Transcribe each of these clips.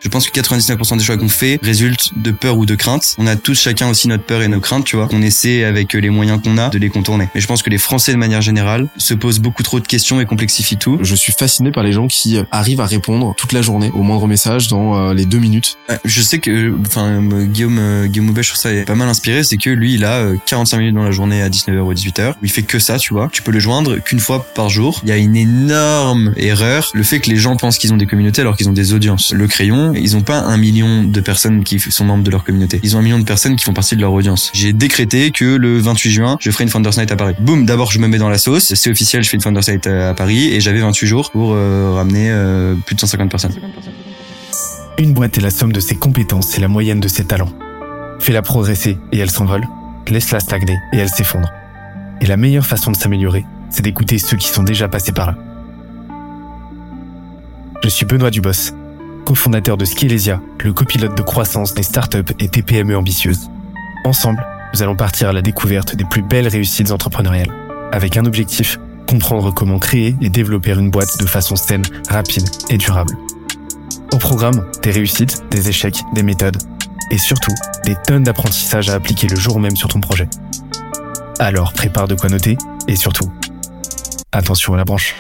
Je pense que 99% des choix qu'on fait résultent de peur ou de crainte. On a tous chacun aussi notre peur et nos craintes, tu vois. On essaie avec les moyens qu'on a de les contourner. Mais je pense que les Français de manière générale se posent beaucoup trop de questions et complexifient tout. Je suis fasciné par les gens qui arrivent à répondre toute la journée au moindre message dans les 2 minutes. Je sais que, Guillaume Houbet, je trouve ça pas mal inspiré, c'est que lui, il a 45 minutes dans la journée à 19h ou 18h, où il fait que ça, tu vois. Tu peux le joindre qu'une fois par jour. Il y a une énorme erreur, le fait que les gens pensent qu'ils ont des communautés alors qu'ils ont des audiences. Le Crayon, ils ont pas 1 million de personnes qui sont membres de leur communauté. Ils ont 1 million de personnes qui font partie de leur audience. J'ai décrété que le 28 juin, je ferai une Founders Night à Paris. Boum, d'abord je me mets dans la sauce, c'est officiel, je fais une Founders Night à Paris et j'avais 28 jours pour ramener plus de 150 personnes. Une boîte est la somme de ses compétences et la moyenne de ses talents. Fais-la progresser et elle s'envole, laisse-la stagner et elle s'effondre. Et la meilleure façon de s'améliorer, c'est d'écouter ceux qui sont déjà passés par là. Je suis Benoît Dubos, cofondateur de Skillesia, le copilote de croissance des startups et TPME ambitieuses. Ensemble, nous allons partir à la découverte des plus belles réussites entrepreneuriales, avec un objectif, comprendre comment créer et développer une boîte de façon saine, rapide et durable. Au programme, des réussites, des échecs, des méthodes, et surtout, des tonnes d'apprentissages à appliquer le jour même sur ton projet. Alors prépare de quoi noter, et surtout, attention à la branche.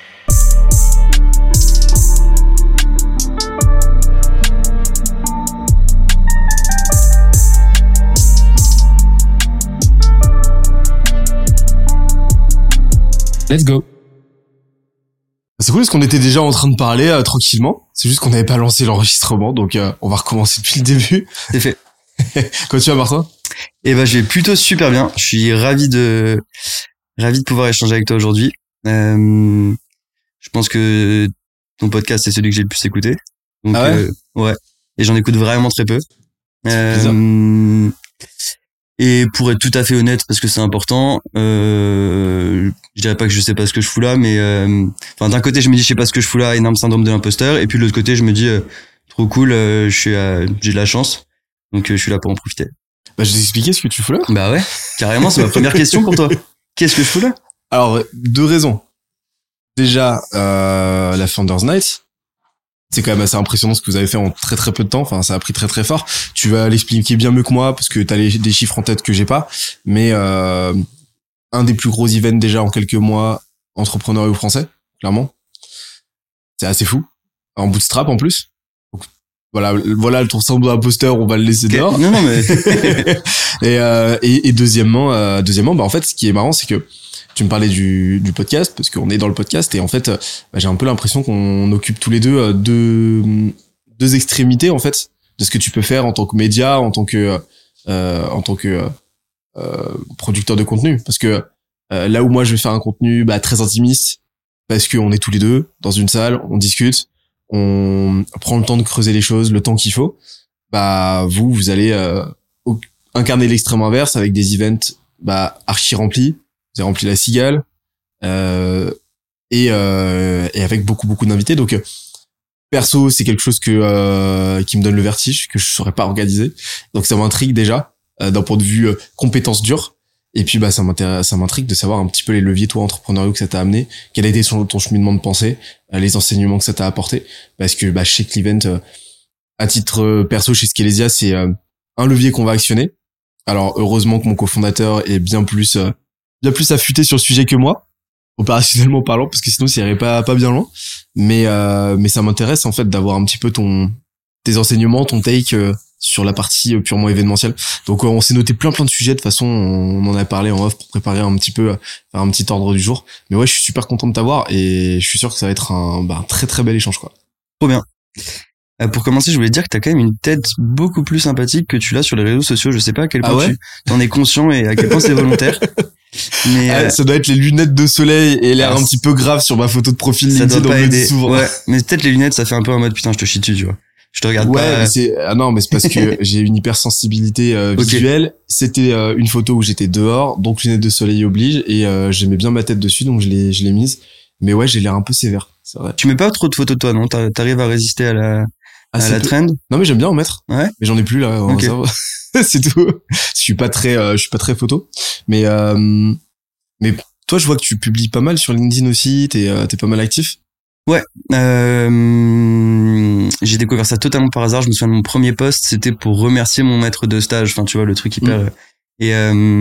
Let's go. C'est cool parce qu'on était déjà en train de parler tranquillement. C'est juste qu'on n'avait pas lancé l'enregistrement, donc on va recommencer depuis le début. C'est fait. Comment tu vas, Martin? Eh ben, je vais plutôt super bien. Je suis ravi de pouvoir échanger avec toi aujourd'hui. Je pense que ton podcast c'est celui que j'ai le plus écouté. Donc, ah ouais? Ouais. Et j'en écoute vraiment très peu. Et pour être tout à fait honnête, parce que c'est important, je dirais pas que je sais pas ce que je fous là, mais d'un côté je me dis je sais pas ce que je fous là, énorme syndrome de l'imposteur, et puis de l'autre côté je me dis trop cool, j'ai de la chance, donc je suis là pour en profiter. Bah je vais t'expliquer ce que tu fous là. Bah ouais, carrément, c'est ma première question pour toi. Qu'est-ce que je fous là? Alors 2 raisons. Déjà la Founders Night. C'est quand même assez impressionnant ce que vous avez fait en très très peu de temps. Enfin, ça a pris très très fort. Tu vas l'expliquer bien mieux que moi parce que t'as des chiffres en tête que j'ai pas. Mais un des plus gros events déjà en quelques mois entrepreneuriaux français, clairement. C'est assez fou. En bootstrap en plus. Donc, voilà ton syndrome d'imposteur, on va le laisser dehors. Non mais. et deuxièmement, bah en fait, ce qui est marrant, c'est que tu me parlais du podcast parce qu'on est dans le podcast et en fait j'ai un peu l'impression qu'on occupe tous les deux extrémités en fait de ce que tu peux faire en tant que média, en tant que producteur de contenu, parce que là où moi je vais faire un contenu très intimiste parce que on est tous les deux dans une salle, on discute, on prend le temps de creuser les choses, le temps qu'il faut, vous allez incarner l'extrême inverse avec des events archi remplis. Vous avez rempli la cigale et avec beaucoup d'invités. Donc perso, c'est quelque chose qui me donne le vertige, que je saurais pas organiser. Donc ça m'intrigue déjà d'un point de vue compétences dures. Et puis ça m'intrigue de savoir un petit peu les leviers toi entrepreneuriaux que ça t'a amené, quel a été ton cheminement de pensée, les enseignements que ça t'a apporté. Parce que je sais que l'event, à titre perso chez Skillesia, c'est un levier qu'on va actionner. Alors heureusement que mon cofondateur est bien plus affûté sur le sujet que moi, opérationnellement parlant, parce que sinon ça irait pas bien loin. Mais ça m'intéresse en fait d'avoir un petit peu tes enseignements, ton take sur la partie purement événementielle. Donc on s'est noté plein de sujets. De toute façon, on en a parlé en off pour préparer un petit peu, faire un petit ordre du jour. Mais ouais, je suis super content de t'avoir et je suis sûr que ça va être un très très bel échange quoi. Trop bien. Pour commencer, je voulais dire que t'as quand même une tête beaucoup plus sympathique que tu l'as sur les réseaux sociaux. Je sais pas à quel point tu t'en es conscient et à quel point c'est volontaire. Mais ça doit être les lunettes de soleil et l'air un petit peu grave sur ma photo de profil LinkedIn. Ça doit pas aider. Souvent. Ouais, mais peut-être les lunettes, ça fait un peu en mode putain, je te chie dessus, tu vois. Je te regarde pas. Mais c'est parce que j'ai une hypersensibilité visuelle. Okay. C'était une photo où j'étais dehors, donc lunettes de soleil oblige et j'aimais bien ma tête dessus, donc je l'ai mise. Mais ouais, j'ai l'air un peu sévère, c'est vrai. Tu mets pas trop de photos de toi, non? T'arrives à résister à la trend? Non, mais j'aime bien en mettre. Ouais. Mais j'en ai plus là. Okay. C'est tout. Je suis pas très photo. Mais toi, je vois que tu publies pas mal sur LinkedIn aussi. T'es pas mal actif. Ouais, j'ai découvert ça totalement par hasard. Je me souviens de mon premier post, c'était pour remercier mon maître de stage. Enfin, tu vois, le truc hyper. Et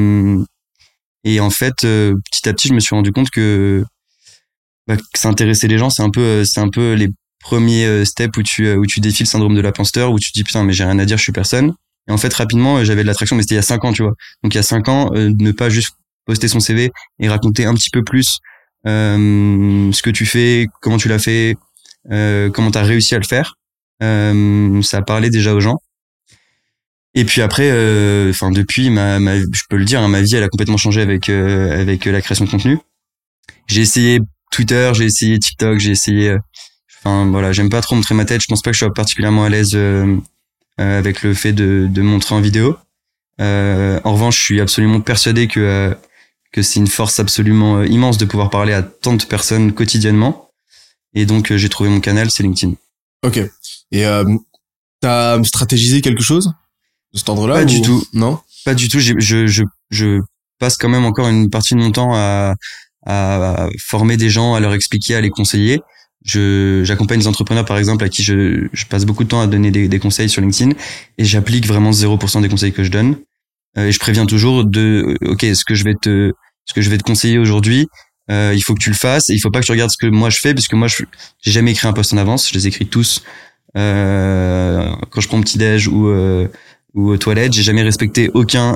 en fait, petit à petit, je me suis rendu compte que ça intéressait les gens. C'est un peu les premiers steps où tu défies le syndrome de l'imposteur, où tu te dis putain, mais j'ai rien à dire, je suis personne. Et en fait, rapidement, j'avais de l'attraction, mais c'était il y a 5 ans, tu vois. Donc il y a 5 ans, ne pas juste poster son CV et raconter un petit peu plus ce que tu fais, comment tu l'as fait, comment t'as réussi à le faire. Ça a parlé déjà aux gens. Et puis après, depuis, je peux le dire, hein, ma vie elle a complètement changé avec la création de contenu. J'ai essayé Twitter, j'ai essayé TikTok, j'ai essayé. Voilà, j'aime pas trop montrer ma tête. Je pense pas que je sois particulièrement à l'aise avec le fait de montrer en vidéo. En revanche, je suis absolument persuadé que c'est une force absolument immense de pouvoir parler à tant de personnes quotidiennement. Et donc, j'ai trouvé mon canal, c'est LinkedIn. Ok. Et t'as stratégisé quelque chose de cet ordre-là? Pas du tout. Non? Pas du tout. Je passe quand même encore une partie de mon temps à former des gens, à leur expliquer, à les conseiller. J'accompagne des entrepreneurs, par exemple, à qui je passe beaucoup de temps à donner des conseils sur LinkedIn, et j'applique vraiment 0% des conseils que je donne. Et je préviens toujours ok, ce que je vais te conseiller aujourd'hui, il faut que tu le fasses, et il faut pas que tu regardes ce que moi je fais, puisque moi j'ai jamais écrit un post en avance, je les écris tous quand je prends petit déj ou aux toilettes. J'ai jamais respecté aucun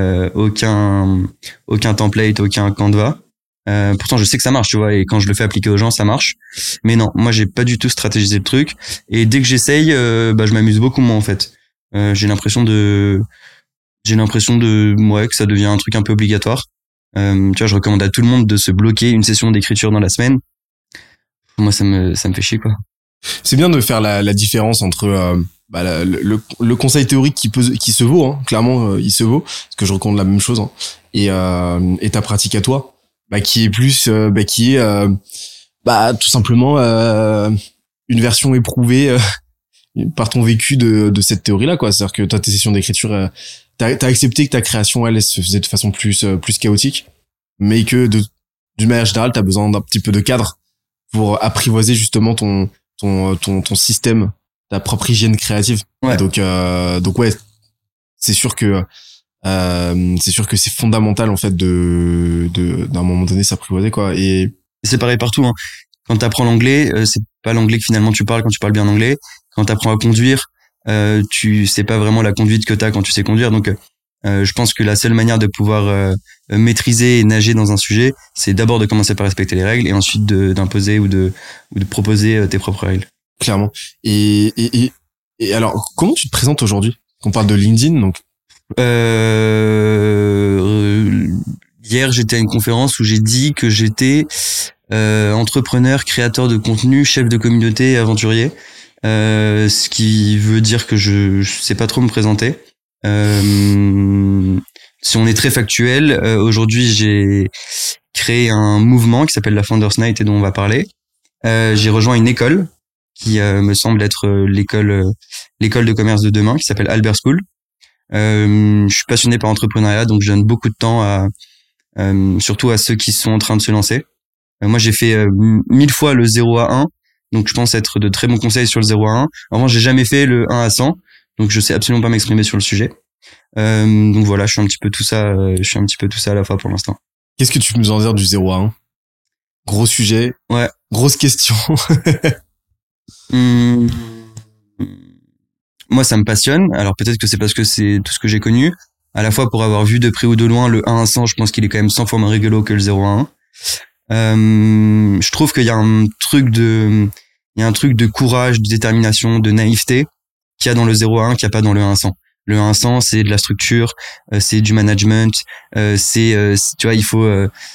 template, aucun Canva. Pourtant je sais que ça marche, tu vois, et quand je le fais appliquer aux gens, ça marche. Mais non, moi j'ai pas du tout stratégisé le truc, et dès que j'essaye, je m'amuse beaucoup moins en fait. J'ai l'impression que ça devient un truc un peu obligatoire. Tu vois, je recommande à tout le monde de se bloquer une session d'écriture dans la semaine. Moi ça me fait chier, quoi. C'est bien de faire la différence entre le conseil théorique qui se vaut, hein, clairement il se vaut, parce que je recommande la même chose, hein, et ta pratique à toi, qui est plus tout simplement une version éprouvée par ton vécu de cette théorie-là, quoi. C'est-à-dire que toi, tes sessions d'écriture, t'as accepté que ta création elle se faisait de façon plus chaotique, mais que d'une manière générale t'as besoin d'un petit peu de cadre pour apprivoiser justement ton système, ta propre hygiène créative. Ouais. Et donc ouais, c'est sûr que c'est fondamental en fait d'un moment donné s'apprivoiser, quoi. Et c'est pareil partout, hein. Quand t'apprends l'anglais, c'est pas l'anglais que finalement tu parles quand tu parles bien anglais. Quand t'apprends à conduire, c'est pas vraiment la conduite que t'as quand tu sais conduire. Donc je pense que la seule manière de pouvoir maîtriser et nager dans un sujet, c'est d'abord de commencer par respecter les règles, et ensuite d'imposer ou de proposer tes propres règles. Clairement. Et alors, comment tu te présentes aujourd'hui? On parle de LinkedIn, donc. Hier, j'étais à une conférence où j'ai dit que j'étais entrepreneur, créateur de contenu, chef de communauté et aventurier. Ce qui veut dire que je sais pas trop me présenter. Si on est très factuel, aujourd'hui j'ai créé un mouvement qui s'appelle la Founders Night et dont on va parler. J'ai rejoint une école qui me semble être l'école de commerce de demain, qui s'appelle Albert School. Je suis passionné par l'entrepreneuriat, donc je donne beaucoup de temps surtout à ceux qui sont en train de se lancer. Moi j'ai fait 1000 fois le 0 à 1, donc je pense être de très bons conseils sur le 0 à 1. En revanche, j'ai jamais fait le 1 à 100, donc je sais absolument pas m'exprimer sur le sujet. Donc voilà, je suis un petit peu tout ça à la fois pour l'instant. Qu'est-ce que tu peux nous en dire du 0 à 1? Gros sujet. Ouais. Grosse question. Moi, ça me passionne. Alors peut-être que c'est parce que c'est tout ce que j'ai connu. À la fois pour avoir vu de près ou de loin le 1 à 100, je pense qu'il est quand même 100 fois moins rigolo que le 0 à 1. Je trouve qu'il y a un truc de courage, de détermination, de naïveté qu'il y a dans le 0 à 1 qu'il n'y a pas dans le 1 à 100. Le 1 à 100, c'est de la structure, c'est du management, tu vois, il faut,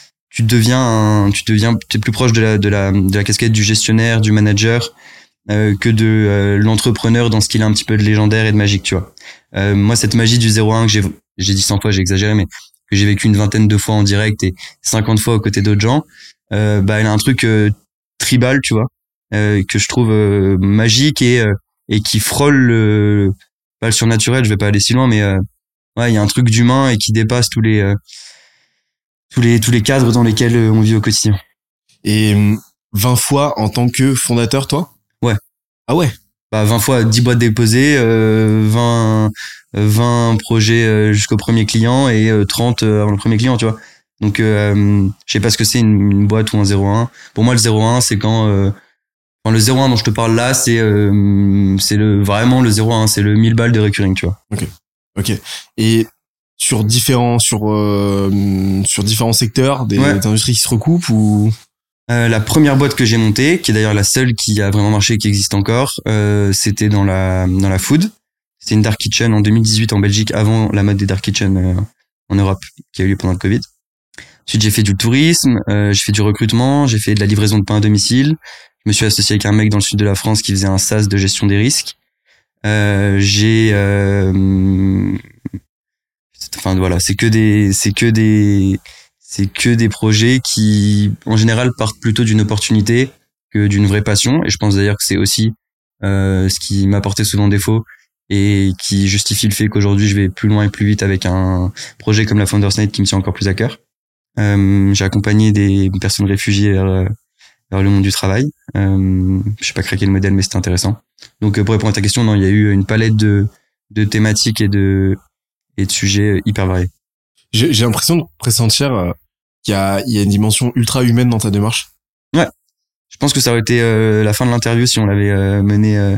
t'es plus proche de la casquette du gestionnaire, du manager, que de l'entrepreneur dans ce qu'il a un petit peu de légendaire et de magique, tu vois. Moi, cette magie du 0 à 1 que j'ai dit 100 fois, j'ai exagéré, mais que j'ai vécu une vingtaine de fois en direct et 50 fois aux côtés d'autres gens, elle a un truc tribal, tu vois, que je trouve magique et qui frôle pas le surnaturel, je vais pas aller si loin, mais il y a un truc d'humain et qui dépasse tous les cadres dans lesquels on vit au quotidien. Et 20 fois en tant que fondateur, toi? Ouais. Ah ouais. Bah 20 fois 10 boîtes déposées, 20 projets jusqu'au premier client et 30 avant le premier client, tu vois. Donc je sais pas ce que c'est une boîte ou un 0-1. Pour moi le 0-1 c'est quand le 0-1 dont je te parle là, c'est vraiment le 0-1, c'est le 1000 balles de recurring, tu vois. Ok. Et sur différents secteurs, des industries qui se recoupent ou la première boîte que j'ai montée, qui est d'ailleurs la seule qui a vraiment marché, qui existe encore, c'était dans la food. C'était une dark kitchen en 2018 en Belgique, avant la mode des dark kitchen en Europe, qui a eu lieu pendant le Covid. Ensuite, j'ai fait du tourisme, j'ai fait du recrutement, j'ai fait de la livraison de pain à domicile. Je me suis associé avec un mec dans le sud de la France qui faisait un SaaS de gestion des risques. Enfin voilà, c'est que des projets qui en général partent plutôt d'une opportunité que d'une vraie passion, et je pense d'ailleurs que c'est aussi ce qui m'apportait souvent défaut et qui justifie le fait qu'aujourd'hui je vais plus loin et plus vite avec un projet comme la Founders Night qui me tient encore plus à cœur. J'ai accompagné des personnes réfugiées vers le monde du travail. Je sais pas craquer le modèle, mais c'était intéressant. Donc pour répondre à ta question, non, il y a eu une palette de thématiques et de sujets hyper variés. J'ai l'impression de pressentir qu'il y a une dimension ultra humaine dans ta démarche. Ouais. Je pense que ça aurait été la fin de l'interview si on l'avait mené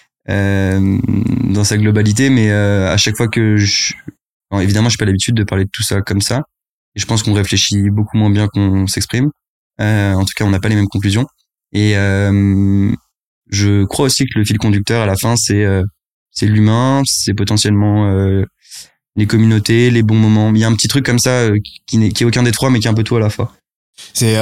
dans sa globalité, mais à chaque fois que bon, évidemment, j'ai pas l'habitude de parler de tout ça comme ça, et je pense qu'on réfléchit beaucoup moins bien qu'on s'exprime. En tout cas, on n'a pas les mêmes conclusions. Et je crois aussi que le fil conducteur à la fin, c'est l'humain, c'est potentiellement les communautés, les bons moments. Il y a un petit truc comme ça qui est aucun des trois, mais qui est un peu tout à la fois. C'est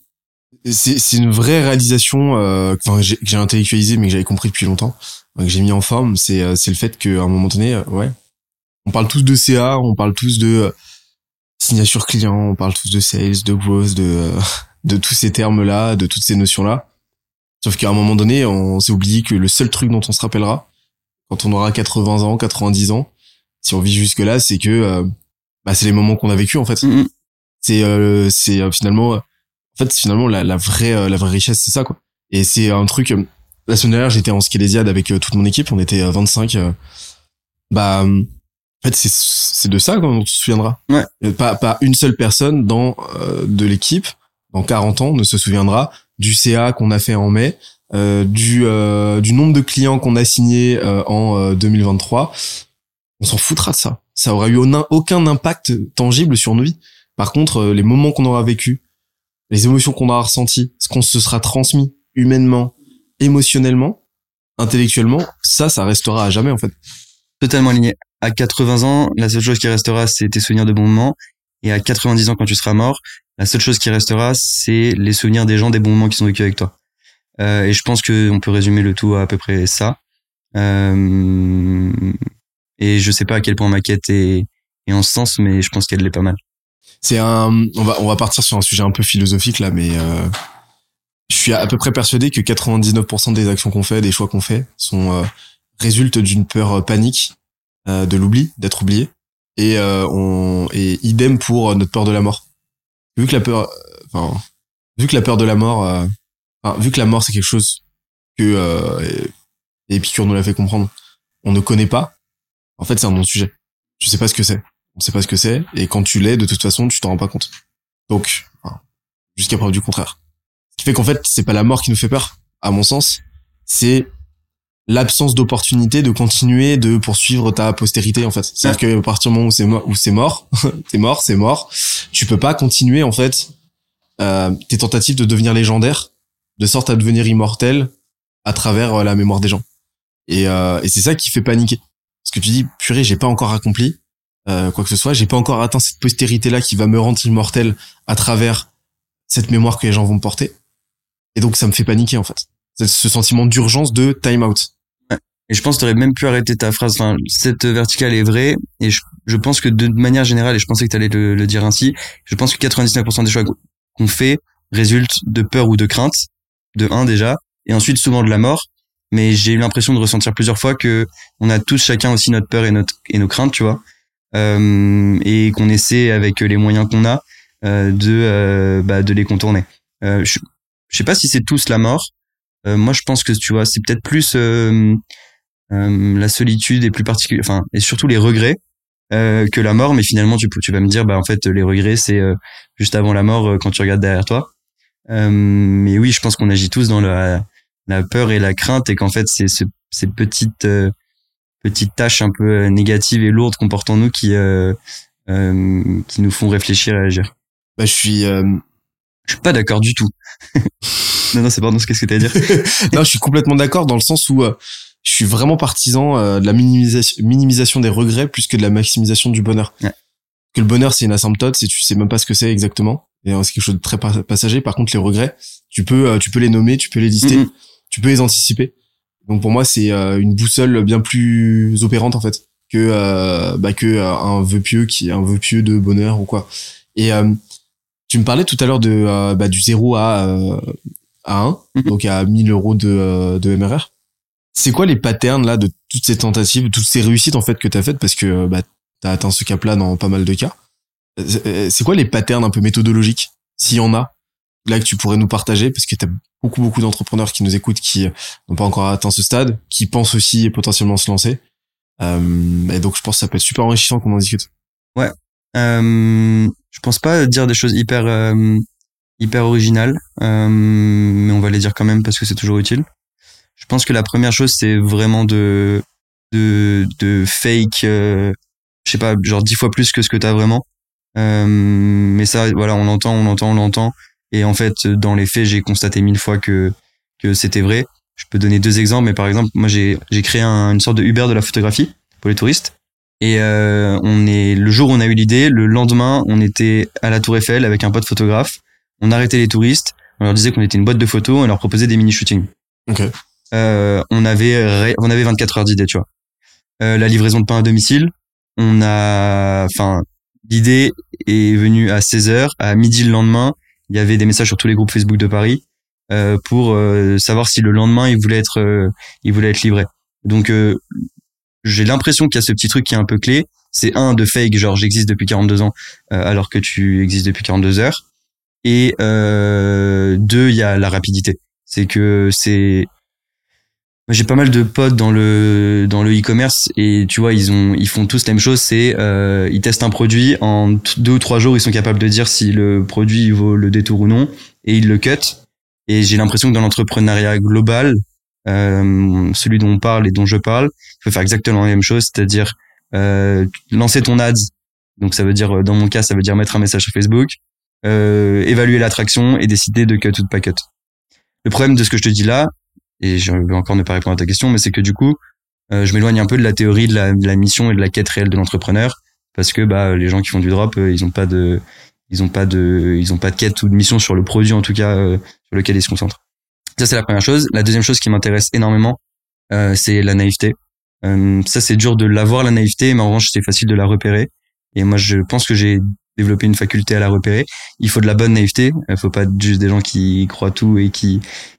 une vraie réalisation que j'ai intellectualisé, mais que j'avais compris depuis longtemps, que j'ai mis en forme. C'est le fait qu'à un moment donné, on parle tous de CA, on parle tous de signature client, on parle tous de sales, de growth, de tous ces termes-là, de toutes ces notions-là. Sauf qu'à un moment donné, on s'est oublié que le seul truc dont on se rappellera, quand on aura 80 ans, 90 ans, si on vit jusque-là, c'est que c'est les moments qu'on a vécu en fait. Mm-hmm. C'est finalement la vraie richesse, c'est ça quoi. Et c'est un truc. La semaine dernière, j'étais en Skélésiade avec toute mon équipe, on était 25. En fait, c'est de ça qu'on se souviendra. Ouais. Pas une seule personne de l'équipe dans 40 ans ne se souviendra du CA qu'on a fait en mai, du nombre de clients qu'on a signés en 2023. On s'en foutra de ça. Ça aura eu aucun impact tangible sur nos vies. Par contre, les moments qu'on aura vécu, les émotions qu'on aura ressenties, ce qu'on se sera transmis humainement, émotionnellement, intellectuellement, ça restera à jamais en fait. Totalement aligné. À 80 ans, la seule chose qui restera, c'est tes souvenirs de bons moments. Et à 90 ans, quand tu seras mort, la seule chose qui restera, c'est les souvenirs des gens, des bons moments qui sont vécus avec toi. Et je pense que on peut résumer le tout à peu près ça. Et je sais pas à quel point ma quête est en ce sens, mais je pense qu'elle l'est pas mal. On va partir sur un sujet un peu philosophique là, mais je suis à peu près persuadé que 99% des actions qu'on fait, des choix qu'on fait, résultent d'une peur panique de l'oubli, d'être oublié, et idem pour notre peur de la mort. Vu que la peur de la mort, vu que la mort c'est quelque chose que Épicure nous l'a fait comprendre, on ne connaît pas. En fait, c'est un non-sujet. Tu sais pas ce que c'est. On sait pas ce que c'est, et quand tu l'es, de toute façon, tu t'en rends pas compte. Donc, jusqu'à preuve du contraire. Ce qui fait qu'en fait, c'est pas la mort qui nous fait peur, à mon sens, c'est l'absence d'opportunité de continuer de poursuivre ta postérité, en fait. C'est-à-dire qu'à partir du moment où c'est mort, c'est mort, tu peux pas continuer, en fait, tes tentatives de devenir légendaire, de sorte à devenir immortel à travers la mémoire des gens. Et c'est ça qui fait paniquer. Parce que tu dis, purée, j'ai pas encore accompli quoi que ce soit, j'ai pas encore atteint cette postérité-là qui va me rendre immortel à travers cette mémoire que les gens vont me porter. Et donc ça me fait paniquer en fait. C'est ce sentiment d'urgence de time out. Ouais. Et je pense que t'aurais même pu arrêter ta phrase. Enfin, cette verticale est vraie, et je pense que de manière générale, et je pensais que t'allais le dire ainsi, je pense que 99% des choix qu'on fait résultent de peur ou de crainte, de un déjà, et ensuite souvent de la mort. Mais j'ai eu l'impression de ressentir plusieurs fois que on a tous chacun aussi notre peur et nos craintes, tu vois. Et qu'on essaie avec les moyens qu'on a de les contourner. Je je sais pas si c'est tous la mort. Moi, je pense que tu vois, c'est peut-être plus la solitude et plus particulier, enfin, et surtout les regrets que la mort. Mais finalement, tu vas me dire, bah en fait, les regrets, c'est juste avant la mort quand tu regardes derrière toi. Mais oui, je pense qu'on agit tous dans la peur et la crainte, et qu'en fait, c'est ces petites tâches un peu négatives et lourdes qu'on porte en nous qui nous font réfléchir et agir. Bah, je suis pas d'accord du tout. Non, c'est pardon, qu'est-ce que t'as à dire? Non, je suis complètement d'accord dans le sens où je suis vraiment partisan de la minimisation des regrets plus que de la maximisation du bonheur. Ouais. Que le bonheur, c'est une asymptote, tu sais même pas ce que c'est exactement. Et c'est quelque chose de très passager. Par contre, les regrets, tu peux les nommer, tu peux les lister, tu peux les anticiper. Donc pour moi, c'est une boussole bien plus opérante en fait que un vœu pieux de bonheur ou quoi. Et tu me parlais tout à l'heure de du 0 à 1, donc à 1000 euros de MRR. C'est quoi les patterns là de toutes ces tentatives, toutes ces réussites en fait que t'as faites, parce que t'as atteint ce cap-là dans pas mal de cas. C'est quoi les patterns un peu méthodologiques, s'il y en a, là que tu pourrais nous partager, parce que t'as beaucoup d'entrepreneurs qui nous écoutent qui n'ont pas encore atteint ce stade, qui pensent aussi potentiellement se lancer. Et donc je pense que ça peut être super enrichissant qu'on en discute. Ouais. Je pense pas dire des choses hyper originales, mais on va les dire quand même parce que c'est toujours utile. Je pense que la première chose, c'est vraiment de fake, je sais pas, genre 10 fois plus que ce que t'as vraiment. Mais ça, voilà, on l'entend. Et en fait, dans les faits, j'ai constaté 1000 fois que c'était vrai. Je peux donner 2 exemples, mais par exemple, moi, j'ai créé une sorte de Uber de la photographie pour les touristes. Et le jour où on a eu l'idée, le lendemain, on était à la Tour Eiffel avec un pote photographe. On arrêtait les touristes, on leur disait qu'on était une boîte de photos, on leur proposait des mini-shootings. Ok. On avait 24 heures d'idée, tu vois. La livraison de pain à domicile, l'idée est venue à 16h, à midi le lendemain, il y avait des messages sur tous les groupes Facebook de Paris pour savoir si le lendemain il voulait être livré. Donc j'ai l'impression qu'il y a ce petit truc qui est un peu clé, c'est de fake, genre j'existe depuis 42 ans alors que tu existes depuis 42 heures, et 2, il y a la rapidité. C'est que j'ai pas mal de potes dans le e-commerce, et tu vois, ils font tous la même chose, c'est ils testent un produit, en 2 ou 3 jours ils sont capables de dire si le produit il vaut le détour ou non, et ils le cut. Et j'ai l'impression que dans l'entrepreneuriat global, celui dont on parle et dont je parle, il faut faire exactement la même chose, c'est-à-dire lancer ton ads, donc ça veut dire, dans mon cas, ça veut dire mettre un message sur Facebook, évaluer l'attraction et décider de cut ou de pas cut. Le problème de ce que je te dis là, et je vais encore ne pas répondre à ta question, mais c'est que du coup, je m'éloigne un peu de la théorie de la mission et de la quête réelle de l'entrepreneur, parce que les gens qui font du drop, ils ont pas de quête ou de mission sur le produit, en tout cas sur lequel ils se concentrent. Ça, c'est la première chose. La deuxième chose qui m'intéresse énormément, c'est la naïveté. Ça, c'est dur de l'avoir, la naïveté, mais en revanche, c'est facile de la repérer. Et moi, je pense que j'ai développé une faculté à la repérer. Il faut de la bonne naïveté. Il faut pas juste des gens qui croient tout et qui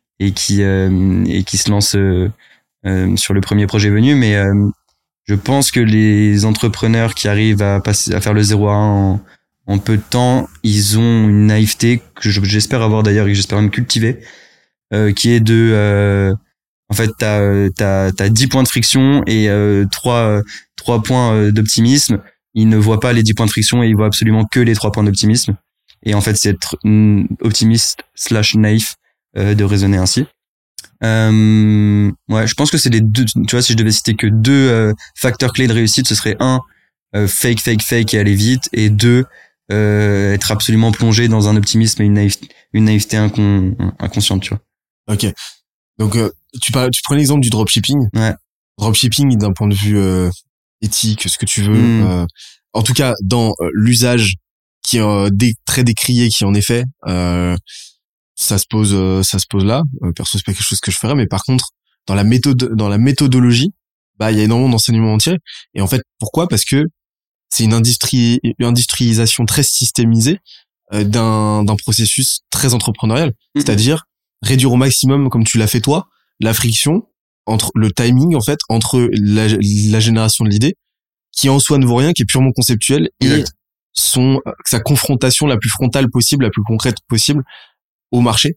se lancent sur le premier projet venu. Mais je pense que les entrepreneurs qui arrivent à faire le 0 à 1 en peu de temps, ils ont une naïveté que j'espère avoir d'ailleurs, et que j'espère même cultiver, qui est en fait, t'as 10 points de friction et 3 points d'optimisme. Ils ne voient pas les 10 points de friction, et ils voient absolument que les 3 points d'optimisme. Et en fait, c'est être optimiste / naïf de raisonner ainsi. Ouais, je pense que c'est les 2. Tu vois, si je devais citer que 2 facteurs clés de réussite, ce serait 1, fake et aller vite, et 2, être absolument plongé dans un optimisme et une naïveté inconsciente, tu vois. Ok. Donc tu prends l'exemple du dropshipping. Ouais. Dropshipping d'un point de vue éthique, ce que tu veux. En tout cas, dans l'usage qui est très décrié, qui en est fait, ça se pose là. Perso, c'est pas quelque chose que je ferais, mais par contre, dans la méthodologie, il y a énormément d'enseignements à en tirer. Et en fait, pourquoi? Parce que c'est une industrialisation très systémisée d'un processus très entrepreneurial. C'est-à-dire réduire au maximum, comme tu l'as fait toi, la friction entre le timing, en fait, entre la génération de l'idée, qui en soi ne vaut rien, qui est purement conceptuelle, et sa confrontation la plus frontale possible, la plus concrète possible au marché.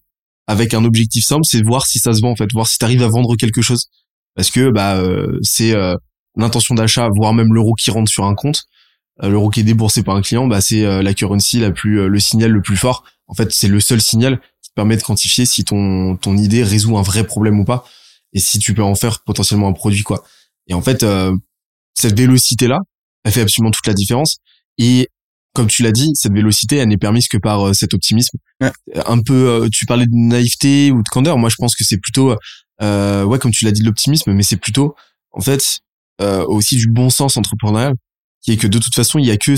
avec un objectif simple, c'est de voir si ça se vend en fait, voir si t'arrives à vendre quelque chose. Parce que c'est l'intention d'achat, voire même l'euro qui rentre sur un compte, l'euro qui est déboursé par un client, c'est la currency le signal le plus fort. En fait, c'est le seul signal qui te permet de quantifier si ton idée résout un vrai problème ou pas, et si tu peux en faire potentiellement un produit quoi. Et en fait, cette vélocité-là, elle fait absolument toute la différence. Et comme tu l'as dit, cette vélocité, elle n'est permise que par cet optimisme. Ouais. Un peu, tu parlais de naïveté ou de candeur. Moi, je pense que c'est plutôt, comme tu l'as dit, de l'optimisme, mais c'est plutôt, en fait, aussi du bon sens entrepreneurial, qui est que de toute façon, il y a que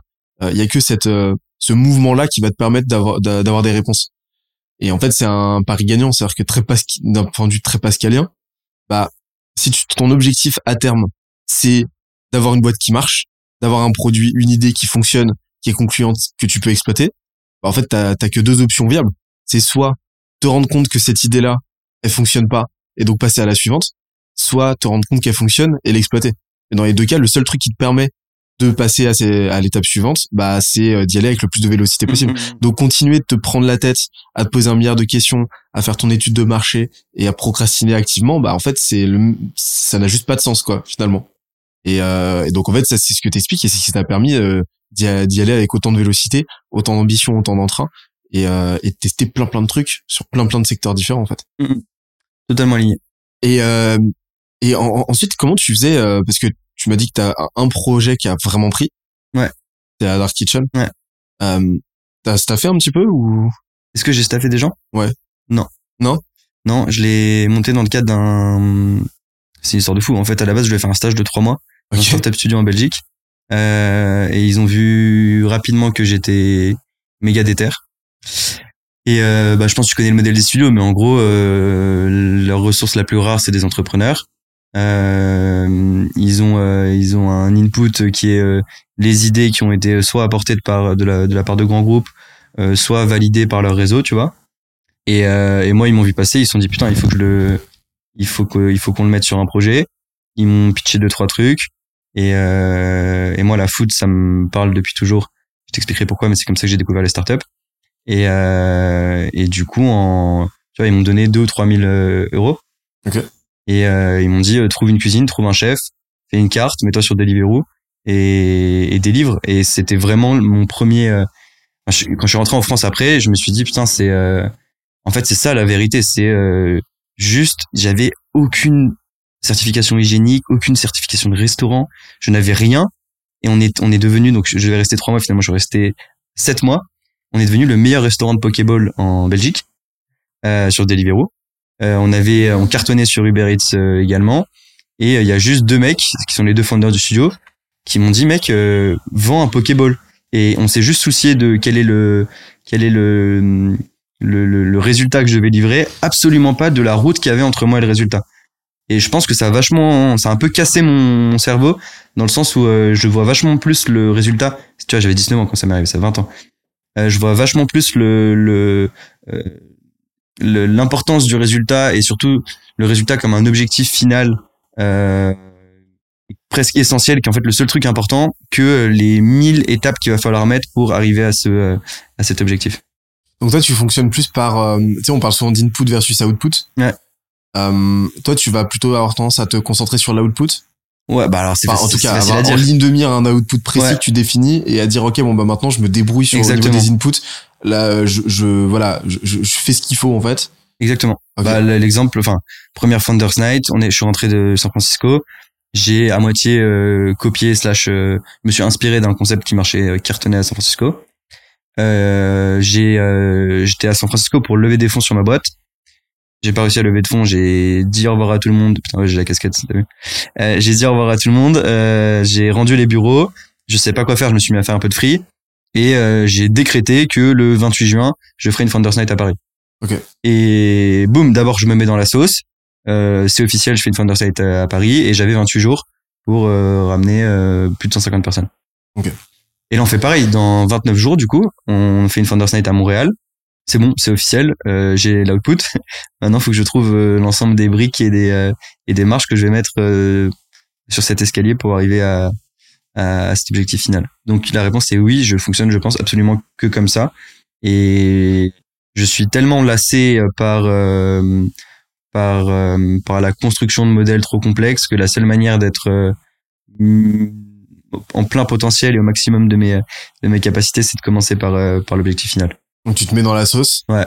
ce mouvement-là qui va te permettre d'avoir des réponses. Et en fait, c'est un pari gagnant, c'est-à-dire que d'un point de vue très pascalien, si ton objectif à terme, c'est d'avoir une boîte qui marche, d'avoir un produit, une idée qui fonctionne, qui est concluante, que tu peux exploiter, en fait, t'as que deux options viables. C'est soit te rendre compte que cette idée-là, elle fonctionne pas, et donc passer à la suivante, soit te rendre compte qu'elle fonctionne et l'exploiter. Et dans les deux cas, le seul truc qui te permet de passer à l'étape suivante, c'est d'y aller avec le plus de vélocité possible. Donc continuer de te prendre la tête, à te poser un milliard de questions, à faire ton étude de marché et à procrastiner activement, en fait ça n'a juste pas de sens quoi finalement. Et donc en fait ça c'est ce que t'expliques et c'est ce qui t'a permis d'y aller avec autant de vélocité, autant d'ambition, autant d'entrain et de tester plein de trucs sur plein de secteurs différents en fait. Totalement aligné. Et ensuite comment tu faisais parce que tu m'as dit que t'as un projet qui a vraiment pris. Ouais. C'est la Dark Kitchen. Ouais. T'as staffé un petit peu ou? Est-ce que j'ai staffé des gens? Ouais. Non, je l'ai monté dans le cadre c'est une histoire de fou. En fait, à la base, je devais faire un stage de 3 mois dans un startup studio en Belgique. Et ils ont vu rapidement que j'étais méga déter. Et je pense que tu connais le modèle des studios, mais en gros, leur ressource la plus rare, c'est des entrepreneurs. Ils ont un input qui est les idées qui ont été soit apportées de la part de grands groupes, soit validées par leur réseau, tu vois. Et moi ils m'ont vu passer, ils se sont dit putain, il faut qu'on le mette sur un projet. Ils m'ont pitché 2-3 trucs et moi la food ça me parle depuis toujours. Je t'expliquerai pourquoi, mais c'est comme ça que j'ai découvert les startups. Et du coup tu vois, ils m'ont donné 2 ou 3 000 euros. Ok. Et ils m'ont dit trouve une cuisine, trouve un chef, fais une carte, mets-toi sur Deliveroo et délivre. Et c'était vraiment mon premier. Quand je suis rentré en France après, je me suis dit putain en fait c'est ça la vérité, c'est juste j'avais aucune certification hygiénique, aucune certification de restaurant, je n'avais rien et on est devenu, donc je vais rester 3 mois, finalement je suis resté 7 mois. On est devenu le meilleur restaurant de Pokéball en Belgique sur Deliveroo. On cartonnait sur Uber Eats également. Et il y a juste 2 mecs qui sont les 2 founders du studio qui m'ont dit mec vends un Pokéball. Et on s'est juste soucié de quel est le résultat que je vais livrer, absolument pas de la route qu'il y avait entre moi et le résultat. Et je pense que ça a un peu cassé mon cerveau dans le sens où je vois vachement plus le résultat. Tu vois, j'avais 19 ans quand ça m'est arrivé, ça fait 20 ans. Je vois vachement plus l'importance du résultat et surtout le résultat comme un objectif final presque essentiel, qui est en fait le seul truc important, que les 1000 étapes qu'il va falloir mettre pour arriver à cet objectif. Donc toi tu fonctionnes plus par tu sais on parle souvent d'input versus output. Ouais. Toi tu vas plutôt avoir tendance à te concentrer sur l'output. Ouais, en tout cas avoir en ligne de mire un output précis que tu définis et à dire ok maintenant je me débrouille sur le niveau des inputs. Là je fais ce qu'il faut en fait. Exactement. Okay. L'exemple, première Founders Night, je suis rentré de San Francisco, j'ai à moitié copié / me suis inspiré d'un concept qui marchait, qui retenait à San Francisco. J'étais à San Francisco pour lever des fonds sur ma boîte. J'ai pas réussi à lever de fonds, j'ai dit au revoir à tout le monde. Putain, ouais, j'ai la casquette, t'as vu. J'ai dit au revoir à tout le monde, j'ai rendu les bureaux, je sais pas quoi faire, je me suis mis à faire un peu de free et j'ai décrété que le 28 juin, je ferai une Founders Night à Paris. Ok. Et boum, d'abord je me mets dans la sauce. C'est officiel, je fais une Founders Night à Paris et j'avais 28 jours pour ramener plus de 150 personnes. Ok. Et là on fait pareil, dans 29 jours du coup, on fait une Founders Night à Montréal. C'est bon, c'est officiel, j'ai l'output. Maintenant, il faut que je trouve l'ensemble des briques et des marches que je vais mettre sur cet escalier pour arriver à cet objectif final. Donc la réponse est oui, je fonctionne, je pense, absolument que comme ça. Et je suis tellement lassé par la construction de modèles trop complexes que la seule manière d'être en plein potentiel et au maximum de mes capacités, c'est de commencer par l'objectif final. Donc tu te mets dans la sauce. Ouais.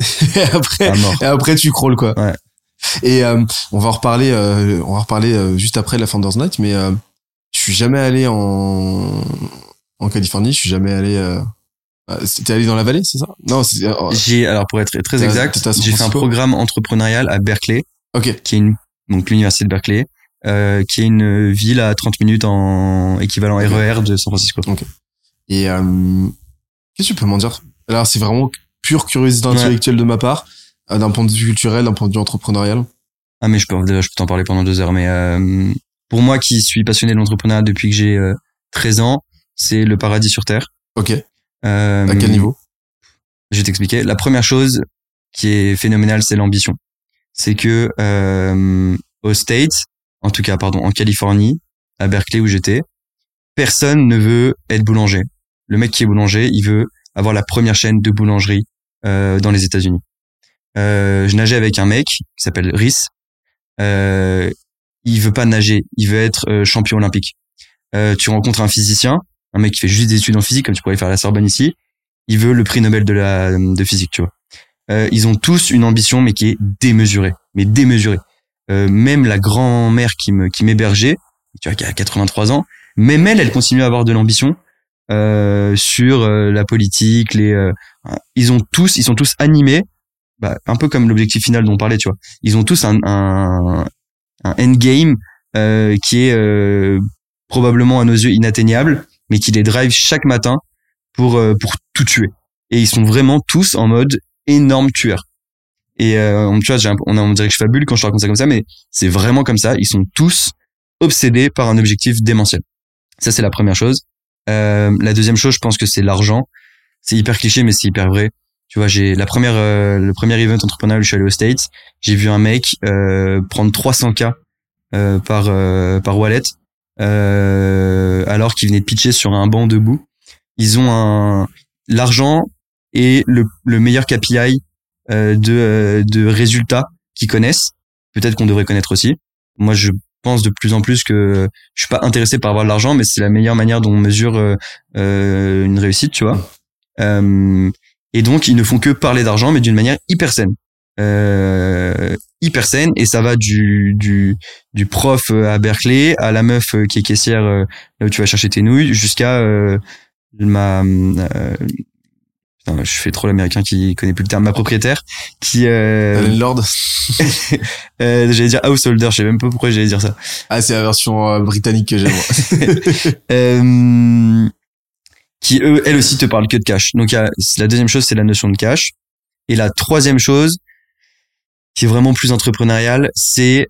et après tu crawles quoi. Ouais. Et on va reparler juste après la Founders Night, mais je suis jamais allé en Californie, je suis jamais allé t'es allé dans la vallée, c'est ça? Non, alors pour être très exact, j'ai fait un programme entrepreneurial à Berkeley. OK. Qui est donc l'université de Berkeley, qui est une ville à 30 minutes en équivalent RER de San Francisco. OK. Et qu'est-ce que tu peux m'en dire? Alors c'est vraiment pure curiosité intellectuelle de ma part, d'un point de vue culturel, d'un point de vue entrepreneurial. Ah mais je peux t'en parler pendant 2 heures, mais pour moi qui suis passionné de l'entrepreneuriat depuis que j'ai 13 ans, c'est le paradis sur terre. OK. À quel niveau? Je vais t'expliquer. La première chose qui est phénoménale, c'est l'ambition. C'est que aux States, en Californie, à Berkeley où j'étais, personne ne veut être boulanger. Le mec qui est boulanger, il veut avoir la première chaîne de boulangerie dans les États-Unis. Je nageais avec un mec qui s'appelle Rhys. Il veut pas nager, il veut être champion olympique. Tu rencontres un physicien, un mec qui fait juste des études en physique, comme tu pourrais faire à la Sorbonne ici. Il veut le prix Nobel de physique, tu vois. Ils ont tous une ambition, mais qui est démesurée. Même la grand-mère qui m'hébergeait, tu vois, qui a 83 ans, même elle continue à avoir de l'ambition sur la politique. Ils sont tous animés, un peu comme l'objectif final dont on parlait, tu vois. Ils ont tous un endgame qui est probablement à nos yeux inatteignable, mais qui les drive chaque matin pour tout tuer. Et ils sont vraiment tous en mode énorme tueur. Et tu vois, on dirait que je fabule quand je raconte ça comme ça, mais c'est vraiment comme ça. Ils sont tous obsédés par un objectif démentiel. Ça, c'est la première chose. La deuxième chose, je pense que c'est l'argent. C'est hyper cliché, mais c'est hyper vrai. Tu vois, le premier event entrepreneurial où je suis allé aux States, j'ai vu un mec prendre 300K par wallet, alors qu'il venait de pitcher sur un banc debout. Ils ont l'argent est le meilleur KPI de résultats qu'ils connaissent. Peut-être qu'on devrait connaître aussi. Moi, je pense de plus en plus que je suis pas intéressé par avoir de l'argent, mais c'est la meilleure manière dont on mesure une réussite, tu vois. Et donc, ils ne font que parler d'argent, mais d'une manière hyper saine. Et ça va du prof à Berkeley à la meuf qui est caissière là où tu vas chercher tes nouilles jusqu'à putain, je fais trop l'américain qui connaît plus le terme, ma propriétaire qui Landlord. J'allais dire householder, je sais même pas pourquoi j'allais dire ça. Ah, c'est la version britannique que j'aime moi. Qui elle aussi te parle que de cash. Donc la deuxième chose, c'est la notion de cash. Et la troisième chose qui est vraiment plus entrepreneuriale, c'est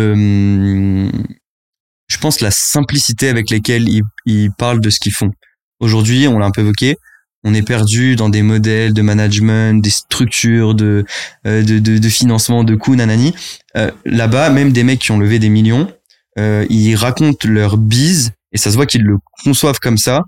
je pense la simplicité avec laquelle ils parlent de ce qu'ils font. Aujourd'hui, on l'a un peu évoqué, on est perdu dans des modèles de management, des structures de financement, de coûts, nanani. Là-bas, même des mecs qui ont levé des millions, ils racontent leur bise et ça se voit qu'ils le conçoivent comme ça,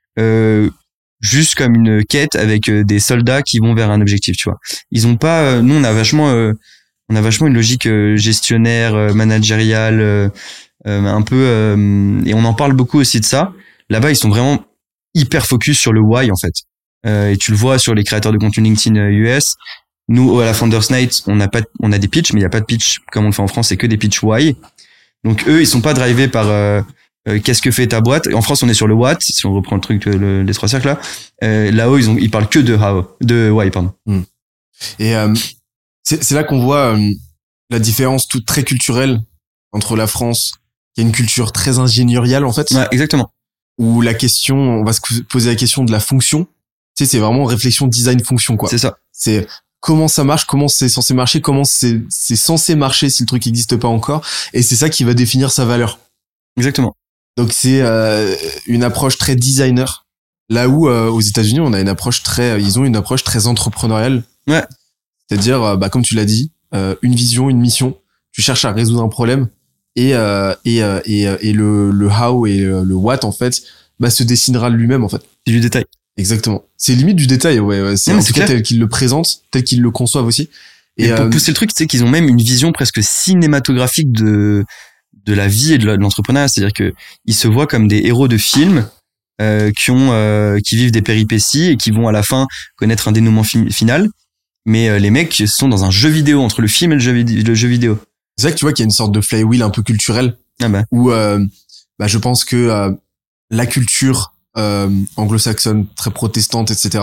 juste comme une quête avec des soldats qui vont vers un objectif, tu vois. Ils ont pas, nous on a vachement une logique gestionnaire, managériale, un peu, et on en parle beaucoup aussi de ça. Là-bas, ils sont vraiment hyper focus sur le why en fait. Et tu le vois sur les créateurs de contenu LinkedIn US. Nous, à la Founders Night, on a des pitchs, mais il y a pas de pitch comme on le fait en France, c'est que des pitch why. Donc eux, ils sont pas drivés par qu'est-ce que fait ta boîte. En France, on est sur le what, si on reprend le truc les 3 cercles là. Là-haut, ils parlent que de why, pardon. Et c'est là qu'on voit la différence toute très culturelle entre la France, qui a une culture très ingéniuriale en fait. Ouais, exactement. Où la question, on va se poser la question de la fonction. Tu sais, c'est vraiment réflexion design fonction quoi. C'est ça. C'est comment ça marche, comment c'est censé marcher, comment c'est censé marcher si le truc n'existe pas encore, et c'est ça qui va définir sa valeur. Exactement. Donc c'est une approche très designer. Là où aux États-Unis, ils ont une approche très entrepreneuriale. Ouais. C'est-à-dire, comme tu l'as dit, une vision, une mission. Tu cherches à résoudre un problème et le how et le what en fait, se dessinera lui-même en fait. C'est du détail. Exactement. C'est limite du détail, ouais. C'est Non, mais en c'est tout cas clair. tel qu'ils le présentent, tel qu'ils le conçoivent aussi. Et pour pousser le truc, tu sais qu'ils ont même une vision presque cinématographique de la vie et de l'entrepreneuriat. C'est-à-dire que ils se voient comme des héros de films qui vivent des péripéties et qui vont à la fin connaître un dénouement final. Mais les mecs sont dans un jeu vidéo entre le film et le jeu vidéo. C'est vrai que tu vois qu'il y a une sorte de flywheel un peu culturel Ah bah. où je pense que la culture anglo-saxonne très protestante, etc.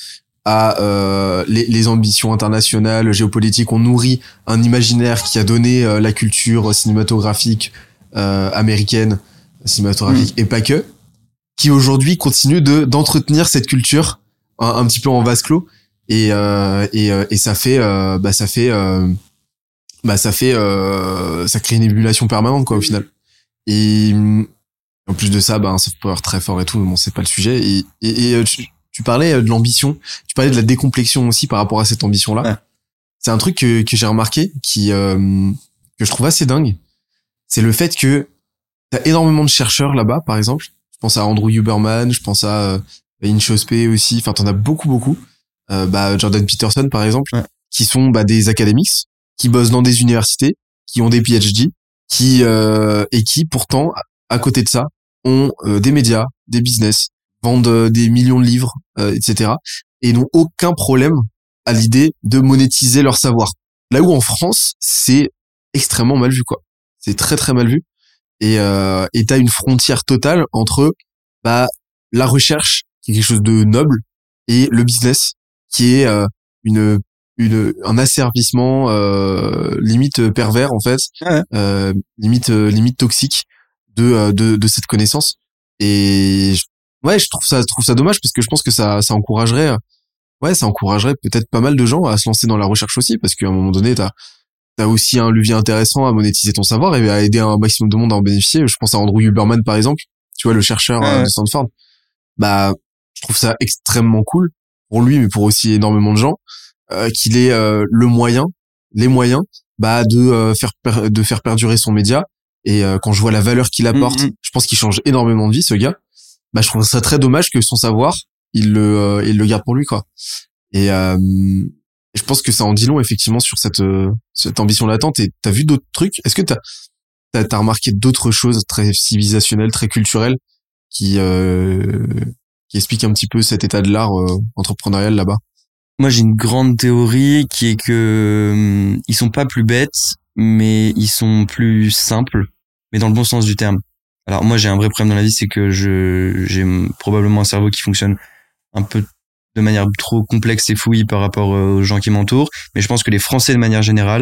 à les ambitions internationales, géopolitiques, ont nourri un imaginaire qui a donné la culture cinématographique américaine, cinématographique et pas que, qui aujourd'hui continue d'entretenir cette culture un petit peu en vase clos et ça crée une émulation permanente quoi au final. Et en plus de ça, un soft power très fort et tout, mais bon, c'est pas le sujet. Et tu parlais de l'ambition, tu parlais de la décomplexion aussi par rapport à cette ambition-là. Ouais. C'est un truc que j'ai remarqué, que je trouve assez dingue. C'est le fait que t'as énormément de chercheurs là-bas, par exemple. Je pense à Andrew Huberman, je pense à Inchospe aussi. Enfin, t'en as beaucoup. Jordan Peterson, par exemple, qui sont des académics, qui bossent dans des universités, qui ont des PhD, et qui pourtant, à côté de ça, ont des médias, des business, vendent des millions de livres, etc. et n'ont aucun problème à l'idée de monétiser leur savoir. Là où en France, c'est extrêmement mal vu, quoi. C'est très très mal vu. Et t'as une frontière totale entre la recherche, qui est quelque chose de noble, et le business, qui est un asservissement limite pervers en fait, limite toxique de cette connaissance. Et je trouve ça dommage parce que je pense que ça encouragerait peut-être pas mal de gens à se lancer dans la recherche aussi, parce qu'à un moment donné t'as aussi un levier intéressant à monétiser ton savoir et à aider un maximum de monde à en bénéficier. Je pense à Andrew Huberman par exemple, tu vois, le chercheur de Stanford. Je trouve ça extrêmement cool pour lui, mais pour aussi énormément de gens, qu'il ait les moyens de faire perdurer son média. Et quand je vois la valeur qu'il apporte, je pense qu'il change énormément de vie, ce gars. Je trouve ça très dommage que son savoir, il le garde pour lui, quoi. Et je pense que ça en dit long effectivement sur cette ambition latente. Et t'as vu d'autres trucs? Est-ce que t'as remarqué d'autres choses très civilisationnelles, très culturelles, qui expliquent un petit peu cet état de l'art entrepreneurial là-bas? Moi, j'ai une grande théorie qui est que ils sont pas plus bêtes, mais ils sont plus simples, mais dans le bon sens du terme. Alors moi, j'ai un vrai problème dans la vie, c'est que j'ai probablement un cerveau qui fonctionne un peu de manière trop complexe et fouillie par rapport aux gens qui m'entourent, mais je pense que les Français de manière générale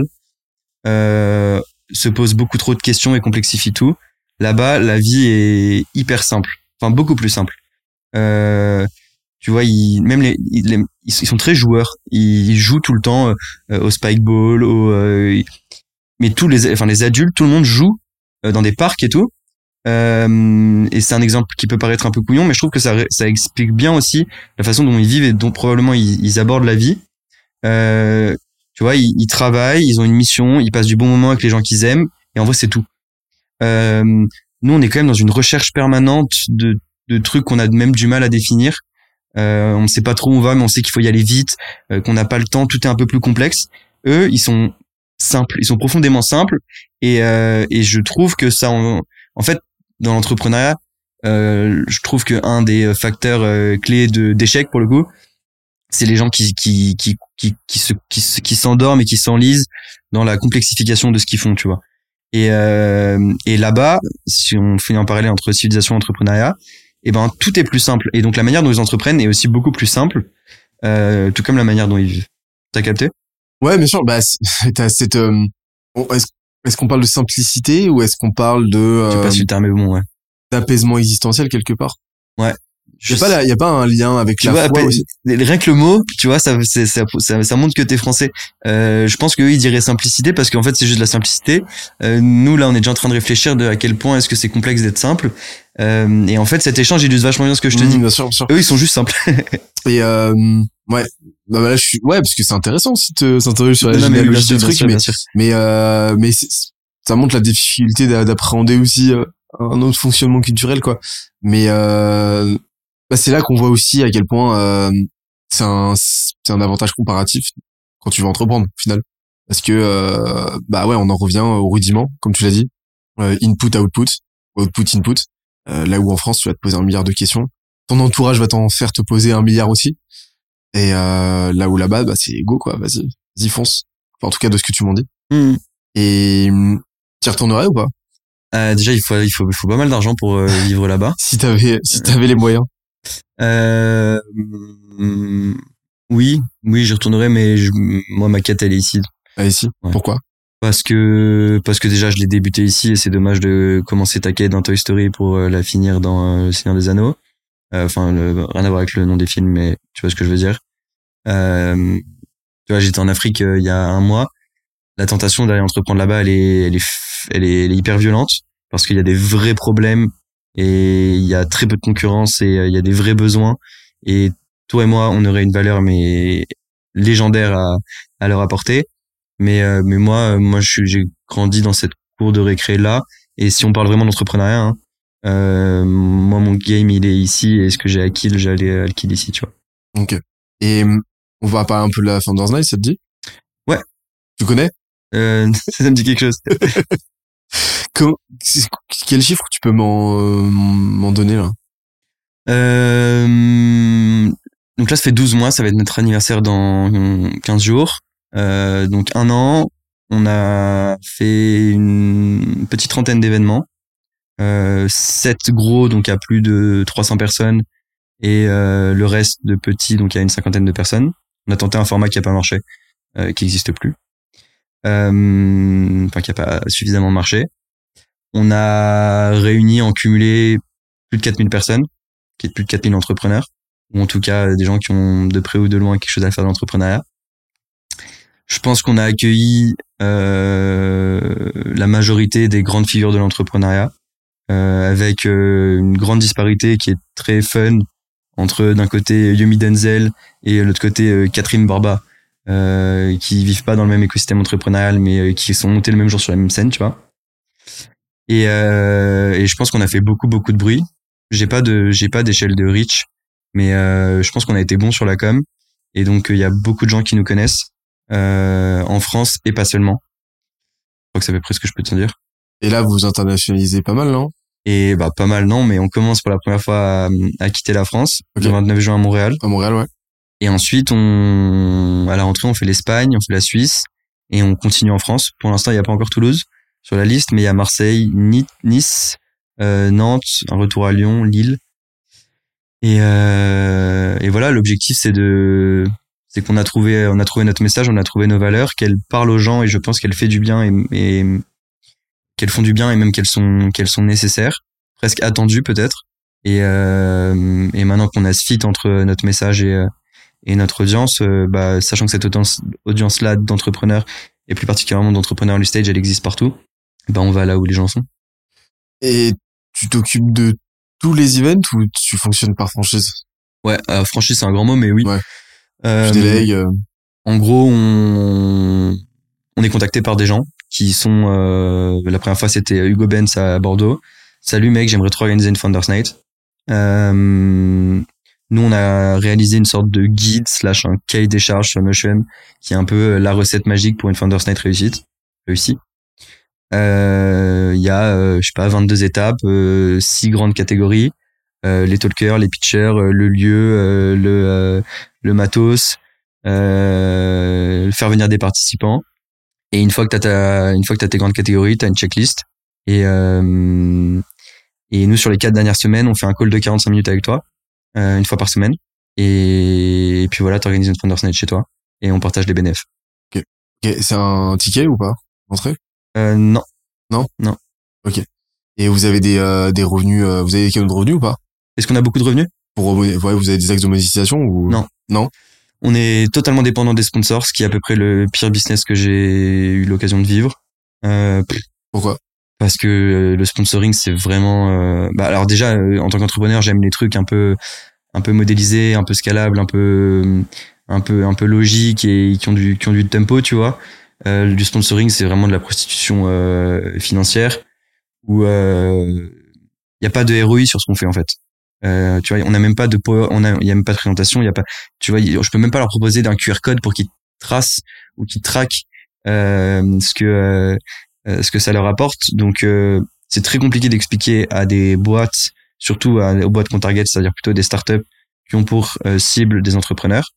se posent beaucoup trop de questions et complexifient tout. Là-bas, la vie est hyper simple, enfin beaucoup plus simple. Tu vois, ils sont très joueurs, ils jouent tout le temps au spike ball, mais les adultes, tout le monde joue dans des parcs et tout. Et c'est un exemple qui peut paraître un peu couillon, mais je trouve que ça explique bien aussi la façon dont ils vivent et dont probablement ils abordent la vie. Tu vois, ils travaillent, ils ont une mission, ils passent du bon moment avec les gens qu'ils aiment, et en vrai c'est tout. Nous on est quand même dans une recherche permanente de trucs qu'on a même du mal à définir. On ne sait pas trop où on va, mais on sait qu'il faut y aller vite, qu'on n'a pas le temps, tout est un peu plus complexe. Eux, ils sont simples, ils sont profondément simples, et je trouve que ça, en fait, dans l'entrepreneuriat, je trouve que un des facteurs clés d'échec pour le coup, c'est les gens qui s'endorment et qui s'enlisent dans la complexification de ce qu'ils font, tu vois. Et là-bas, si on fait un parallèle entre civilisation et entrepreneuriat, tout est plus simple. Et donc la manière dont ils entreprennent est aussi beaucoup plus simple, tout comme la manière dont ils vivent. T'as capté? Ouais, bien sûr. T'as cette est-ce qu'on parle de simplicité ou est-ce qu'on parle de Je sais pas si le terme est bon, ouais. D'apaisement existentiel quelque part? Ouais. Il y a pas un lien avec la foi aussi. Rien que le mot, tu vois, ça montre que t'es français. Je pense qu'eux, ils diraient simplicité parce qu'en fait, c'est juste de la simplicité. Nous, là, on est déjà en train de réfléchir à quel point est-ce que c'est complexe d'être simple. Et en fait, cet échange illustre vachement bien ce que je te dis. Bien sûr, bien sûr. Eux, ils sont juste simples. Et ouais. Là, parce que c'est intéressant aussi de s'interroger sur la généalogie du truc, mais ça montre la difficulté d'appréhender aussi un autre fonctionnement culturel, quoi. Mais Bah, c'est là qu'on voit aussi à quel point c'est un avantage comparatif quand tu veux entreprendre au final. Parce que bah ouais, on en revient au rudiment, comme tu l'as dit, input output, output input. Là où en France, tu vas te poser 1 milliard de questions. Ton entourage va t'en faire te poser 1 milliard aussi. Et là où là-bas, bah c'est go quoi, vas-y fonce. Enfin, en tout cas de ce que tu m'en dis. Et t'y retournerais ou pas? Déjà, il faut pas mal d'argent pour vivre là-bas. Si t'avais les moyens. Oui, j'y retournerai, mais moi, ma quête, elle est ici. Ah, ici. Ouais. Pourquoi? Parce que déjà, je l'ai débuté ici et c'est dommage de commencer ta quête dans Toy Story pour la finir dans Le Seigneur des Anneaux. Enfin, rien à voir avec le nom des films, mais tu vois ce que je veux dire. Tu vois, j'étais en Afrique il y a 1 mois. La tentation d'aller entreprendre là-bas, elle est hyper violente parce qu'il y a des vrais problèmes et il y a très peu de concurrence et il y a des vrais besoins. Et toi et moi, on aurait une valeur mais légendaire à leur apporter. Mais moi, j'ai grandi dans cette cour de récré là. Et si on parle vraiment d'entrepreneuriat, moi, mon game, il est ici et ce que j'ai acquis, j'allais à le kill ici, tu vois. Ok. Et on va parler un peu de la Founders Night, ça te dit? Ouais. Tu connais? Ça me dit quelque chose. Quel chiffre tu peux m'en donner là? Donc là, ça fait 12 mois, ça va être notre anniversaire dans 15 jours. Donc 1 an, on a fait une petite trentaine d'événements. 7 gros, donc à plus de 300 personnes, et le reste de petits, donc à une 50aine de personnes. On a tenté un format qui a pas marché, qui existe plus. Enfin, qui a pas suffisamment marché. On a réuni en cumulé plus de 4000 personnes, qui est plus de 4000 entrepreneurs, ou en tout cas des gens qui ont de près ou de loin quelque chose à faire d'entrepreneuriat. Je pense qu'on a accueilli la majorité des grandes figures de l'entrepreneuriat, avec une grande disparité qui est très fun entre d'un côté Yumi Denzel et de l'autre côté Catherine Barba, qui vivent pas dans le même écosystème entrepreneurial mais qui sont montés le même jour sur la même scène, tu vois. Et je pense qu'on a fait beaucoup de bruit. J'ai pas d'échelle de reach, mais je pense qu'on a été bon sur la com, et donc il y a beaucoup de gens qui nous connaissent en France et pas seulement. Je crois que c'est à peu près ce que je peux te dire. Et là, vous vous internationalisez pas mal, non? Et bah pas mal non, mais on commence pour la première fois à quitter la France, le 29 juin à Montréal. À Montréal, ouais. Et ensuite, à la rentrée, on fait l'Espagne, on fait la Suisse, et on continue en France. Pour l'instant, il n'y a pas encore Toulouse sur la liste, mais il y a Marseille, Nice, Nantes, un retour à Lyon, Lille. Et voilà, l'objectif, c'est qu'on a trouvé notre message, on a trouvé nos valeurs, qu'elles parlent aux gens, et je pense qu'elles font du bien et qu'elles font du bien, et même qu'elles sont nécessaires, presque attendues peut-être. Et maintenant qu'on a ce fit entre notre message et notre audience, sachant que cette audience-là d'entrepreneurs, et plus particulièrement d'entrepreneurs early stage, elle existe partout, on va là où les gens sont. Et tu t'occupes de tous les events ou tu fonctionnes par franchise? Ouais, franchise c'est un grand mot, mais oui. Ouais. Tu délègues. En gros, on est contacté par des gens qui sont... la première fois, c'était Hugo Benz à Bordeaux. Salut mec, j'aimerais trop organiser une Founders Night. Nous, on a réalisé une sorte de guide / un cahier des charges sur Notion, qui est un peu la recette magique pour une Founders Night réussie. Il y a, 22 étapes, 6 grandes catégories, les talkers, les pitchers, le lieu, le matos, faire venir des participants. Et une fois que t'as tes grandes catégories, t'as une checklist. Et nous, sur les 4 dernières semaines, on fait un call de 45 minutes avec toi, une fois par semaine. Et puis voilà, t'organises une Founders Night chez toi. Et on partage les bénéfices. Ok. C'est un ticket ou pas? Entrée? Non. Non? Non. Ok. Et vous avez des revenus, vous avez des canaux de revenus ou pas? Est-ce qu'on a beaucoup de revenus? Ouais, vous avez des axes de monétisation ou? Non. Non? On est totalement dépendant des sponsors, ce qui est à peu près le pire business que j'ai eu l'occasion de vivre. Pourquoi? Parce que le sponsoring, c'est vraiment... alors déjà, en tant qu'entrepreneur, j'aime les trucs un peu modélisés, un peu scalables, un peu logiques et qui ont du tempo, tu vois. Du sponsoring, c'est vraiment de la prostitution financière où il y a pas de ROI sur ce qu'on fait en fait. Tu vois, on n'a même pas de il y a même pas de présentation, il y a pas, tu vois, je peux même pas leur proposer d'un QR code pour qu'ils tracent ou qu'ils traquent ce que ça leur apporte. Donc c'est très compliqué d'expliquer à des boîtes, surtout aux boîtes qu'on target, c'est-à-dire plutôt des startups qui ont pour cible des entrepreneurs,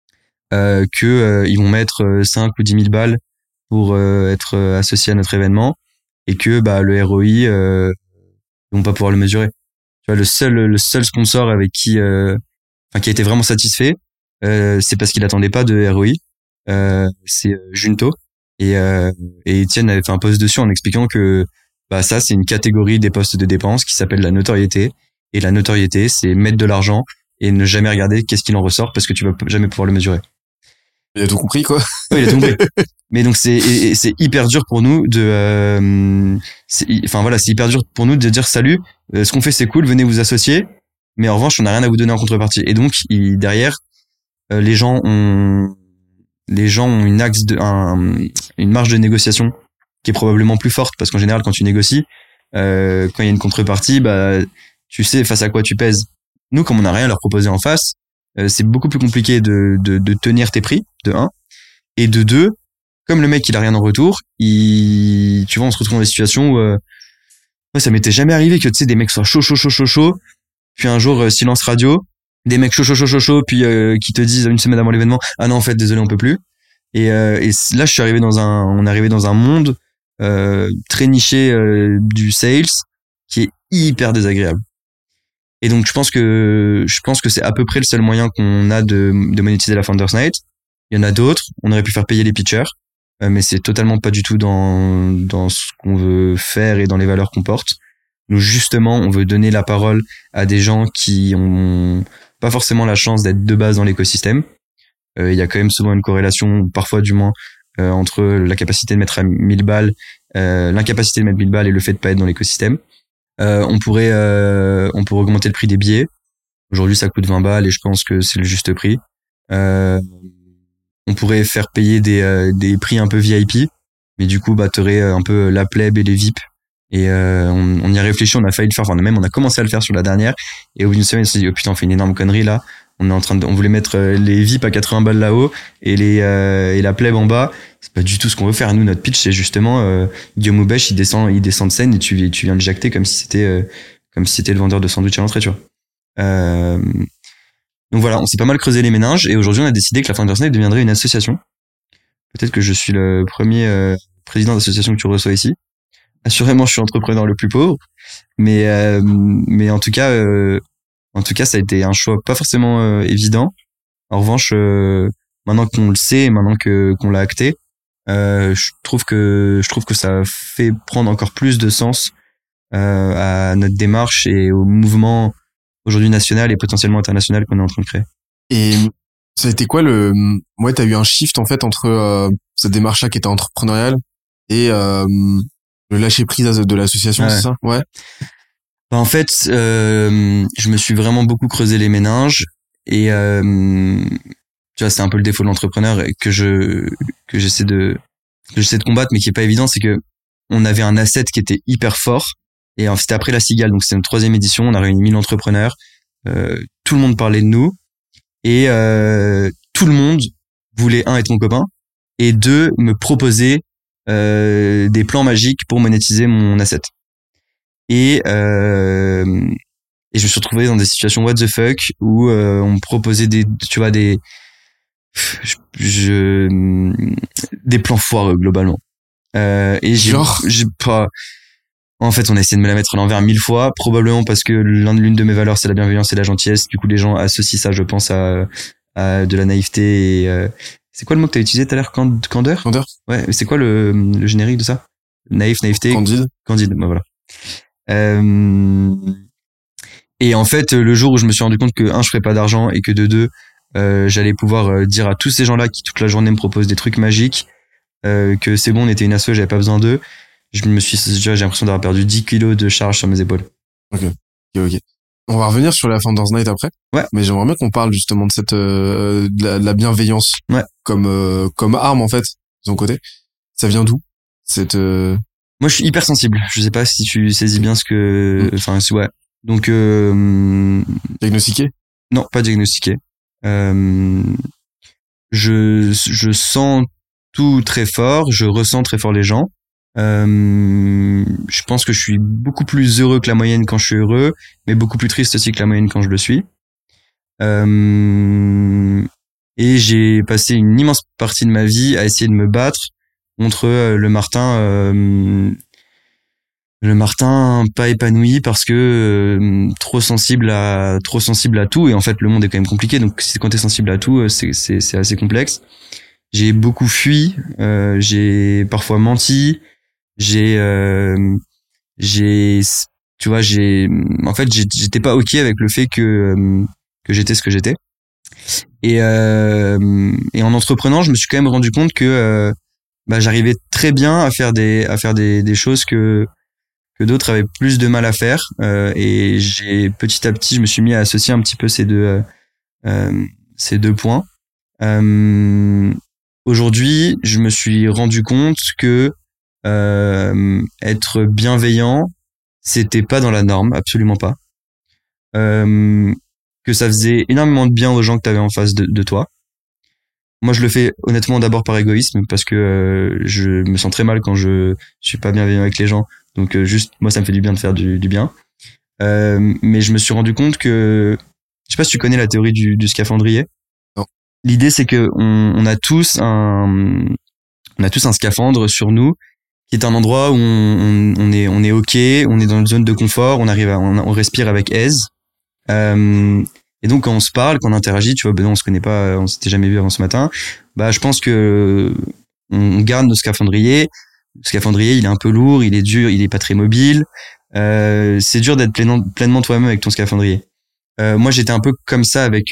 que ils vont mettre 5 ou 10 000 balles pour être associés à notre événement, et que le ROI ils vont pas pouvoir le mesurer. Tu vois, le seul sponsor avec qui qui a été vraiment satisfait, c'est parce qu'il attendait pas de ROI, c'est Junto, et Étienne avait fait un post dessus en expliquant que ça c'est une catégorie des postes de dépenses qui s'appelle la notoriété, et la notoriété c'est mettre de l'argent et ne jamais regarder qu'est-ce qu'il en ressort parce que tu vas jamais pouvoir le mesurer. Il a tout compris, quoi. Oui, il a tout compris. Mais donc c'est hyper dur pour nous de c'est hyper dur pour nous de dire salut, ce qu'on fait c'est cool, venez vous associer, mais en revanche on n'a rien à vous donner en contrepartie. Et donc derrière les gens ont une marge de négociation qui est probablement plus forte, parce qu'en général quand tu négocies, quand il y a une contrepartie, tu sais face à quoi tu pèses. Nous, comme on n'a rien à leur proposer en face, c'est beaucoup plus compliqué de tenir tes prix, de 1, et de 2, comme le mec il a rien en retour, tu vois, on se retrouve dans des situations où ça m'était jamais arrivé que tu sais des mecs soient chaud, puis un jour silence radio, des mecs chaud, puis qui te disent une semaine avant l'événement, ah non en fait désolé on peut plus, et là on est arrivé dans un monde très niché du sales qui est hyper désagréable. Et donc je pense que c'est à peu près le seul moyen qu'on a de monétiser la Founders Night. Il y en a d'autres, on aurait pu faire payer les pitchers, mais c'est totalement pas du tout dans ce qu'on veut faire et dans les valeurs qu'on porte. Nous justement, on veut donner la parole à des gens qui ont pas forcément la chance d'être de base dans l'écosystème. Il y a quand même souvent une corrélation, parfois du moins, entre la capacité de mettre à 1000 balles, l'incapacité de mettre 1000 balles et le fait de pas être dans l'écosystème. On pourrait augmenter le prix des billets. Aujourd'hui, ça coûte 20 balles et je pense que c'est le juste prix. On pourrait faire payer des prix un peu VIP, mais du coup, t'aurais un peu la plèbe et les VIP. Et on y a réfléchi, on a failli le faire, on a commencé à le faire sur la dernière. Et au bout d'une semaine, on s'est dit, oh putain, on fait une énorme connerie là. On voulait mettre les VIP à 80 balles là-haut et la plèbe en bas. C'est pas du tout ce qu'on veut faire. Nous, notre pitch, c'est justement Guillaume Houbèche, il descend de scène et tu viens le jacter comme si c'était le vendeur de sandwich à l'entrée, tu vois. Donc voilà, on s'est pas mal creusé les méninges et aujourd'hui on a décidé que la Founders Night deviendrait une association. Peut-être que je suis le premier président d'association que tu reçois ici. Assurément, je suis entrepreneur le plus pauvre, mais en tout cas ça a été un choix pas forcément évident. En revanche, maintenant qu'on le sait, maintenant qu'on l'a acté, je trouve que ça fait prendre encore plus de sens à notre démarche et au mouvement aujourd'hui national et potentiellement international qu'on est en train de créer. Et ça a été quoi t'as eu un shift en fait entre cette démarche-là qui était entrepreneuriale et le lâcher prise de l'association, c'est ça? Ouais. En fait, je me suis vraiment beaucoup creusé les méninges et tu vois, c'est un peu le défaut de l'entrepreneur que j'essaie de combattre, mais qui est pas évident, c'est que on avait un asset qui était hyper fort. Et c'était après la Cigale, donc c'était notre 3e édition, on a réuni 1000 entrepreneurs, tout le monde parlait de nous, et tout le monde voulait, 1, être mon copain, et 2, me proposer des plans magiques pour monétiser mon asset. Et je me suis retrouvé dans des situations what the fuck, où on me proposait des plans foireux, globalement. Et j'ai pas... En fait, on a essayé de me la mettre à l'envers 1000 fois, probablement parce que l'une de mes valeurs, c'est la bienveillance et la gentillesse. Du coup, les gens associent ça, je pense, à de la naïveté et c'est quoi le mot que t'as utilisé tout à l'heure? Candeur? Candeur. Ouais, mais c'est quoi le générique de ça? Naïf, naïveté. Candide, voilà. Et en fait, le jour où je me suis rendu compte que 1, je ferais pas d'argent et que de 2, j'allais pouvoir dire à tous ces gens-là qui toute la journée me proposent des trucs magiques, que c'est bon, on était une asso, j'avais pas besoin d'eux. J'ai l'impression d'avoir perdu 10 kilos de charge sur mes épaules. Ok. On va revenir sur la Founders Night après. Ouais. Mais j'aimerais bien qu'on parle justement de cette de la bienveillance. Ouais. Comme arme en fait de ton côté. Ça vient d'où cette Moi, je suis hyper sensible. Je sais pas si tu saisis bien ce que. Enfin, ouais. Donc Diagnostiqué? non, pas diagnostiqué. Je sens tout très fort, je ressens très fort les gens. Je pense que je suis beaucoup plus heureux que la moyenne quand je suis heureux, mais beaucoup plus triste aussi que la moyenne quand je le suis. Et j'ai passé une immense partie de ma vie à essayer de me battre contre le Martin pas épanoui parce que trop sensible à tout, et en fait le monde est quand même compliqué, donc quand t'es sensible à tout, c'est assez complexe. J'ai beaucoup fui, j'ai parfois menti, en fait j'étais pas ok avec le fait que j'étais ce que j'étais. Et en entreprenant, je me suis quand même rendu compte que j'arrivais très bien à faire des choses que d'autres avaient plus de mal à faire, et petit à petit je me suis mis à associer un petit peu ces deux points. Aujourd'hui, je me suis rendu compte que être bienveillant, c'était pas dans la norme, absolument pas. Que ça faisait énormément de bien aux gens que t'avais en face de toi. Moi, je le fais honnêtement d'abord par égoïsme, parce que je me sens très mal quand je suis pas bienveillant avec les gens. Donc juste, moi, ça me fait du bien de faire du bien. Mais je me suis rendu compte que, je sais pas si tu connais la théorie du scaphandrier. Non. L'idée, c'est que on a tous un scaphandre sur nous, qui est un endroit où on est ok, on est dans une zone de confort, on respire avec aise. Et donc quand on se parle, quand on interagit, tu vois, on se connaît pas, on s'était jamais vu avant ce matin. Je pense que on garde nos scaphandriers. Le scaphandrier, il est un peu lourd, il est dur, il est pas très mobile. C'est dur d'être pleinement toi-même avec ton scaphandrier. Moi, j'étais un peu comme ça avec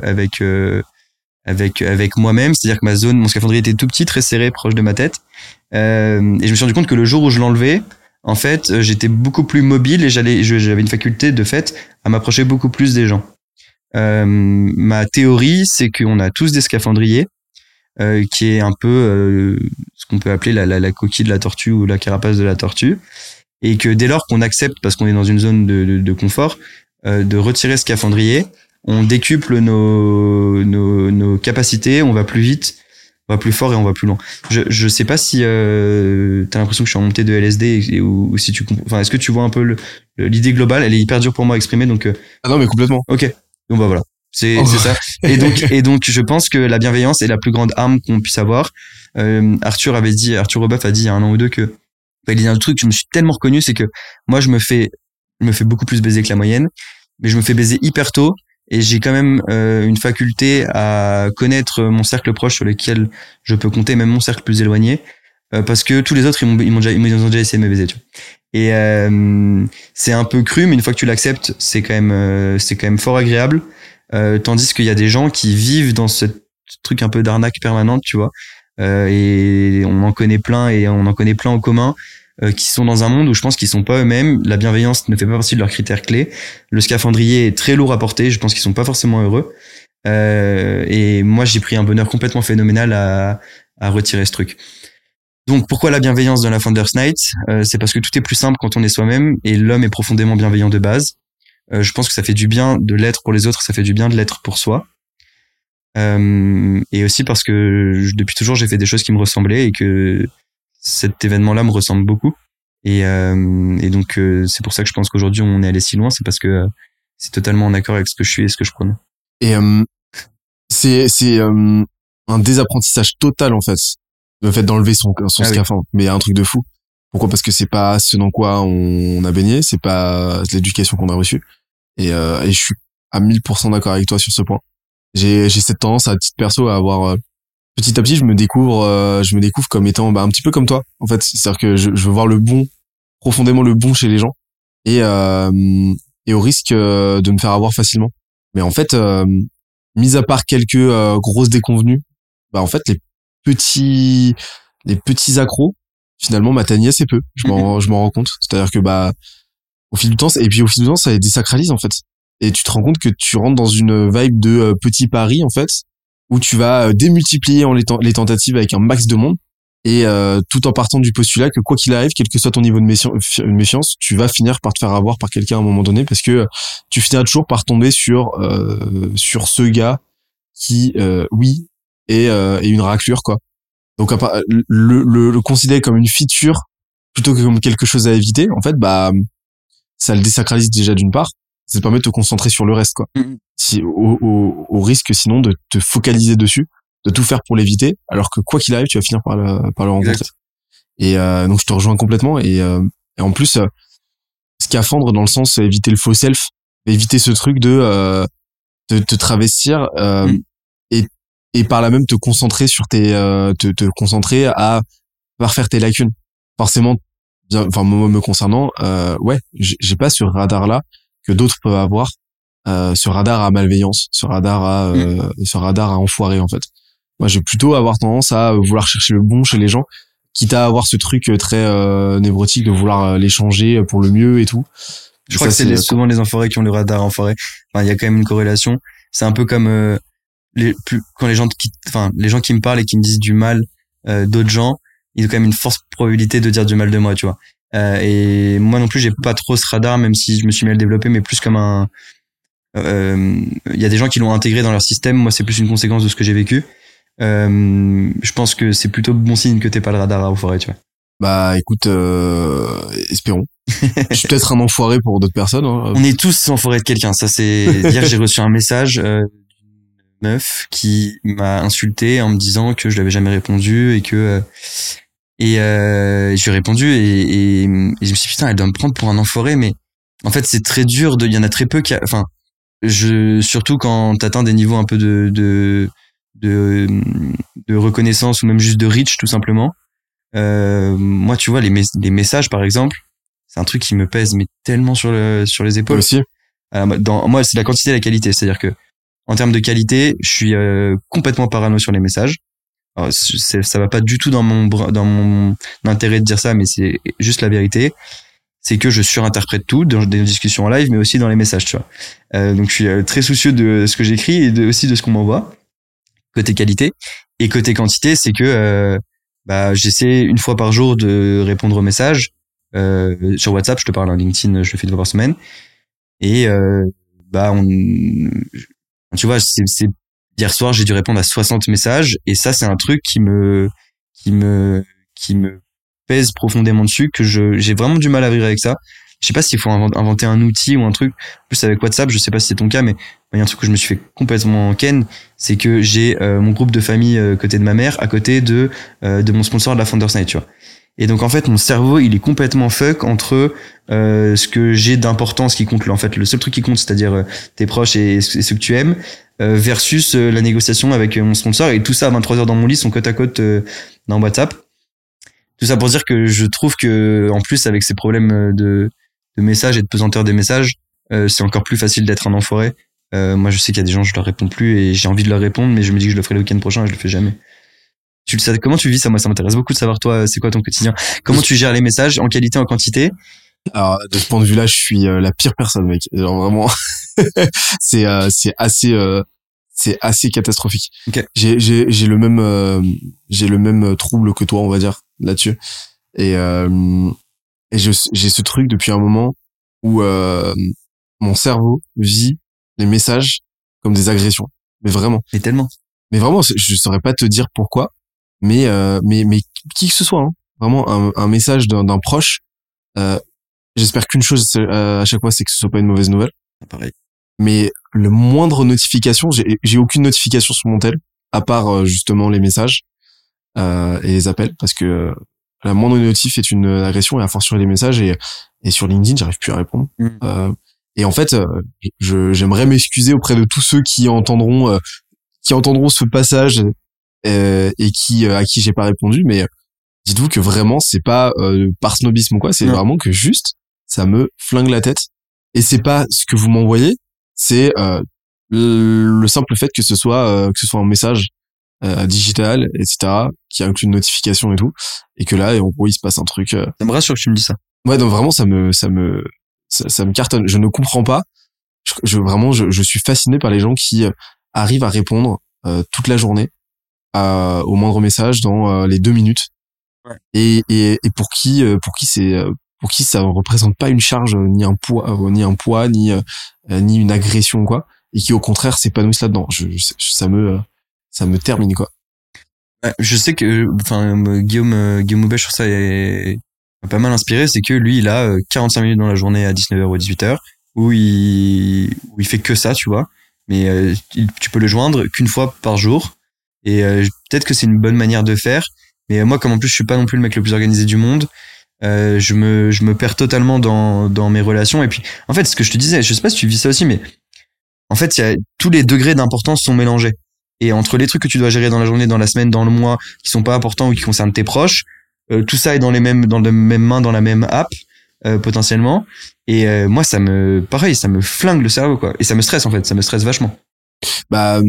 moi-même, c'est-à-dire que mon scaphandrier était tout petit, très serré, proche de ma tête. Et je me suis rendu compte que le jour où je l'enlevais, en fait, j'étais beaucoup plus mobile et j'avais une faculté de fait à m'approcher beaucoup plus des gens. Ma théorie, c'est qu'on a tous des scaphandriers, qui est un peu ce qu'on peut appeler la coquille de la tortue ou la carapace de la tortue, et que dès lors qu'on accepte, parce qu'on est dans une zone de confort, de retirer ce scaphandrier, on décuple nos capacités, on va plus vite, on va plus fort et on va plus loin. Je sais pas si t'as l'impression que je suis en montée de LSD ou si tu comprends. Enfin, est-ce que tu vois un peu l'idée globale? Elle est hyper dure pour moi à exprimer, donc. Ah non, mais complètement. Ok. Donc voilà. C'est ça. Et donc je pense que la bienveillance est la plus grande arme qu'on puisse avoir. Arthur Rebeuf a dit il y a 1 an ou 2 que il y a un truc que je me suis tellement reconnu, c'est que moi je me fais beaucoup plus baiser que la moyenne, mais je me fais baiser hyper tôt. Et j'ai quand même une faculté à connaître mon cercle proche sur lequel je peux compter, même mon cercle plus éloigné, parce que tous les autres ils ont déjà essayé de me baiser, tu vois. Et c'est un peu cru, mais une fois que tu l'acceptes, c'est quand même fort agréable. Tandis qu'il y a des gens qui vivent dans ce truc un peu d'arnaque permanente, tu vois. Et on en connaît plein en commun, qui sont dans un monde où je pense qu'ils sont pas eux-mêmes. La bienveillance ne fait pas partie de leurs critères clés. Le scaphandrier est très lourd à porter. Je pense qu'ils sont pas forcément heureux. Et moi, j'ai pris un bonheur complètement phénoménal à retirer ce truc. Donc, pourquoi la bienveillance dans la Founders Night? C'est parce que tout est plus simple quand on est soi-même, et l'homme est profondément bienveillant de base. Je pense que ça fait du bien de l'être pour les autres, ça fait du bien de l'être pour soi. Et aussi parce que depuis toujours, j'ai fait des choses qui me ressemblaient et que cet événement-là me ressemble beaucoup. Et donc, c'est pour ça que je pense qu'aujourd'hui, on est allé si loin, c'est parce que c'est totalement en accord avec ce que je suis et ce que je prône. Et c'est un désapprentissage total, en fait, le fait d'enlever son scaphandre. Oui. Mais il y a un truc de fou. Pourquoi? Parce que c'est pas ce dans quoi on a baigné, c'est pas l'éducation qu'on a reçue. Et je suis à 1000% d'accord avec toi sur ce point. J'ai cette tendance à titre perso à avoir petit à petit, je me découvre comme étant un petit peu comme toi, en fait. C'est-à-dire que je veux voir profondément le bon chez les gens, et au risque de me faire avoir facilement. Mais en fait, mis à part quelques grosses déconvenues, en fait les petits accros finalement m'atteignent assez peu. Je m'en rends compte. C'est-à-dire que au fil du temps, ça les désacralise, en fait. Et tu te rends compte que tu rentres dans une vibe de petit pari, en fait, où tu vas démultiplier les tentatives avec un max de monde. et tout en partant du postulat que quoi qu'il arrive, quel que soit ton niveau de méfiance, tu vas finir par te faire avoir par quelqu'un à un moment donné, parce que tu finiras toujours par tomber sur ce gars qui oui est une raclure, quoi. Donc le considérer comme une feature plutôt que comme quelque chose à éviter, en fait, bah ça le désacralise déjà d'une part, ça te permet de te concentrer sur le reste, quoi. Si, au risque sinon de te focaliser dessus, de tout faire pour l'éviter, alors que quoi qu'il arrive, tu vas finir par le rencontrer. Exact. Et donc je te rejoins complètement, et en plus scaphandre dans le sens éviter le faux self, éviter ce truc de te travestir et par là même te concentrer sur te concentrer à parfaire tes lacunes. Forcément, enfin moi me concernant, ouais, j'ai pas ce radar là que d'autres peuvent avoir, ce radar à malveillance, ce radar à enfoiré, en fait. Moi, j'ai plutôt avoir tendance à vouloir chercher le bon chez les gens, quitte à avoir ce truc très névrotique de vouloir les changer pour le mieux et tout. Je crois que c'est souvent les enfoirés qui ont le radar enfoiré. Enfin, il y a quand même une corrélation. C'est un peu comme quand les gens qui me parlent et qui me disent du mal d'autres gens, ils ont quand même une forte probabilité de dire du mal de moi, tu vois. Et moi non plus, j'ai pas trop ce radar, même si je me suis mis à le développer, mais plus comme il y a des gens qui l'ont intégré dans leur système. Moi, c'est plus une conséquence de ce que j'ai vécu. Je pense que c'est plutôt bon signe que t'aies pas le radar à enfoiré, tu vois. Bah écoute, espérons. Je suis peut-être un enfoiré pour d'autres personnes. Hein. On est tous enfoirés de quelqu'un. Ça, c'est hier j'ai reçu un message d'une meuf qui m'a insulté en me disant que je l'avais jamais répondu et que je lui ai répondu et je me suis dit putain, elle doit me prendre pour un enfoiré, mais en fait c'est très dur. Il y en a très peu qui, surtout quand t'atteins des niveaux un peu de reconnaissance ou même juste de reach tout simplement. Moi, tu vois, les messages par exemple, c'est un truc qui me pèse mais tellement sur les épaules. Aussi. Moi, c'est la quantité et la qualité, c'est-à-dire que en termes de qualité, je suis complètement parano sur les messages. Alors, ça va pas du tout dans mon intérêt de dire ça, mais c'est juste la vérité. C'est que je surinterprète tout dans des discussions en live, mais aussi dans les messages, tu vois. Donc je suis très soucieux de ce que j'écris et aussi de ce qu'on m'envoie. Côté qualité. Et côté quantité, c'est que j'essaie une fois par jour de répondre aux messages. Sur WhatsApp, je te parle, en LinkedIn, je le fais 2 fois par semaine. Et tu vois, c'est hier soir, j'ai dû répondre à 60 messages, et ça, c'est un truc qui me pèse profondément dessus, que j'ai vraiment du mal à vivre avec ça. Je sais pas s'il faut inventer un outil ou un truc. En plus, avec WhatsApp, je sais pas si c'est ton cas, mais il y a un truc que je me suis fait complètement ken, c'est que j'ai mon groupe de famille côté de ma mère à côté de mon sponsor de la Founders Night, tu vois. Et donc en fait, mon cerveau, il est complètement fuck entre ce que j'ai d'importance qui compte, en fait, le seul truc qui compte, c'est-à-dire tes proches et ce que tu aimes, versus la négociation avec mon sponsor, et tout ça à 23h dans mon lit, sont côte à côte dans WhatsApp. Tout ça pour dire que je trouve que, en plus, avec ces problèmes de messages et de pesanteur des messages, c'est encore plus facile d'être un enfoiré. Moi, je sais qu'il y a des gens, je leur réponds plus et j'ai envie de leur répondre, mais je me dis que je le ferai le week-end prochain et je le fais jamais. Comment tu vis ça? Moi, ça m'intéresse beaucoup de savoir, toi, c'est quoi ton quotidien? Comment tu gères les messages en qualité, en quantité? Alors, de ce point de vue-là, je suis la pire personne, mec. Genre, vraiment, c'est assez catastrophique. Okay. J'ai le même trouble que toi, on va dire, là-dessus. Et j'ai ce truc depuis un moment où mon cerveau vit les messages comme des agressions. Mais vraiment. Mais tellement. Mais vraiment, je saurais pas te dire pourquoi. Mais qui que ce soit, hein. Vraiment, un message d'un proche, j'espère qu'une chose à chaque fois, c'est que ce soit pas une mauvaise nouvelle. Pareil. Mais le moindre notification, j'ai aucune notification sur mon tel, à part justement les messages et les appels, parce que la moindre notif est une agression, et à fortiori les messages, et sur LinkedIn, j'arrive plus à répondre. Et en fait, j'aimerais m'excuser auprès de tous ceux qui entendront ce passage et à qui j'ai pas répondu, mais dites-vous que vraiment c'est pas par snobisme ou quoi, c'est vraiment que juste ça me flingue la tête, et c'est pas ce que vous m'envoyez, c'est le simple fait que ce soit un message digital, etc., qui inclut une notification et tout, et que là, en gros, il se passe un truc. Ça me rassure que tu me dis ça. Ouais, donc vraiment, ça me cartonne. Je ne comprends pas. Je suis fasciné par les gens qui arrivent à répondre toute la journée au moindre message dans les 2 minutes. et pour qui ça ne représente pas une charge, ni un poids, ni une agression, quoi, et qui au contraire s'épanouissent là-dedans. Ça me termine, quoi. Ouais, je sais que, Guillaume Houbet sur ça m'a pas mal inspiré, c'est que lui, il a 45 minutes dans la journée à 19h ou 18h, où il fait que ça, tu vois. Mais tu peux le joindre qu'une fois par jour. Et peut-être que c'est une bonne manière de faire. Mais moi, comme en plus, je suis pas non plus le mec le plus organisé du monde, je me perds totalement dans mes relations. Et puis, en fait, ce que je te disais, je sais pas si tu vis ça aussi, mais en fait, tous les degrés d'importance sont mélangés. Et entre les trucs que tu dois gérer dans la journée, dans la semaine, dans le mois, qui sont pas importants ou qui concernent tes proches, tout ça est dans les mêmes mains, dans la même app, potentiellement. Et moi, ça me flingue le cerveau, quoi. Et ça me stresse, en fait. Ça me stresse vachement. Bah,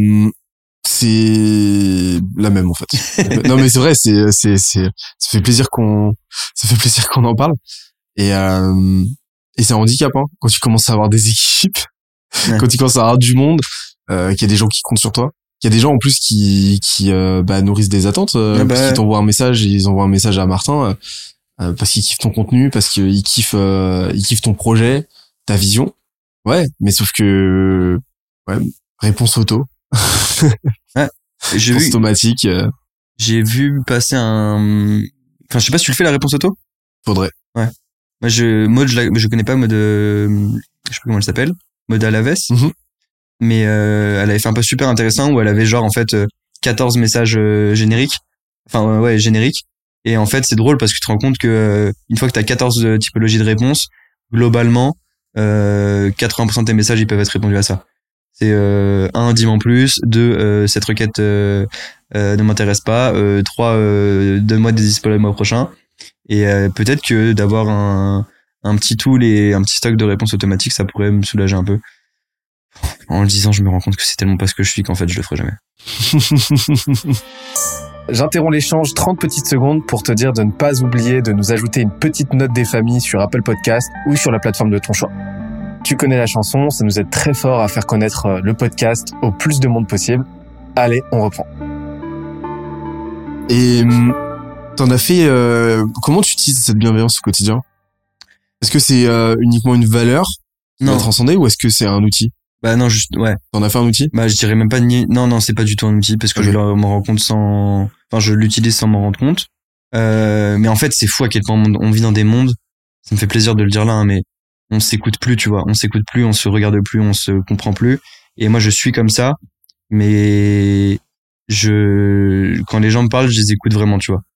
c'est la même, en fait. Non, mais c'est vrai, ça fait plaisir qu'on en parle. Et c'est un handicap, hein. Quand tu commences à avoir des équipes, quand tu commences à avoir du monde, qu'il y a des gens qui comptent sur toi. Il y a des gens en plus qui nourrissent des attentes, parce qu'ils t'envoient un message, ils envoient un message à Martin, parce qu'ils kiffent ton contenu, parce qu'ils kiffent ton projet, ta vision. Ouais, mais sauf que réponse auto. Ouais, réponse automatique. J'ai vu passer je sais pas si tu le fais la réponse auto. Faudrait. Ouais. Moi je connais pas Maud, je sais pas comment elle s'appelle, Maud Alaves. Mm-hmm. Mais elle avait fait un post super intéressant où elle avait genre en fait 14 messages génériques, génériques, et en fait c'est drôle parce que tu te rends compte que une fois que t'as 14 typologies de réponses, globalement 80% de tes messages ils peuvent être répondus à ça. C'est 1, dis-moi en plus, 2, cette requête ne m'intéresse pas, 3, donne-moi des dispos le mois prochain. Et peut-être que d'avoir un petit tool et un petit stock de réponses automatiques, ça pourrait me soulager un peu. En le disant, je me rends compte que c'est tellement pas ce que je suis qu'en fait, je le ferai jamais. J'interromps l'échange 30 petites secondes pour te dire de ne pas oublier de nous ajouter une petite note des familles sur Apple Podcast ou sur la plateforme de ton choix. Tu connais la chanson, ça nous aide très fort à faire connaître le podcast au plus de monde possible. Allez, on reprend. Et t'en as fait... comment tu utilises cette bienveillance au quotidien ? Est-ce que c'est uniquement une valeur qui va transcender ou est-ce que c'est un outil ? Bah non, juste, ouais. T'en as fait un outil ? Bah je dirais même pas non, c'est pas du tout un outil parce que je m'en rends compte je l'utilise sans m'en rendre compte. Mais en fait, c'est fou à quel point on vit dans des mondes. Ça me fait plaisir de le dire là, hein, mais on s'écoute plus, tu vois. On s'écoute plus, on se regarde plus, on se comprend plus. Et moi, je suis comme ça, mais quand les gens me parlent, je les écoute vraiment, tu vois.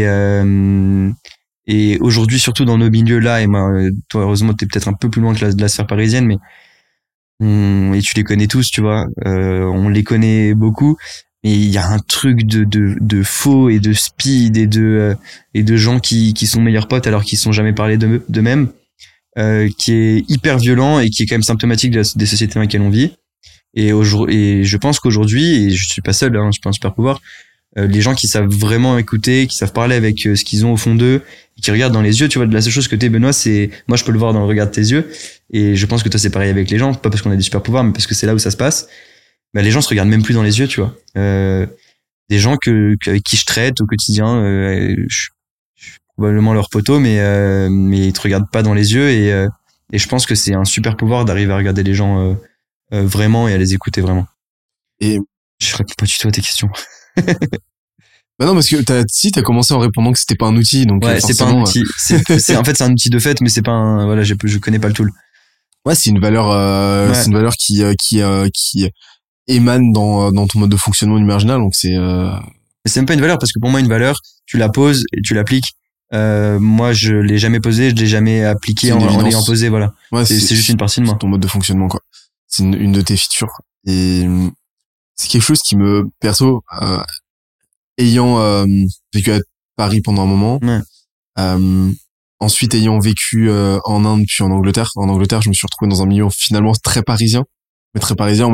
Et aujourd'hui, surtout dans nos milieux là, et moi, toi, heureusement, t'es peut-être un peu plus loin que de la sphère parisienne, mais et tu les connais tous, tu vois, on les connaît beaucoup, mais il y a un truc de faux et de speed et de gens qui sont meilleurs potes alors qu'ils sont jamais parlé d'eux-mêmes, qui est hyper violent et qui est quand même symptomatique des sociétés dans lesquelles on vit. Et je pense qu'aujourd'hui, et je suis pas seul, hein, je suis pas un super pouvoir, les gens qui savent vraiment écouter, qui savent parler avec ce qu'ils ont au fond d'eux, et qui regardent dans les yeux, tu vois, la seule chose que t'es, Benoît, c'est, moi je peux le voir dans le regard de tes yeux, et je pense que toi c'est pareil avec les gens, pas parce qu'on a des super pouvoirs, mais parce que c'est là où ça se passe. Bah, les gens se regardent même plus dans les yeux, tu vois. Des gens avec qui je traite au quotidien, je suis probablement leur poteau, mais ils te regardent pas dans les yeux, et je pense que c'est un super pouvoir d'arriver à regarder les gens vraiment et à les écouter vraiment. Et je réponds pas du tout à tes questions. Bah non, parce que t'as commencé en répondant que c'était pas un outil, donc ouais, c'est pas un outil. En fait, c'est un outil de fait, mais c'est pas voilà, je connais pas le tool. Ouais, c'est une valeur, c'est une valeur qui émane dans ton mode de fonctionnement du marginal, donc c'est même pas une valeur, parce que pour moi, une valeur, tu la poses et tu l'appliques. Moi, je l'ai jamais posé, je l'ai jamais appliqué en l'ayant posé, voilà. Ouais, c'est juste une partie de moi. C'est ton mode de fonctionnement, quoi. C'est une de tes features. Et c'est quelque chose qui me, perso, ayant vécu à Paris pendant un moment, ensuite ayant vécu en Inde puis en Angleterre, je me suis retrouvé dans un milieu finalement très parisien, mais très parisien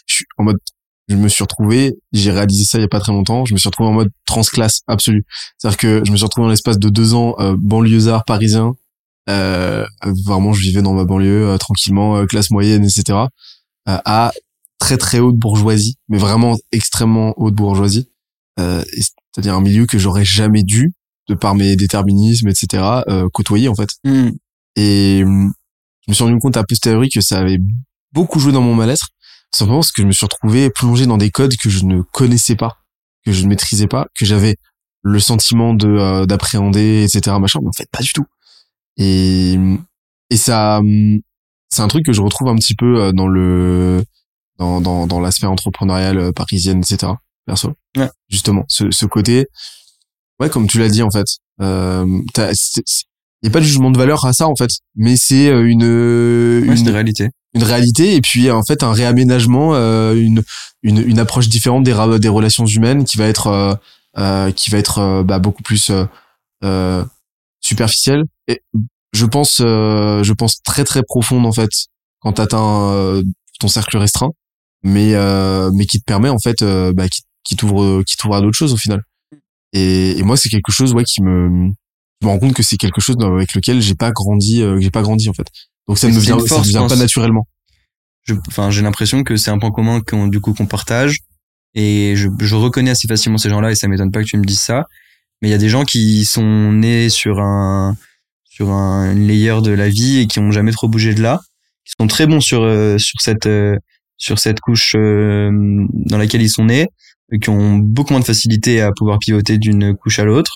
je me suis retrouvé, j'ai réalisé ça il y a pas très longtemps, je me suis retrouvé en mode transclasse absolu. C'est-à-dire que je me suis retrouvé dans l'espace de 2 ans banlieusard parisien, vraiment je vivais dans ma banlieue tranquillement, classe moyenne, etc. À très très haute bourgeoisie, mais vraiment extrêmement haute bourgeoisie. C'est-à-dire un milieu que j'aurais jamais dû de par mes déterminismes, etc., côtoyer en fait. Et je me suis rendu compte a posteriori que ça avait beaucoup joué dans mon mal-être, simplement parce que je me suis retrouvé plongé dans des codes que je ne connaissais pas, que je ne maîtrisais pas, que j'avais le sentiment d'appréhender, etc., machin, mais en fait pas du tout. Et ça, c'est un truc que je retrouve un petit peu dans l'aspect entrepreneurial parisienne, etc., perso. Ouais. Justement, ce côté, ouais, comme tu l'as dit en fait, il y a pas de jugement de valeur à ça en fait, mais c'est c'est une réalité. Une réalité, et puis en fait un réaménagement, une approche différente des relations humaines qui va être beaucoup plus superficielle, et je pense très très profonde en fait quand t'atteins ton cercle restreint, mais qui te permet en fait qui t'ouvre à d'autres choses au final. Et moi c'est quelque chose je me rends compte que c'est quelque chose avec lequel j'ai pas grandi en fait. Donc ça ne vient pas naturellement. J'ai l'impression que c'est un point commun qu'on partage, et je reconnais assez facilement ces gens-là, et ça m'étonne pas que tu me dises ça. Mais il y a des gens qui sont nés sur un layer de la vie et qui ont jamais trop bougé de là, qui sont très bons sur cette couche dans laquelle ils sont nés, qui ont beaucoup moins de facilité à pouvoir pivoter d'une couche à l'autre.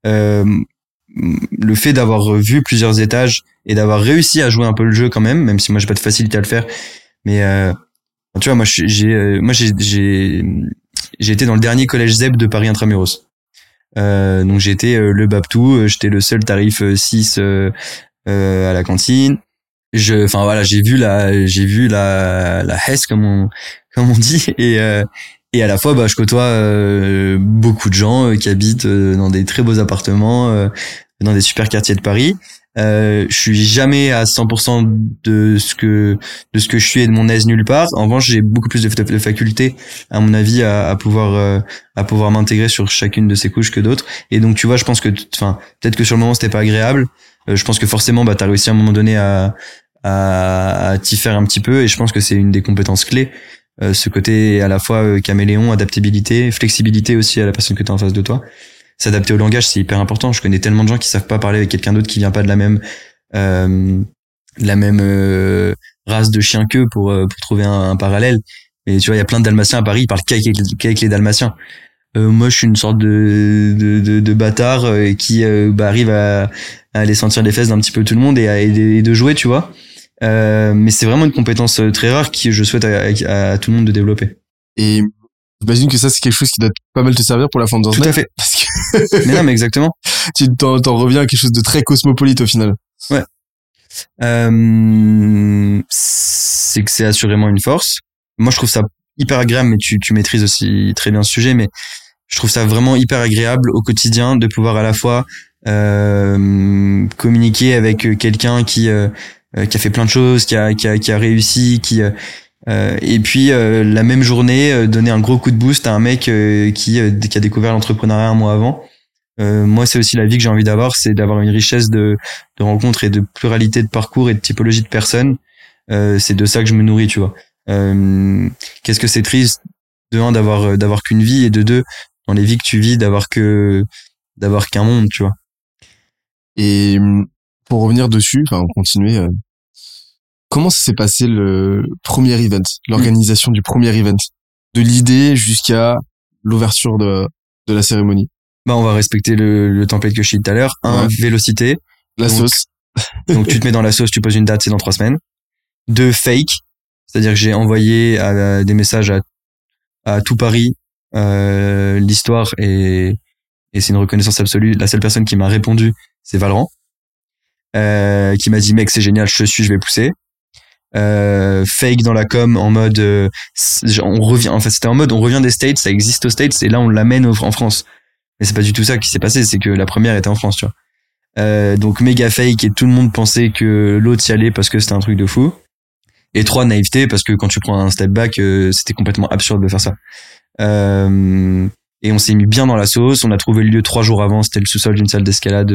Le fait d'avoir vu plusieurs étages et d'avoir réussi à jouer un peu le jeu quand même si moi j'ai pas de facilité à le faire, mais tu vois, moi j'ai été dans le dernier collège ZEB de Paris Intramuros. Donc j'ai été le Babtou, j'étais le seul tarif 6 à la cantine. J'ai vu la Hesse comme on dit, et à la fois je côtoie beaucoup de gens qui habitent dans des très beaux appartements, dans des super quartiers de Paris. Je suis jamais à 100% de ce que je suis et de mon aise nulle part. En revanche, j'ai beaucoup plus de facultés, à mon avis, à pouvoir m'intégrer sur chacune de ces couches que d'autres. Et donc, tu vois, je pense que, peut-être que sur le moment, c'était pas agréable. Je pense que forcément, t'as réussi à un moment donné à t'y faire un petit peu, et je pense que c'est une des compétences clés. Ce côté à la fois caméléon, adaptabilité, flexibilité aussi à la personne que t'as en face de toi. S'adapter au langage, c'est hyper important. Je connais tellement de gens qui savent pas parler avec quelqu'un d'autre qui vient pas de la même race de chien qu'eux pour trouver un parallèle. Et tu vois, il y a plein de Dalmatiens à Paris, ils parlent qu'avec les Dalmatiens. Moi, je suis une sorte de bâtard qui arrive à aller sentir les fesses d'un petit peu tout le monde et de jouer, tu vois. Mais c'est vraiment une compétence très rare que je souhaite à tout le monde de développer. Et j'imagine que ça, c'est quelque chose qui doit pas mal te servir pour la Founders Night. Tout à fait. Parce que mais non, mais exactement. Tu t'en reviens à quelque chose de très cosmopolite au final. Ouais. C'est que c'est assurément une force. Moi, je trouve ça hyper agréable, mais tu maîtrises aussi très bien ce sujet, mais je trouve ça vraiment hyper agréable au quotidien de pouvoir à la fois communiquer avec quelqu'un qui a fait plein de choses, qui a réussi, et puis la même journée donner un gros coup de boost à un mec qui a découvert l'entrepreneuriat un mois avant. Moi, c'est aussi la vie que j'ai envie d'avoir, c'est d'avoir une richesse de rencontres et de pluralité de parcours et de typologie de personnes. C'est de ça que je me nourris, tu vois. Qu'est-ce que c'est triste de un d'avoir qu'une vie, et de deux, dans les vies que tu vis, d'avoir qu'un monde, tu vois. Et pour revenir dessus, continuer, comment ça s'est passé le premier event, l'organisation du premier event, de l'idée jusqu'à l'ouverture de la cérémonie? On va respecter le template que je t'ai dit tout à l'heure. Vélocité. La sauce. Donc tu te mets dans la sauce, tu poses une date, c'est dans 3 semaines. 2, fake. C'est-à-dire que j'ai envoyé des messages à tout Paris, l'histoire, et c'est une reconnaissance absolue. La seule personne qui m'a répondu, c'est Valran, qui m'a dit mec c'est génial, je te suis, je vais pousser. Fake dans la com, en mode on revient, enfin c'était en mode on revient des States, ça existe aux States et là on l'amène en France. Mais c'est pas du tout ça qui s'est passé, c'est que la première était en France, tu vois. Donc méga fake, et tout le monde pensait que l'autre y allait parce que c'était un truc de fou. Et 3, naïveté, parce que quand tu prends un step back, c'était complètement absurde de faire ça. Et on s'est mis bien dans la sauce, on a trouvé le lieu 3 jours avant, c'était le sous-sol d'une salle d'escalade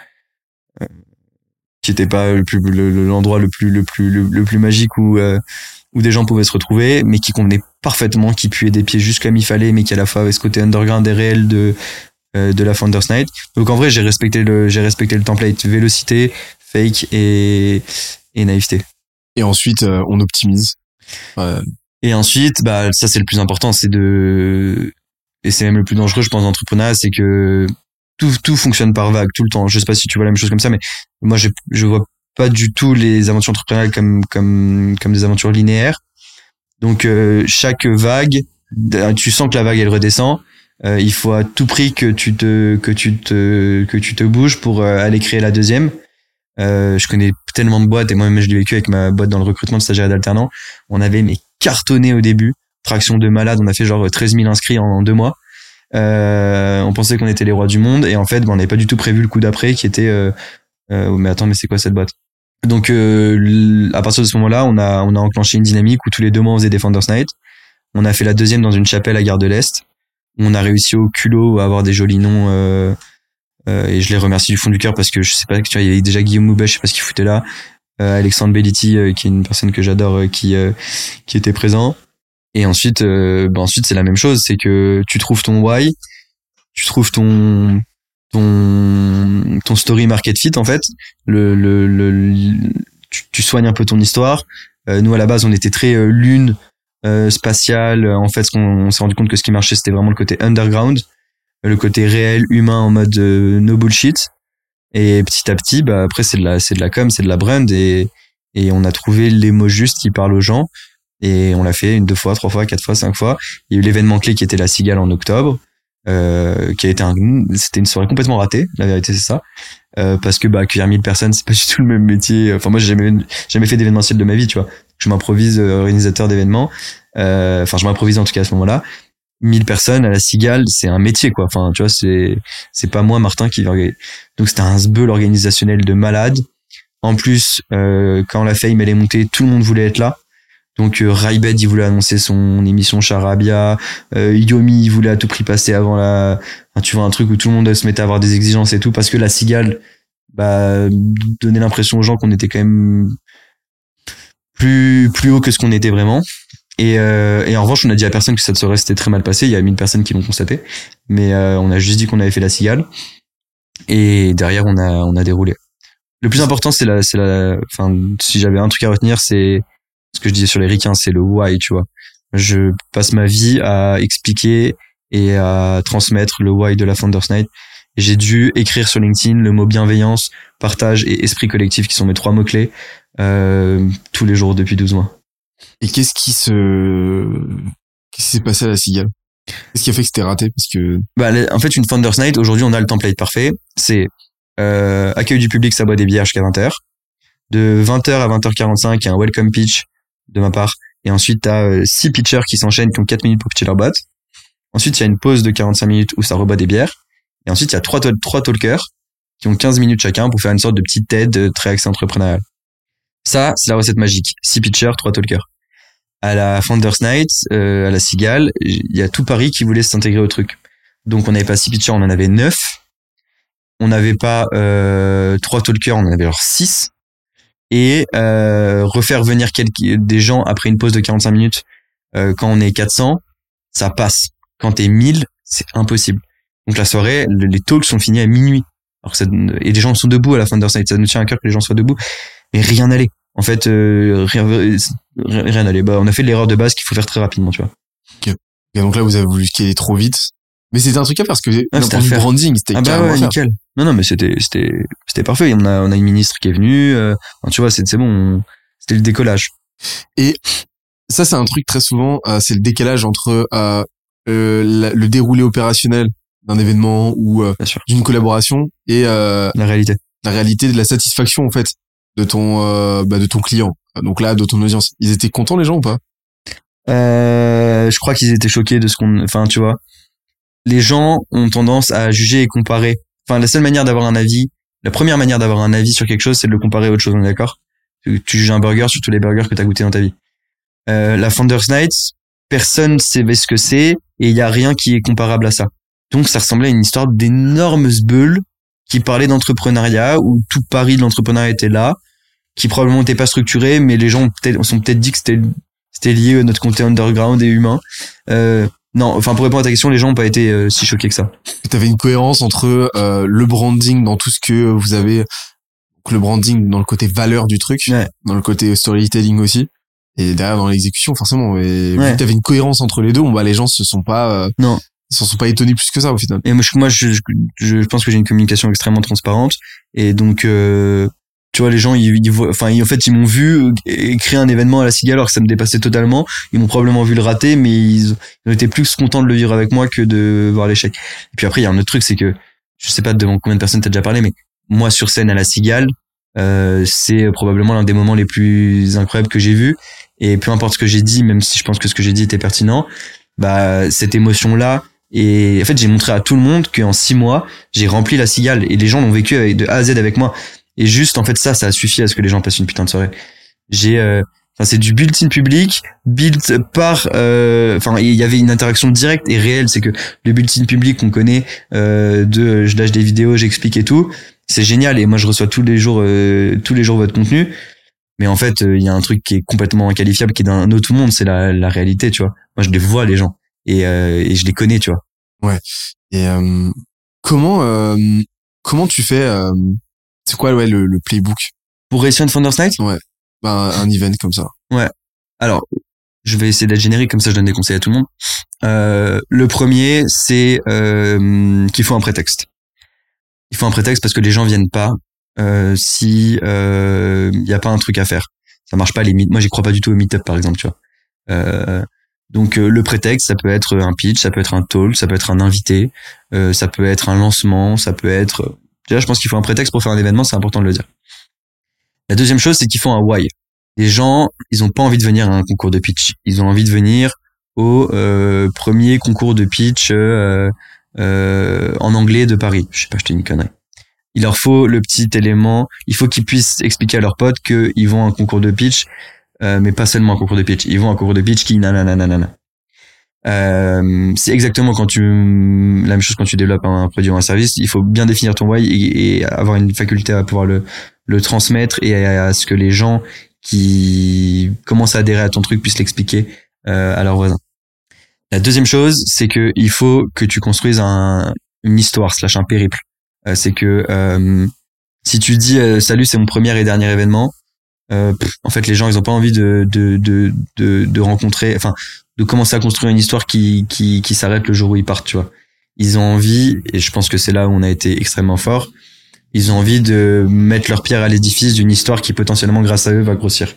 qui était pas l'endroit le plus magique où des gens pouvaient se retrouver, mais qui convenait parfaitement, qui puait des pieds juste comme il fallait, mais qui à la fois avait ce côté underground et réel de la Founders Night. Donc en vrai, j'ai respecté le template vélocité, fake et naïveté. Et ensuite, on optimise. Et ensuite, bah ça c'est le plus important, et c'est même le plus dangereux, je pense, d'entrepreneuriat, c'est que tout fonctionne par vague tout le temps. Je sais pas si tu vois la même chose comme ça, mais moi je vois pas du tout les aventures entrepreneuriales comme des aventures linéaires. Donc chaque vague, tu sens que la vague elle redescend. Il faut à tout prix que tu te bouges pour aller créer la deuxième. Je connais tellement de boîtes, et moi-même je l'ai vécu avec ma boîte dans le recrutement de stagiaires et d'alternants. On avait cartonné au début, traction de malade, on a fait genre 13 000 inscrits en 2 mois. On pensait qu'on était les rois du monde, et en fait on n'avait pas du tout prévu le coup d'après qui était mais attends, mais c'est quoi cette boîte? Donc à partir de ce moment-là, on a enclenché une dynamique où tous les 2 mois on faisait des Founders Night. On a fait la deuxième dans une chapelle à Gare de l'Est. On a réussi au culot à avoir des jolis noms, et je les remercie du fond du cœur, parce que je sais pas, tu vois, il y avait déjà Guillaume Moubet, je sais pas ce qu'il foutait là, Alexandre Belliti, qui est une personne que j'adore, qui était présent. Et ensuite c'est la même chose, c'est que tu trouves ton why, tu trouves ton story market fit, en fait, tu soignes un peu ton histoire. Nous à la base on était très lune, spatiale. En fait, on s'est rendu compte que ce qui marchait, c'était vraiment le côté underground, le côté réel, humain, en mode no bullshit. Et petit à petit, bah après c'est de la com, c'est de la brand, et on a trouvé les mots justes qui parlent aux gens, et on l'a fait 1, 2 fois, 3 fois, 4 fois, 5 fois. Il y a eu l'événement clé qui était la Cigale en octobre, qui a été c'était une soirée complètement ratée, la vérité c'est ça, parce que accueillir 1000 personnes, c'est pas du tout le même métier. Enfin moi j'ai jamais fait d'événementiel de ma vie, tu vois. Je m'improvise organisateur d'événements, je m'improvise en tout cas à ce moment-là. 1000 personnes à la Cigale, c'est un métier, quoi. Enfin, tu vois, c'est pas moi, Martin, qui va organiser. Donc c'était un sbeul organisationnel de malade. En plus, quand la Fame elle est montée, tout le monde voulait être là. Donc Raibed, il voulait annoncer son émission Charabia, Yomi, il voulait à tout prix passer avant tu vois, un truc où tout le monde se mettait à avoir des exigences et tout, parce que la Cigale donnait l'impression aux gens qu'on était quand même plus haut que ce qu'on était vraiment. Et en revanche, on a dit à personne que cette soirée s'était très mal passée. Il y a 1000 personnes qui l'ont constaté, mais on a juste dit qu'on avait fait la Cigale, et derrière on a déroulé. Le plus important, c'est si j'avais un truc à retenir, c'est ce que je disais sur les ricains, c'est le why, tu vois. Je passe ma vie à expliquer et à transmettre le why de la Founders Night. J'ai dû écrire sur LinkedIn le mot bienveillance, partage et esprit collectif, qui sont mes 3 mots-clés, tous les jours depuis 12 mois. Et qu'est-ce qui s'est passé à la Cigale? Qu'est-ce qui a fait que c'était raté? Parce que en fait, une Founders Night, aujourd'hui on a le template parfait, c'est accueil du public, ça boit des bières jusqu'à 20h. De 20h à 20h45, il y a un welcome pitch de ma part, et ensuite t'as 6 pitchers qui s'enchaînent, qui ont 4 minutes pour pitcher leur boîte. Ensuite il y a une pause de 45 minutes où ça reboit des bières, et ensuite il y a 3 talkers qui ont 15 minutes chacun pour faire une sorte de petite TED très axée entrepreneuriale. Ça, c'est la recette magique. 6 pitchers, 3 talkers. À la Founders Night, à la Cigale, il y a tout Paris qui voulait s'intégrer au truc. Donc on n'avait pas 6 pitchers, on en avait 9. On n'avait pas 3 talkers, on en avait alors 6. Et refaire venir des gens après une pause de 45 minutes, quand on est 400, ça passe. Quand t'es 1000, c'est impossible. Donc la soirée, les talks sont finis à minuit. Alors et les gens sont debout à la Founders Night. Ça nous tient à cœur que les gens soient debout, mais rien n'allait. En fait, rien n'allait. On a fait l'erreur de base qu'il faut faire très rapidement, tu vois. Okay. Et donc là, vous avez voulu scaler trop vite. Mais c'était un truc à faire, parce que d'un point de vue branding, c'était carrément nickel. Non, mais c'était parfait. On a une ministre qui est venue. Tu vois, c'est bon. C'était le décollage. Et ça, c'est un truc très souvent, c'est le décalage entre le déroulé opérationnel d'un événement ou d'une collaboration et la réalité. La réalité de la satisfaction, en fait, de ton client. Donc là, de ton audience. Ils étaient contents, les gens, ou pas? Je crois qu'ils étaient choqués de tu vois. Les gens ont tendance à juger et comparer. La première manière d'avoir un avis sur quelque chose, c'est de le comparer à autre chose, on est d'accord? Tu juges un burger sur tous les burgers que t'as goûté dans ta vie. La Founders Night, personne sait ce que c'est, et il y a rien qui est comparable à ça. Donc ça ressemblait à une histoire d'énormes sbeules qui parlait d'entrepreneuriat, où tout Paris de l'entrepreneuriat était là, qui probablement n'était pas structuré, mais les gens sont peut-être dit que c'était lié à notre côté underground et humain. Non, enfin pour répondre à ta question, les gens ont pas été si choqués que ça. T'avais une cohérence entre le branding dans tout ce que vous avez, donc le branding dans le côté valeur du truc, Ouais. dans le côté storytelling aussi, et derrière dans l'exécution forcément. Et vu Ouais. que t'avais une cohérence entre les deux, bon bah les gens se sont pas Non. s'en sont pas étonnés plus que ça au final. Et moi je pense que j'ai une communication extrêmement transparente et donc tu vois les gens ils voient, enfin en fait ils m'ont vu créer un événement à la Cigale alors que ça me dépassait totalement. Ils m'ont probablement vu le rater, mais ils ont été plus contents de le vivre avec moi que de voir l'échec. Et puis après il y a un autre truc, c'est que je sais pas devant combien de personnes t'as déjà parlé, mais moi sur scène à la Cigale, c'est probablement l'un des moments les plus incroyables que j'ai vu. Et peu importe ce que j'ai dit, même si je pense que ce que j'ai dit était pertinent, bah cette émotion là. Et en fait, j'ai montré à tout le monde qu'en 6 mois, j'ai rempli la Cigale et les gens l'ont vécu de A à Z avec moi. Et juste, en fait, ça a suffi à ce que les gens passent une putain de soirée. Enfin, c'est du built-in public, built par, enfin, il y avait une interaction directe et réelle. C'est que le built-in public qu'on connaît, je lâche des vidéos, j'explique et tout, c'est génial. Et moi, je reçois tous les jours votre contenu. Mais en fait, il y a un truc qui est complètement inqualifiable, qui est d'un autre monde, c'est la réalité, tu vois. Moi, je les vois, les gens. Et je les connais, tu vois. Ouais. Et comment tu fais c'est quoi le playbook Pour Racing Founders Night? Ouais. Ben un event comme ça. Ouais. Alors, je vais essayer d'être générique, comme ça je donne des conseils à tout le monde. Le premier, c'est qu'il faut un prétexte. Il faut un prétexte parce que les gens viennent pas si y a pas un truc à faire. Ça marche pas les meet. Moi, j'y crois pas du tout au meet-up, par exemple, tu vois. Donc le prétexte, ça peut être un pitch, ça peut être un talk, ça peut être un invité, ça peut être un lancement, ça peut être... Déjà, je pense qu'il faut un prétexte pour faire un événement, c'est important de le dire. La deuxième chose, c'est qu'il faut un why. Les gens, ils ont pas envie de venir à un concours de pitch. Ils ont envie de venir au premier concours de pitch en anglais de Paris. Je sais pas, je te dis une connerie. Il leur faut le petit élément. Il faut qu'ils puissent expliquer à leurs potes qu'ils vont à un concours de pitch, mais pas seulement un concours de pitch. Ils vont à un concours de pitch qui nanana. C'est exactement la même chose quand tu développes un produit ou un service. Il faut bien définir ton why et avoir une faculté à pouvoir le transmettre et à ce que les gens qui commencent à adhérer à ton truc puissent l'expliquer à leurs voisins. La deuxième chose, c'est que il faut que tu construises une histoire / un périple. C'est que si tu dis salut, c'est mon premier et dernier événement, en fait les gens ils ont pas envie de rencontrer, enfin de commencer à construire une histoire qui s'arrête le jour où ils partent, tu vois. Ils ont envie, et je pense que c'est là où on a été extrêmement fort, ils ont envie de mettre leur pierre à l'édifice d'une histoire qui potentiellement grâce à eux va grossir.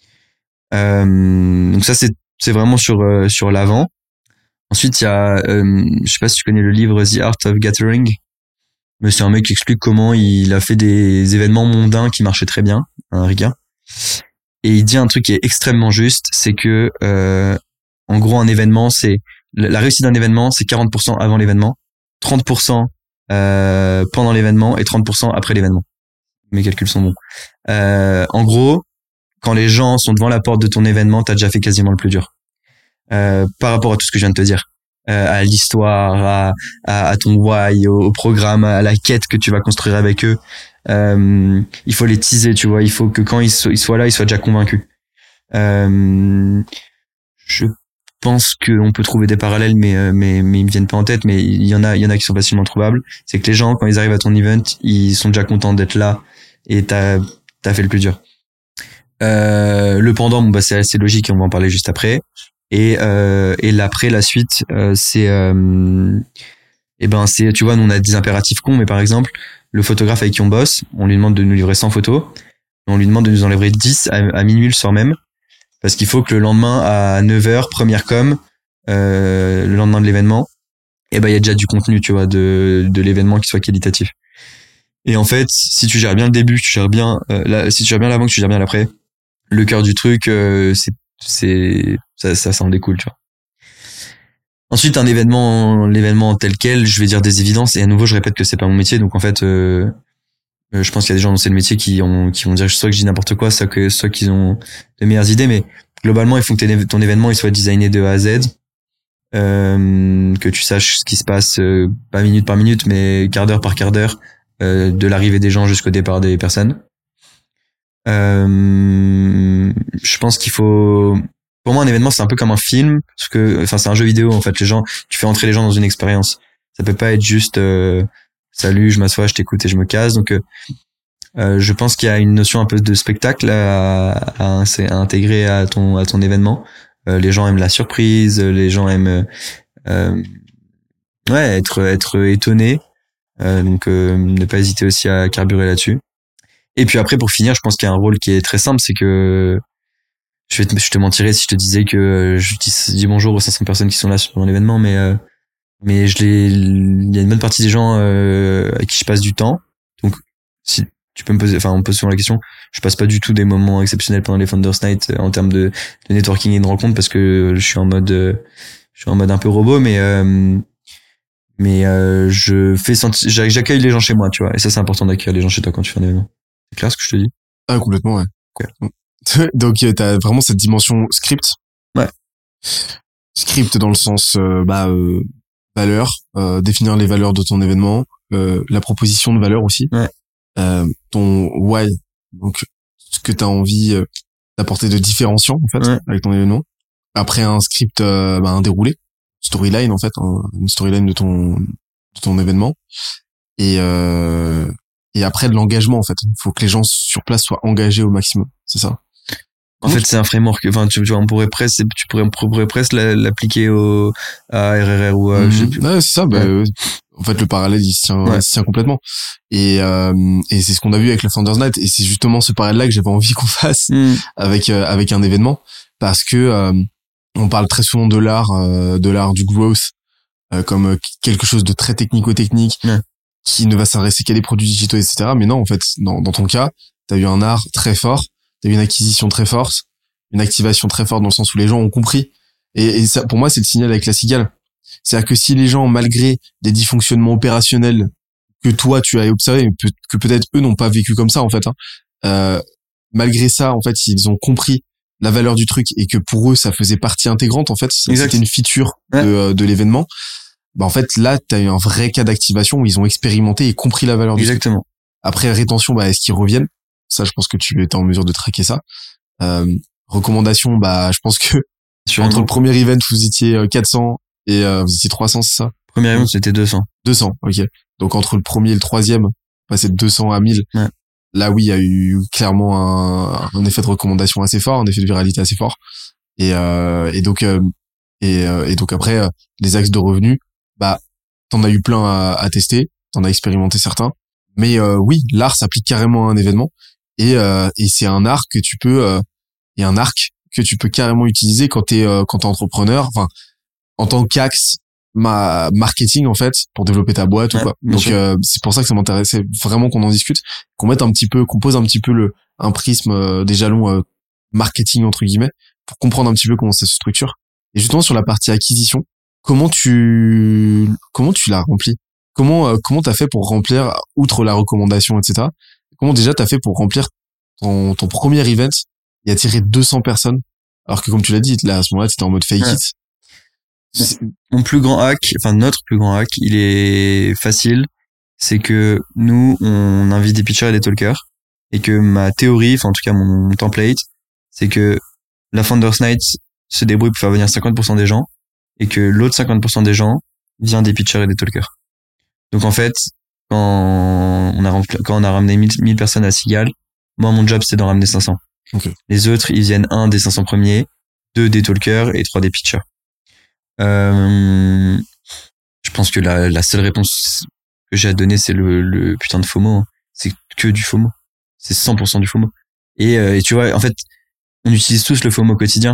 Donc ça c'est vraiment sur l'avant. Ensuite il y a je sais pas si tu connais le livre The Art of Gathering, mais c'est un mec qui explique comment il a fait des événements mondains qui marchaient très bien, un ricain. Et il dit un truc qui est extrêmement juste, c'est que en gros un événement, c'est la réussite d'un événement, c'est 40% avant l'événement, 30% pendant l'événement et 30% après l'événement. Mes calculs sont bons. En gros, quand les gens sont devant la porte de ton événement, t'as déjà fait quasiment le plus dur. Par rapport à tout ce que je viens de te dire. À l'histoire, à ton why, au programme, à la quête que tu vas construire avec eux. Il faut les teaser, tu vois. Il faut que quand ils soient là, ils soient déjà convaincus. Je pense qu'on peut trouver des parallèles, mais ils me viennent pas en tête. Mais il y en a qui sont facilement trouvables. C'est que les gens, quand ils arrivent à ton event, ils sont déjà contents d'être là et t'as fait le plus dur. Le pendant, bon bah c'est assez logique et on va en parler juste après. Et l'après, la suite, c'est tu vois, nous on a des impératifs cons, mais par exemple le photographe avec qui on bosse, on lui demande de nous livrer 100 photos, on lui demande de nous en livrer 10 à minuit le soir même, parce qu'il faut que le lendemain à 9h, première com, le lendemain de l'événement, il y a déjà du contenu, tu vois, de l'événement qui soit qualitatif. Et en fait, si tu gères bien le début, tu gères bien si tu gères bien l'avant, tu gères bien l'après, le cœur du truc, ça en découle, tu vois. Ensuite, l'événement tel quel, je vais dire des évidences, et à nouveau, je répète que c'est pas mon métier, donc en fait, je pense qu'il y a des gens dont c'est le métier qui vont dire soit que je dis n'importe quoi, soit qu'ils ont de meilleures idées, mais globalement, il faut que ton événement, il soit designé de A à Z, que tu saches ce qui se passe, pas minute par minute, mais quart d'heure par quart d'heure, de l'arrivée des gens jusqu'au départ des personnes. Je pense qu'il faut pour moi, un événement, c'est un peu comme un film, parce que, enfin, c'est un jeu vidéo, en fait. Tu fais entrer les gens dans une expérience. Ça peut pas être juste, salut, je m'assois, je t'écoute et je me casse. Donc, je pense qu'il y a une notion un peu de spectacle à intégrer à ton événement. Les gens aiment la surprise, les gens aiment, être étonnés. Donc, ne pas hésiter aussi à carburer là-dessus. Et puis après, pour finir, je pense qu'il y a un rôle qui est très simple, c'est que je te mentirais si je te disais que je dis bonjour aux 500 personnes qui sont là pendant l'événement, mais il y a une bonne partie des gens avec qui je passe du temps. Donc si tu peux me poser, enfin on me pose souvent la question, je passe pas du tout des moments exceptionnels pendant les Founders Night en termes de networking et de rencontres parce que je suis en mode un peu robot, mais j'accueille les gens chez moi, tu vois, et ça c'est important d'accueillir les gens chez toi quand tu fais un événement. C'est clair ce que je te dis? Ah, complètement, ouais. Okay. Donc t'as vraiment cette dimension script. Ouais. Script dans le sens valeur, définir les valeurs de ton événement, la proposition de valeur aussi. Ouais. Ton why, donc ce que t'as envie d'apporter de différenciant en fait avec ton événement. Après un script, un déroulé, storyline en fait, une storyline de ton événement. Et après de l'engagement en fait. Il faut que les gens sur place soient engagés au maximum, c'est ça. En fait, c'est un framework. Enfin, tu vois, on pourrait presque l'appliquer à RRR ou à, je sais plus. Ouais, c'est ça. En fait, le parallèle, il se tient complètement. Et c'est ce qu'on a vu avec le Founders Night. Et c'est justement ce parallèle-là que j'avais envie qu'on fasse avec un événement. Parce que, on parle très souvent de l'art du growth, comme quelque chose de très technico-technique, qui ne va s'adresser qu'à des produits digitaux, etc. Mais non, en fait, dans ton cas, t'as eu un art très fort. T'as eu une acquisition très forte, une activation très forte dans le sens où les gens ont compris. Et ça, pour moi, c'est le signal avec la cigale. C'est-à-dire que si les gens, malgré des dysfonctionnements opérationnels que toi, tu as observé, que peut-être eux n'ont pas vécu comme ça, en fait, malgré ça, en fait, ils ont compris la valeur du truc et que pour eux, ça faisait partie intégrante, en fait. C'était une feature de l'événement. Bah, en fait, là, t'as eu un vrai cas d'activation où ils ont expérimenté et compris la valeur du truc. Exactement. Après, rétention, est-ce qu'ils reviennent? Ça, je pense que tu es en mesure de traquer ça. Recommandation, je pense que entre le premier event, vous étiez 400 et vous étiez 300, c'est ça? Premier event, c'était 200. 200, ok. Donc entre le premier et le troisième, passer de 200 à 1000. Ouais. Là, oui, il y a eu clairement un effet de recommandation assez fort, un effet de viralité assez fort. Et donc après, les axes de revenus, t'en as eu plein à tester, t'en as expérimenté certains. Mais oui, l'art s'applique carrément à un événement. Et c'est un art que tu peux carrément utiliser quand t'es entrepreneur, enfin en tant qu'axe marketing en fait pour développer ta boîte ou quoi. Donc c'est pour ça que ça m'intéressait vraiment qu'on en discute, qu'on pose un petit peu un prisme des jalons marketing entre guillemets pour comprendre un petit peu comment ça se structure. Et justement sur la partie acquisition, comment tu l'as rempli? Comment t'as fait pour remplir, outre la recommandation, etc. Comment déjà t'as fait pour remplir ton premier event et attirer 200 personnes? Alors que comme tu l'as dit, là, à ce moment-là, t'étais en mode fake it. Mon plus grand hack, enfin notre plus grand hack, il est facile. C'est que nous, on invite des pitchers et des talkers. Et que ma théorie, enfin en tout cas mon template, c'est que la Founders Night se débrouille pour faire venir 50% des gens. Et que l'autre 50% des gens vient des pitchers et des talkers. Donc en fait, quand on a ramené 1000 personnes à Cigale, moi mon job c'était d'en ramener 500. Okay. Les autres, ils viennent 1 des 500 premiers, 2 des talkers et 3 des pitchers. Je pense que la seule réponse que j'ai à donner, c'est le putain de FOMO. C'est que du FOMO. C'est 100% du FOMO. Et tu vois, en fait, on utilise tous le FOMO au quotidien.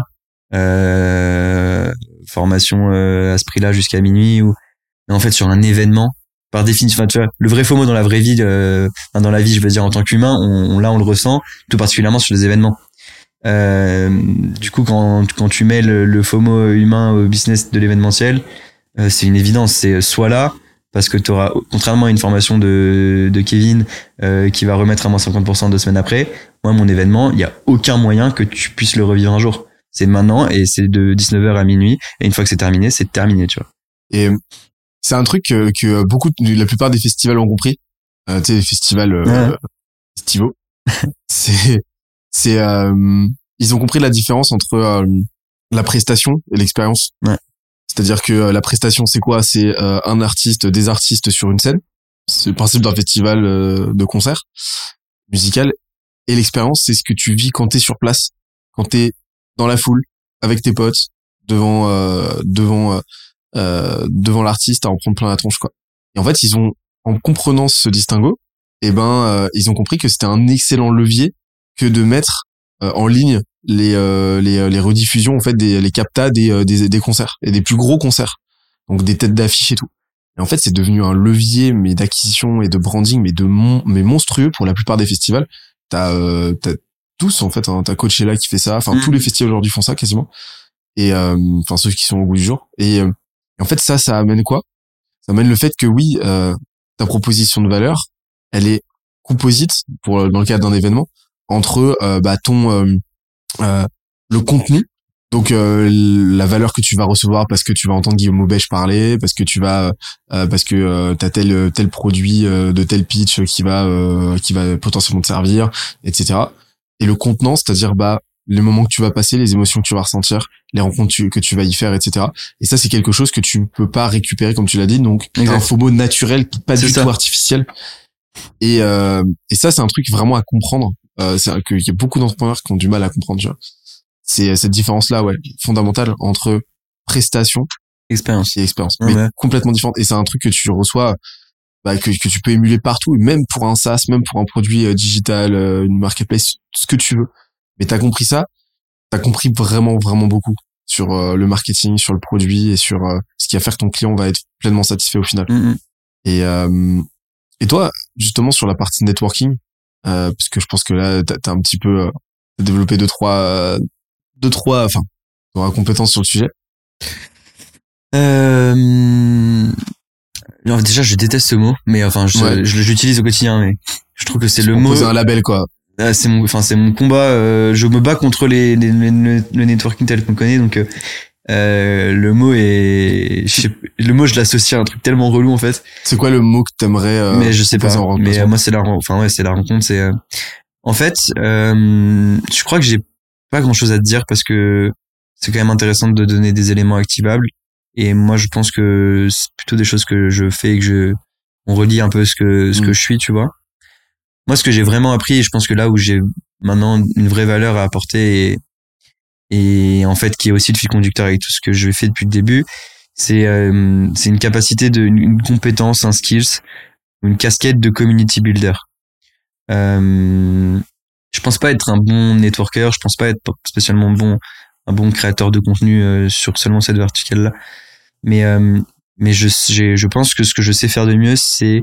Formation à ce prix-là jusqu'à minuit mais en fait sur un événement par définition, enfin tu vois, le vrai FOMO dans la vraie vie, dans la vie je veux dire en tant qu'humain, on le ressent tout particulièrement sur les événements. Du coup quand tu mets le FOMO humain au business de l'événementiel, c'est une évidence, c'est soit là parce que t'auras, contrairement à une formation de Kevin qui va remettre à moins 50% 2 semaines après, moi mon événement, il y a aucun moyen que tu puisses le revivre un jour. C'est maintenant et c'est de 19h à minuit et une fois que c'est terminé, tu vois. Et c'est un truc que la plupart des festivals ont compris. Tu sais, les festivals estivaux. ils ont compris la différence entre la prestation et l'expérience. Ouais. C'est-à-dire que la prestation, c'est quoi? C'est un artiste, des artistes sur une scène. C'est le principe d'un festival de concert musical. Et l'expérience, c'est ce que tu vis quand t'es sur place, quand t'es dans la foule, avec tes potes, devant l'artiste, à en prendre plein la tronche, quoi. Et en fait, en comprenant ce distinguo, ils ont compris que c'était un excellent levier que de mettre en ligne les rediffusions, en fait, les captas des concerts et des plus gros concerts. Donc des têtes d'affiche et tout. Et en fait, c'est devenu un levier, mais d'acquisition et de branding, mais monstrueux pour la plupart des festivals. T'as tous, en fait, hein, t'as Coachella qui fait ça. Enfin, tous les festivals aujourd'hui font ça, quasiment. Et, enfin, ceux qui sont au goût du jour. Et en fait, ça amène quoi? Ça amène le fait que oui, ta proposition de valeur, elle est composite dans le cadre d'un événement entre le contenu, donc la valeur que tu vas recevoir parce que tu vas entendre Guillaume Aubèche parler, parce que t'as tel produit de tel pitch qui va potentiellement te servir, etc. Et le contenant, c'est-à-dire les moments que tu vas passer, les émotions que tu vas ressentir, les rencontres que tu vas y faire, etc. Et ça, c'est quelque chose que tu peux pas récupérer, comme tu l'as dit, donc un FOMO naturel, pas du tout artificiel. Et ça, c'est un truc vraiment à comprendre. C'est qu'il y a beaucoup d'entrepreneurs qui ont du mal à comprendre, tu vois. C'est cette différence-là, ouais, fondamentale entre prestation, expérience et expérience, mais complètement différente. Et c'est un truc que tu reçois, que tu peux émuler partout, même pour un SaaS, même pour un produit digital, une marketplace, ce que tu veux. Mais t'as compris ça, t'as compris vraiment, vraiment beaucoup sur le marketing, sur le produit et sur ce qui va faire que ton client va être pleinement satisfait au final. Et toi, justement, sur la partie networking, parce que je pense que là, t'as un petit peu développé deux, trois compétences sur le sujet. Alors déjà, je déteste ce mot, mais enfin, je l'utilise au quotidien, mais je trouve que c'est le mot. C'est un label, quoi. C'est mon combat. Je me bats contre le networking tel qu'on connaît, donc le mot je l'associe à un truc tellement relou en fait. C'est quoi le mot que t'aimerais mais je sais pas. Mais moi c'est la rencontre. C'est en fait, je crois que j'ai pas grand chose à te dire parce que c'est quand même intéressant de donner des éléments activables. Et moi je pense que c'est plutôt des choses que je fais et que on relie un peu ce que je suis, tu vois. Moi, ce que j'ai vraiment appris, et je pense que là où j'ai maintenant une vraie valeur à apporter et en fait qui est aussi le fil conducteur avec tout ce que je fais depuis le début, c'est une capacité une compétence, un skills, une casquette de community builder. Je pense pas être un bon networker, je pense pas être spécialement un bon créateur de contenu sur seulement cette verticale-là. Mais je pense que ce que je sais faire de mieux, c'est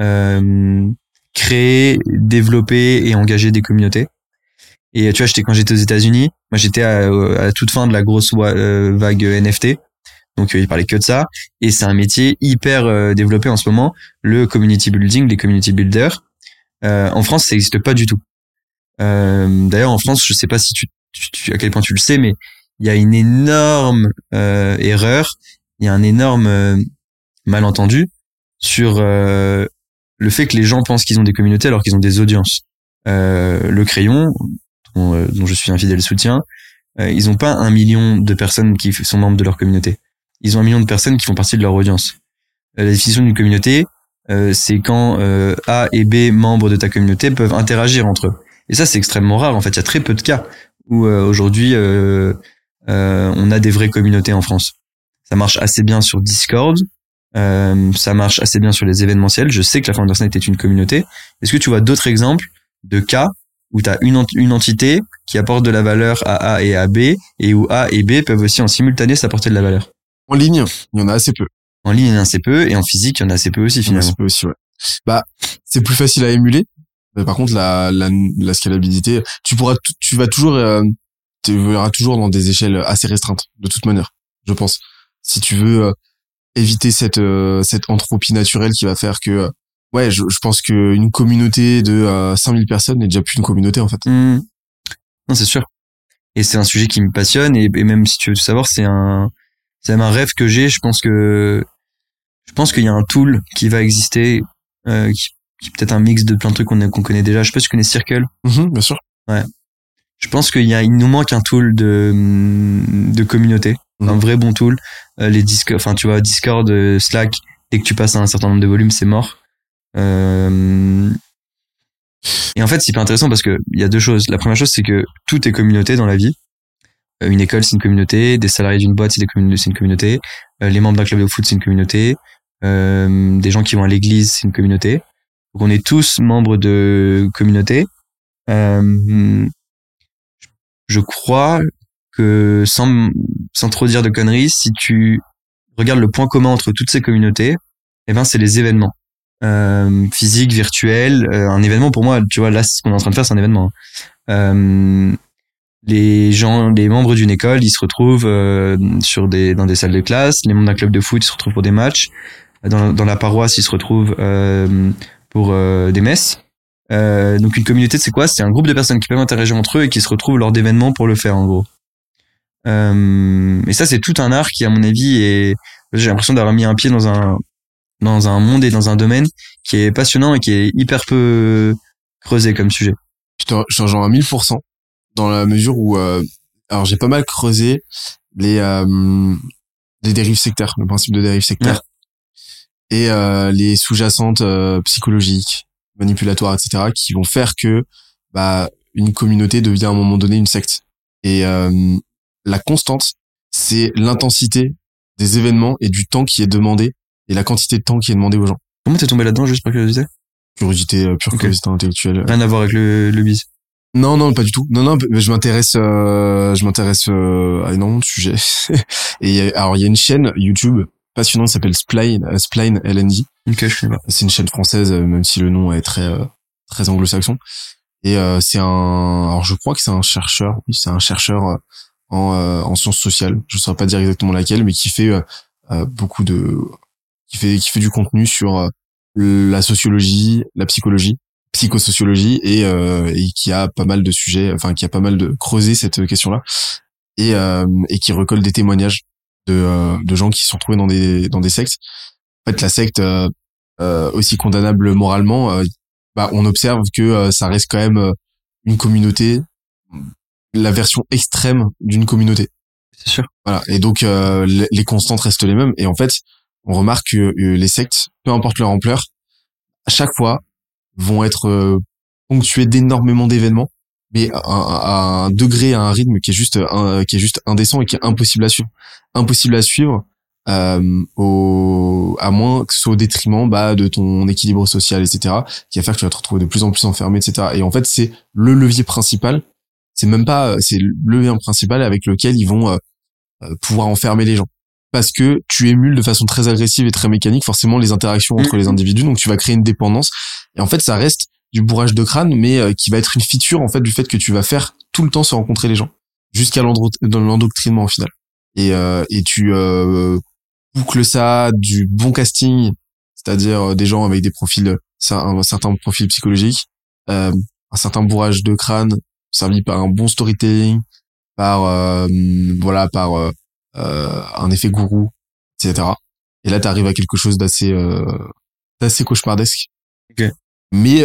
créer, développer et engager des communautés. Et tu vois, quand j'étais aux États-Unis, moi j'étais à la toute fin de la grosse vague NFT. Donc il parlait que de ça et c'est un métier hyper développé en ce moment, le community building, les community builders. En France, ça n'existe pas du tout. D'ailleurs en France, je sais pas si à quel point tu le sais, mais il y a une énorme erreur, il y a un énorme malentendu sur le fait que les gens pensent qu'ils ont des communautés alors qu'ils ont des audiences. Le Crayon, dont je suis un fidèle soutien, ils ont pas 1 million de personnes qui sont membres de leur communauté. Ils ont 1 million de personnes qui font partie de leur audience. La définition d'une communauté, c'est quand A et B membres de ta communauté peuvent interagir entre eux. Et ça, c'est extrêmement rare. En fait, il y a très peu de cas où aujourd'hui on a des vraies communautés en France. Ça marche assez bien sur Discord. Ça marche assez bien sur les événementiels. Je sais que la Founders Night est une communauté. Est-ce que tu vois d'autres exemples de cas où tu as une entité qui apporte de la valeur à A et à B et où A et B peuvent aussi en simultané s'apporter de la valeur? En ligne, il y en a assez peu. En ligne, il y en a assez peu et en physique, il y en a assez peu aussi finalement. Il y en a assez peu aussi, ouais. C'est plus facile à émuler. Mais par contre, la scalabilité, tu verras toujours dans des échelles assez restreintes, de toute manière, je pense. Si tu veux éviter cette entropie naturelle qui va faire que je pense que une communauté de 5000 personnes n'est déjà plus une communauté en fait. Non, c'est sûr. Et c'est un sujet qui me passionne et même si tu veux tout savoir, c'est même un rêve que j'ai. Je pense qu'il y a un tool qui va exister qui est peut-être un mix de plein de trucs qu'on connaît déjà. Je sais pas si tu connais Circle. Bien sûr. Ouais. Je pense il nous manque un tool de communauté, un vrai bon tool. Les enfin tu vois, Discord, Slack, dès que tu passes à un certain nombre de volumes, c'est mort. Et en fait, c'est pas intéressant parce que il y a deux choses. La première chose, c'est que tout est communauté dans la vie. Une école, c'est une communauté. Des salariés d'une boîte, c'est une communauté. Les membres d'un club de foot, c'est une communauté. Des gens qui vont à l'église, c'est une communauté. Donc on est tous membres de communauté. Je crois que sans trop dire de conneries, si tu regardes le point commun entre toutes ces communautés, eh ben c'est les événements physiques, virtuels. Un événement pour moi, tu vois, là ce qu'on est en train de faire, c'est un événement. Les membres d'une école, ils se retrouvent dans des salles de classe. Les membres d'un club de foot, ils se retrouvent pour des matchs. Dans la paroisse, ils se retrouvent pour des messes. Donc une communauté, c'est quoi? C'est un groupe de personnes qui peuvent interagir entre eux et qui se retrouvent lors d'événements pour le faire, en gros. Et ça, c'est tout un art qui, à mon avis, j'ai l'impression d'avoir mis un pied dans un monde et dans un domaine qui est passionnant et qui est hyper peu creusé comme sujet. Je te rejoins à 1000%. Dans la mesure où alors j'ai pas mal creusé les dérives sectaires, le principe de dérive sectaire, et les sous-jacentes psychologiques, manipulatoires, etc., qui vont faire que une communauté devient à un moment donné une secte. Et la constante, c'est l'intensité des événements et du temps qui est demandé et la quantité de temps qui est demandé aux gens. Comment t'es tombé là-dedans, juste par curiosité? Curiosité, pure curiosité intellectuelle. Rien à voir avec le biz. Non, pas du tout. Non, je m'intéresse à énormément de sujets. Et alors, il y a une chaîne YouTube passionnante qui s'appelle Spline LND. Ok, je sais pas. C'est une chaîne française, même si le nom est très anglo-saxon. Et alors je crois que c'est un chercheur. Oui, c'est un chercheur en sciences sociales. Je saurais pas dire exactement laquelle, mais qui fait qui fait du contenu sur la sociologie, la psychosociologie et qui a pas mal de sujets, enfin qui a pas mal de creusé cette question-là et qui recolle des témoignages de gens qui se sont trouvés dans des sectes. En fait, la secte aussi condamnable moralement, on observe que ça reste quand même une communauté, la version extrême d'une communauté. C'est sûr. Voilà. Et donc les constantes restent les mêmes. Et en fait, on remarque que les sectes, peu importe leur ampleur, à chaque fois vont être ponctués d'énormément d'événements, mais à un degré, à un rythme qui est juste indécent et qui est impossible à suivre. Impossible à suivre, à moins que ce soit au détriment de ton équilibre social, etc., qui va faire que tu vas te retrouver de plus en plus enfermé, etc. Et en fait, c'est le levier principal. C'est le levier principal avec lequel ils vont pouvoir enfermer les gens. Parce que tu émules de façon très agressive et très mécanique forcément les interactions entre les individus, donc tu vas créer une dépendance. Et en fait, ça reste du bourrage de crâne, mais qui va être une feature en fait du fait que tu vas faire tout le temps se rencontrer les gens, jusqu'à l'endoctrinement au final. Et tu boucles ça du bon casting, c'est-à-dire des gens avec des profils, un certain profil psychologique, un certain bourrage de crâne servi par un bon storytelling, par un effet gourou, etc. Et là, t'arrives à quelque chose d'assez cauchemardesque. Okay. Mais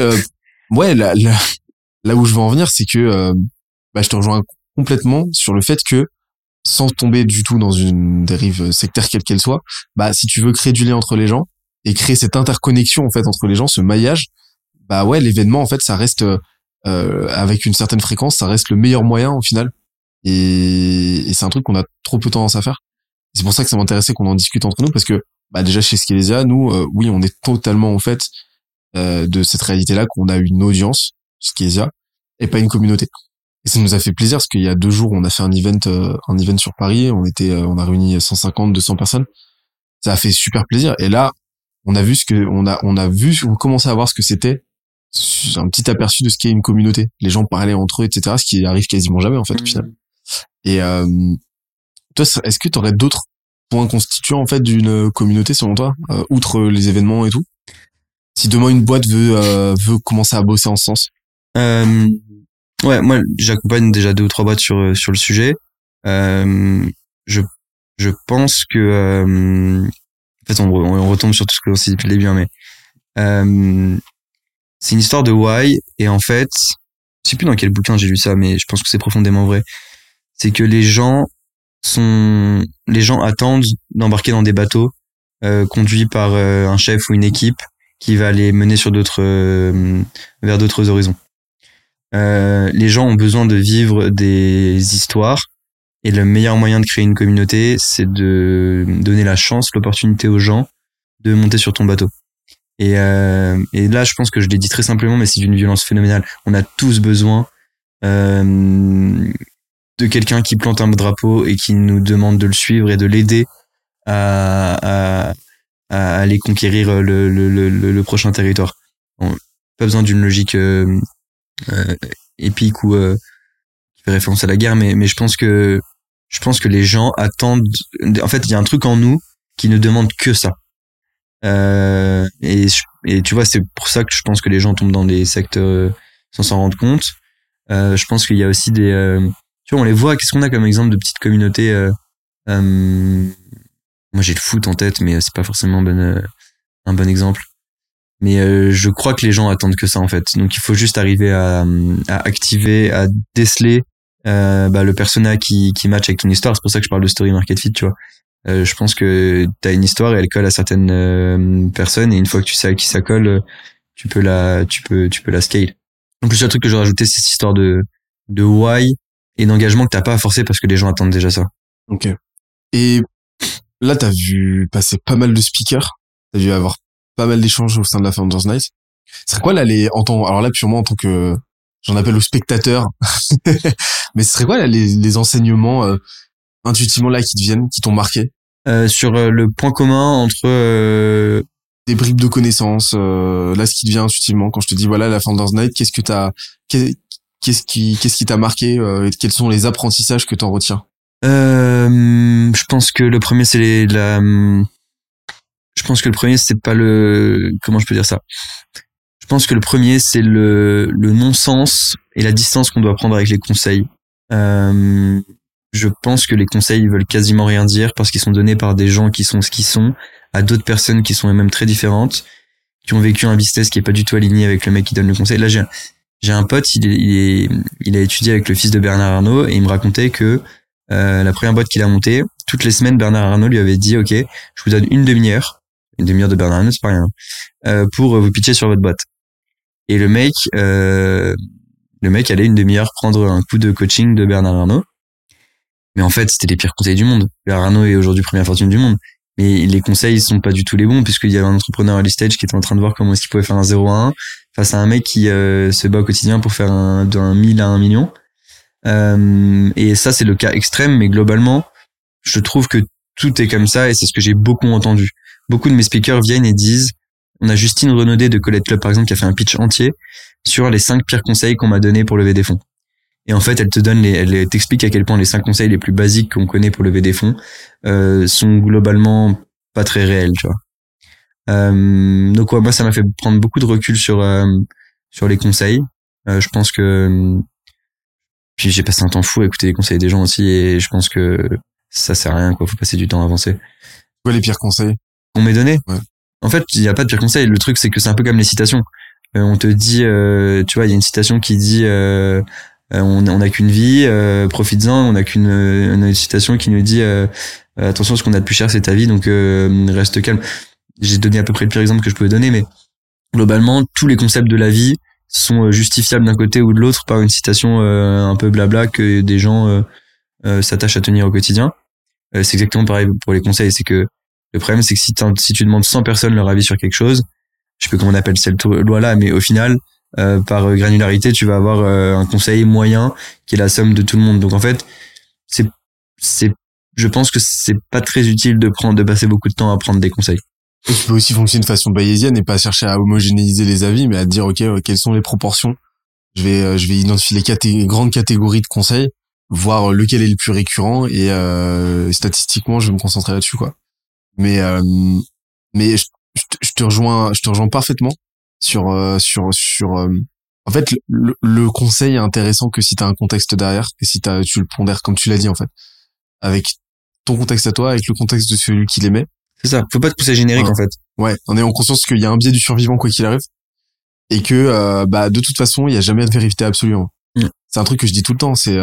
là où je veux en venir, c'est que je te rejoins complètement sur le fait que sans tomber du tout dans une dérive sectaire quelle qu'elle soit, si tu veux créer du lien entre les gens et créer cette interconnexion en fait entre les gens, ce maillage, l'événement en fait ça reste avec une certaine fréquence, ça reste le meilleur moyen au final. Et c'est un truc qu'on a trop peu tendance à faire. Et c'est pour ça que ça m'intéressait qu'on en discute entre nous, parce que déjà chez Skelesia, nous, oui, on est totalement au fait de cette réalité-là, qu'on a une audience, Skelesia, et pas une communauté. Et ça nous a fait plaisir, parce qu'il y a 2 jours, on a fait un event sur Paris, on a réuni 150, 200 personnes. Ça a fait super plaisir. Et là, on commençait à voir ce que c'était, un petit aperçu de ce qu'est une communauté. Les gens parlaient entre eux, etc., ce qui arrive quasiment jamais, en fait, au final. Et toi, est-ce que tu aurais d'autres points constituants en fait d'une communauté selon toi, outre les événements et tout? Si demain une boîte veut commencer à bosser en ce sens. Ouais, moi j'accompagne déjà 2 ou 3 boîtes sur le sujet. Je pense que en fait on retombe sur tout ce qu'on s'est dit depuis le début, mais c'est une histoire de why, et en fait je sais plus dans quel bouquin j'ai lu ça, mais je pense que c'est profondément vrai. C'est que les gens attendent d'embarquer dans des bateaux conduits par un chef ou une équipe qui va les mener sur vers d'autres horizons. Les gens ont besoin de vivre des histoires, et le meilleur moyen de créer une communauté, c'est de donner la chance, l'opportunité aux gens de monter sur ton bateau. Et là, je pense que je l'ai dit très simplement, mais c'est d'une violence phénoménale. On a tous besoin de quelqu'un qui plante un drapeau et qui nous demande de le suivre et de l'aider à aller conquérir le prochain territoire. Bon, pas besoin d'une logique épique ou qui fait référence à la guerre, mais je pense que les gens attendent. En fait, il y a un truc en nous qui ne demande que ça. Et tu vois, c'est pour ça que je pense que les gens tombent dans des sectes sans s'en rendre compte. Je pense qu'il y a aussi des tu vois, on les voit. Qu'est-ce qu'on a comme exemple de petites communautés moi, j'ai le foot en tête, mais c'est pas forcément un bon exemple. Mais je crois que les gens attendent que ça, en fait. Donc, il faut juste arriver à activer, à déceler le persona qui match avec ton histoire. C'est pour ça que je parle de story market fit, tu vois. Je pense que t'as une histoire et elle colle à certaines personnes, et une fois que tu sais à qui ça colle, tu peux la scale. Donc, le seul truc que je rajoutais, c'est cette histoire de why et d'engagement que t'as pas à forcer parce que les gens attendent déjà ça. Ok. Et là, t'as vu passer pas mal de speakers. T'as dû avoir pas mal d'échanges au sein de la Founders Night. Ce serait quoi là alors là purement en tant que, j'en appelle aux spectateurs, mais ce serait quoi là les enseignements intuitivement là qui te viennent, qui t'ont marqué? Sur le point commun entre des bribes de connaissances, là ce qui te vient intuitivement quand je te dis voilà la Founders Night, qu'est-ce qui t'a marqué, et quels sont les apprentissages que t'en retiens? Je pense que le premier c'est pas comment je peux dire ça. Je pense que le premier c'est le non-sens et la distance qu'on doit prendre avec les conseils. Je pense que les conseils ils veulent quasiment rien dire parce qu'ils sont donnés par des gens qui sont ce qu'ils sont, à d'autres personnes qui sont elles-mêmes très différentes, qui ont vécu un business qui est pas du tout aligné avec le mec qui donne le conseil. Là j'ai un pote, il a étudié avec le fils de Bernard Arnault et il me racontait que la première boîte qu'il a montée, toutes les semaines Bernard Arnault lui avait dit OK, je vous donne une demi-heure de Bernard Arnault, c'est pas rien, pour vous pitcher sur votre boîte. Et le mec allait une demi-heure prendre un coup de coaching de Bernard Arnault. Mais en fait, c'était les pires conseils du monde. Bernard Arnault est aujourd'hui première fortune du monde. Mais les conseils sont pas du tout les bons, puisqu'il y avait un entrepreneur early stage qui était en train de voir comment est-ce qu'il pouvait faire un 0 à 1 face à un mec qui se bat au quotidien pour faire d'un 1000 à 1 million. Et ça, c'est le cas extrême, mais globalement, je trouve que tout est comme ça et c'est ce que j'ai beaucoup entendu. Beaucoup de mes speakers viennent et disent, on a Justine Renaudet de Colette Club, par exemple, qui a fait un pitch entier sur les 5 pires conseils qu'on m'a donnés pour lever des fonds. Et en fait, elle t'explique à quel point les 5 conseils les plus basiques qu'on connaît pour lever des fonds sont globalement pas très réels, tu vois. Donc ouais, moi ça m'a fait prendre beaucoup de recul sur les conseils. Je pense que puis j'ai passé un temps fou à écouter les conseils des gens aussi et je pense que ça sert à rien, quoi. Faut passer du temps à avancer. Quoi les pires conseils qu'on m'ait donné? Ouais. En fait, il y a pas de pire conseil. Le truc c'est que c'est un peu comme les citations. On te dit, tu vois, il y a une citation qui dit on n'a qu'une vie, profites-en. On n'a une citation qui nous dit attention, ce qu'on a de plus cher c'est ta vie, donc reste calme. J'ai donné à peu près le pire exemple que je pouvais donner, mais globalement tous les concepts de la vie sont justifiables d'un côté ou de l'autre par une citation un peu blabla que des gens s'attachent à tenir au quotidien. C'est exactement pareil pour les conseils. C'est que le problème c'est que si tu demandes 100 personnes leur avis sur quelque chose, je sais pas comment on appelle cette loi-là, mais au final, par granularité, tu vas avoir un conseil moyen qui est la somme de tout le monde. Donc en fait, je pense que c'est pas très utile de passer beaucoup de temps à prendre des conseils. Et tu peux aussi fonctionner de façon bayésienne et pas chercher à homogénéiser les avis, mais à te dire ok, quelles sont les proportions. Je vais identifier les grandes catégories de conseils, voir lequel est le plus récurrent et statistiquement, je vais me concentrer là-dessus, quoi. Mais je te rejoins parfaitement sur en fait le conseil est intéressant que si t'as un contexte derrière et si tu le pondères comme tu l'as dit en fait avec ton contexte à toi, avec le contexte de celui qui l'émet. C'est ça, faut pas te pousser générique en fait. Ouais, en ayant conscience qu'il y a un biais du survivant quoi qu'il arrive et que de toute façon, il y a jamais de vérité absolue. c'est un truc que je dis tout le temps, c'est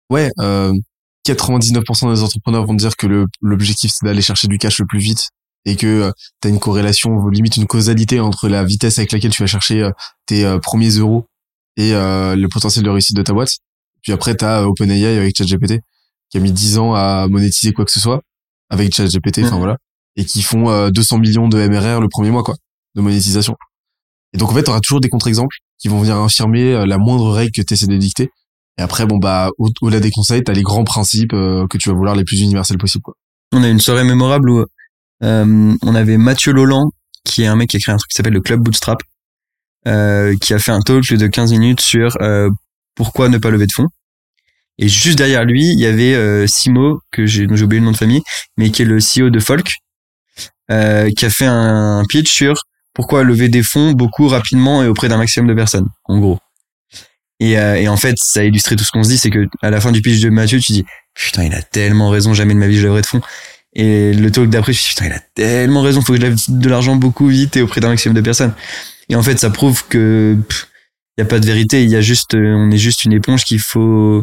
99% des entrepreneurs vont te dire que l'objectif c'est d'aller chercher du cash le plus vite et que t'as une corrélation, limite une causalité entre la vitesse avec laquelle tu vas chercher tes premiers euros et le potentiel de réussite de ta boîte. Puis après t'as OpenAI avec ChatGPT qui a mis 10 ans à monétiser quoi que ce soit avec ChatGPT, enfin voilà, et qui font 200 millions de MRR le premier mois quoi, de monétisation. Et donc en fait t'auras toujours des contre-exemples qui vont venir infirmer la moindre règle que t'essaies de dicter. Et après, au-delà des conseils, t'as les grands principes que tu vas vouloir les plus universels possibles, quoi. On a une soirée mémorable où on avait Mathieu Lolland, qui est un mec qui a créé un truc qui s'appelle le Club Bootstrap, qui a fait un talk de 15 minutes sur pourquoi ne pas lever de fonds. Et juste derrière lui, il y avait Simo, dont j'ai oublié le nom de famille, mais qui est le CEO de Folk, qui a fait un pitch sur pourquoi lever des fonds beaucoup rapidement et auprès d'un maximum de personnes, en gros. Et en fait, ça a illustré tout ce qu'on se dit, c'est que à la fin du pitch de Mathieu, tu dis putain, il a tellement raison, jamais de ma vie je lèverai de fonds. Et le talk d'après, je me suis dit putain, il a tellement raison, faut que je lève de l'argent beaucoup vite et auprès d'un maximum de personnes. Et en fait, ça prouve que y a pas de vérité, il y a juste on est juste une éponge qu'il faut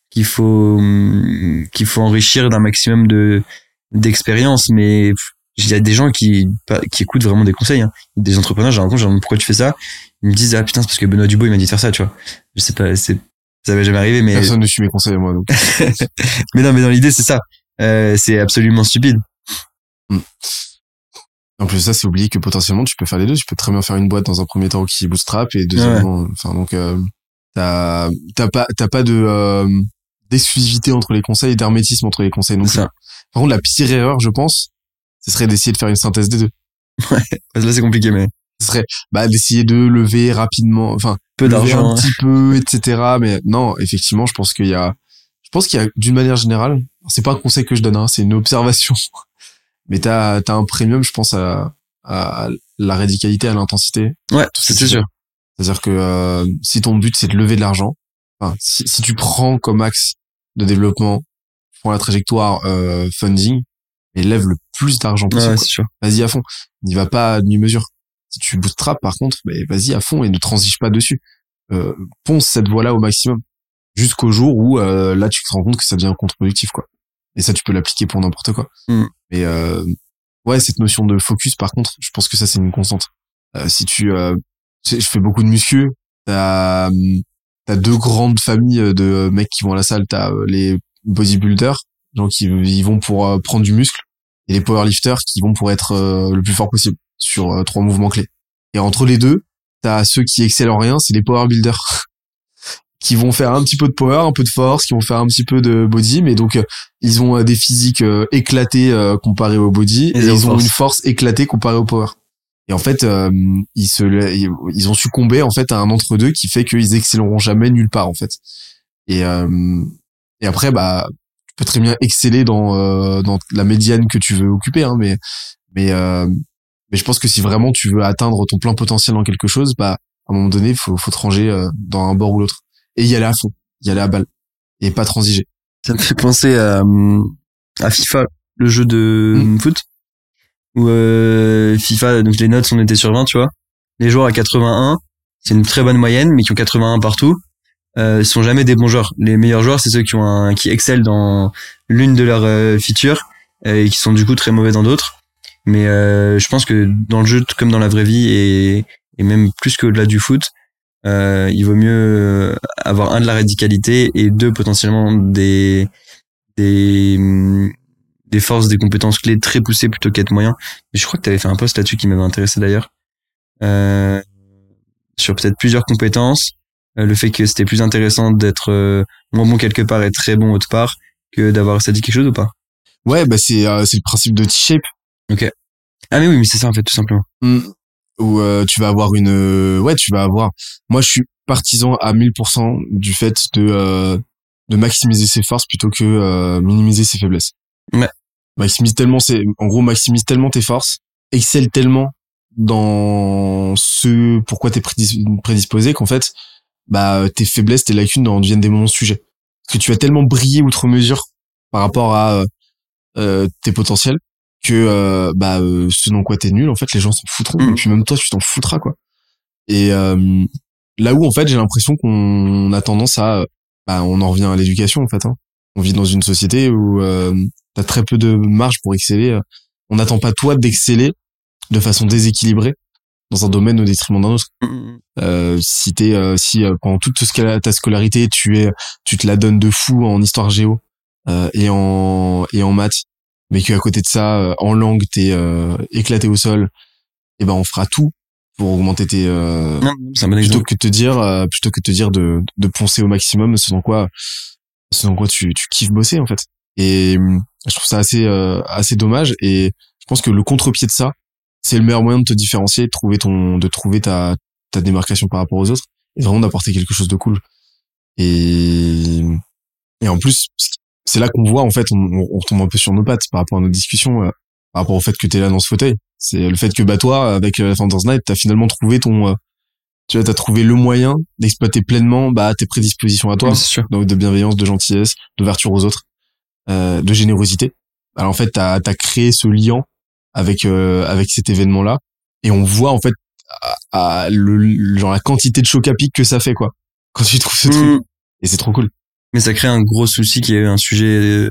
enrichir d'un maximum d'expérience, mais il y a des gens qui écoutent vraiment des conseils, hein. Des entrepreneurs, j'ai rencontré, genre pourquoi tu fais ça? Ils me disent ah putain, c'est parce que Benoît Dubois il m'a dit de faire ça, tu vois. Je sais pas, ça va jamais arriver, mais personne ne suit mes conseils moi donc. mais non, mais dans l'idée c'est ça. C'est absolument stupide. En plus de ça, c'est oublier que potentiellement tu peux faire les deux, tu peux très bien faire une boîte dans un premier temps qui bootstrap et deuxièmement enfin donc t'as pas de d'exclusivité entre les conseils et d'hermétisme entre les conseils non plus. Ça. Par contre, la pire erreur, je pense, ce serait d'essayer de faire une synthèse des deux. Ouais, là c'est compliqué, mais ce serait d'essayer de lever rapidement, enfin peu d'argent, un petit peu, etc. Mais non, effectivement, je pense qu'il y a d'une manière générale, c'est pas un conseil que je donne, hein, c'est une observation. Mais t'as un premium, je pense, à la radicalité, à l'intensité. Ouais, c'est sûr. C'est-à-dire que si ton but c'est de lever de l'argent, enfin, si tu prends comme axe de développement, tu prends la trajectoire funding et lève le plus d'argent possible. Ouais, c'est sûr. Vas-y à fond. N'y va pas à demi-mesure. Si tu bootstrap, par contre, vas-y à fond et ne transige pas dessus. Ponce cette voie-là au maximum. Jusqu'au jour où là tu te rends compte que ça devient contre-productif, quoi. Et ça, tu peux l'appliquer pour n'importe quoi. Mais cette notion de focus, par contre, je pense que ça c'est une constante. Si je fais beaucoup de muscu, t'as deux grandes familles de mecs qui vont à la salle. T'as les bodybuilders, gens qui ils vont pour prendre du muscle, et les powerlifters qui vont pour être le plus fort possible sur 3 mouvements clés. Et entre les deux, t'as ceux qui excellent en rien, c'est les powerbuilders qui vont faire un petit peu de power, un peu de force, qui vont faire un petit peu de body, mais donc ils ont des physiques éclatés comparés au body, et ils ont une force éclatée comparée au power. Et en fait, ils ont succombé en fait à un entre-deux qui fait qu'ils excelleront jamais nulle part en fait. Et après, tu peux très bien exceller dans la médiane que tu veux occuper, hein, mais je pense que si vraiment tu veux atteindre ton plein potentiel dans quelque chose, à un moment donné, faut te ranger dans un bord ou l'autre. Et y aller à fond, y aller à balle. Et pas transiger. Ça me fait penser à FIFA, le jeu de foot. Où FIFA, donc les notes on était sur 20, tu vois. Les joueurs à 81, c'est une très bonne moyenne, mais qui ont 81 partout, sont jamais des bons joueurs. Les meilleurs joueurs, c'est ceux qui excellent dans l'une de leurs features, et qui sont du coup très mauvais dans d'autres. Mais je pense que dans le jeu, comme dans la vraie vie, et même plus qu'au-delà du foot, il vaut mieux avoir de la radicalité et deux potentiellement des forces, des compétences clés très poussées plutôt qu'être moyen. Mais je crois que tu avais fait un post là-dessus qui m'avait intéressé d'ailleurs, sur peut-être plusieurs compétences, le fait que c'était plus intéressant d'être moins bon quelque part et très bon autre part que d'avoir. Ça dit quelque chose ou pas? Ouais, c'est le principe de T-shape. Ok. Ah mais oui, mais c'est ça en fait, tout simplement. Où tu vas avoir moi je suis partisan à 1000% du fait de maximiser ses forces plutôt que minimiser ses faiblesses. Ouais. Maximise tellement tes forces, excelle tellement dans ce pourquoi t'es prédisposé qu'en fait tes faiblesses, tes lacunes en deviennent des moments sujets. Parce que tu vas tellement briller outre mesure par rapport à tes potentiels que ce dans quoi t'es nul, en fait les gens s'en foutront, et puis même toi tu t'en foutras, quoi. Et là où en fait j'ai l'impression qu'on a tendance à bah on en revient à l'éducation en fait. Hein. On vit dans une société où t'as très peu de marge pour exceller. On n'attend pas toi d'exceller de façon déséquilibrée dans un domaine au détriment d'un autre. Si pendant toute ta scolarité tu te la donnes de fou en histoire géo et en maths, mais qu'à côté de ça en langue t'es éclaté au sol, et ben on fera tout pour augmenter tes c'est un bon exemple. plutôt que de te dire de poncer au maximum, ce dans quoi tu kiffes bosser en fait. Et je trouve ça assez dommage, et je pense que le contre-pied de ça, c'est le meilleur moyen de te différencier, de trouver ta démarcation par rapport aux autres, et vraiment d'apporter quelque chose de cool. Et en plus, c'est là qu'on voit en fait, on retombe un peu sur nos pattes par rapport à nos discussions, par rapport au fait que t'es là dans ce fauteuil. C'est le fait que bah toi, avec Founders Night, t'as finalement trouvé t'as trouvé le moyen d'exploiter pleinement tes prédispositions à toi, Oui, c'est sûr. donc de bienveillance, de gentillesse, d'ouverture aux autres, de générosité. Alors en fait, t'as créé ce lien avec cet événement-là, et on voit en fait la quantité de choc à pic que ça fait quoi quand tu trouves ce truc, et c'est trop cool. Mais ça crée un gros souci qui est un sujet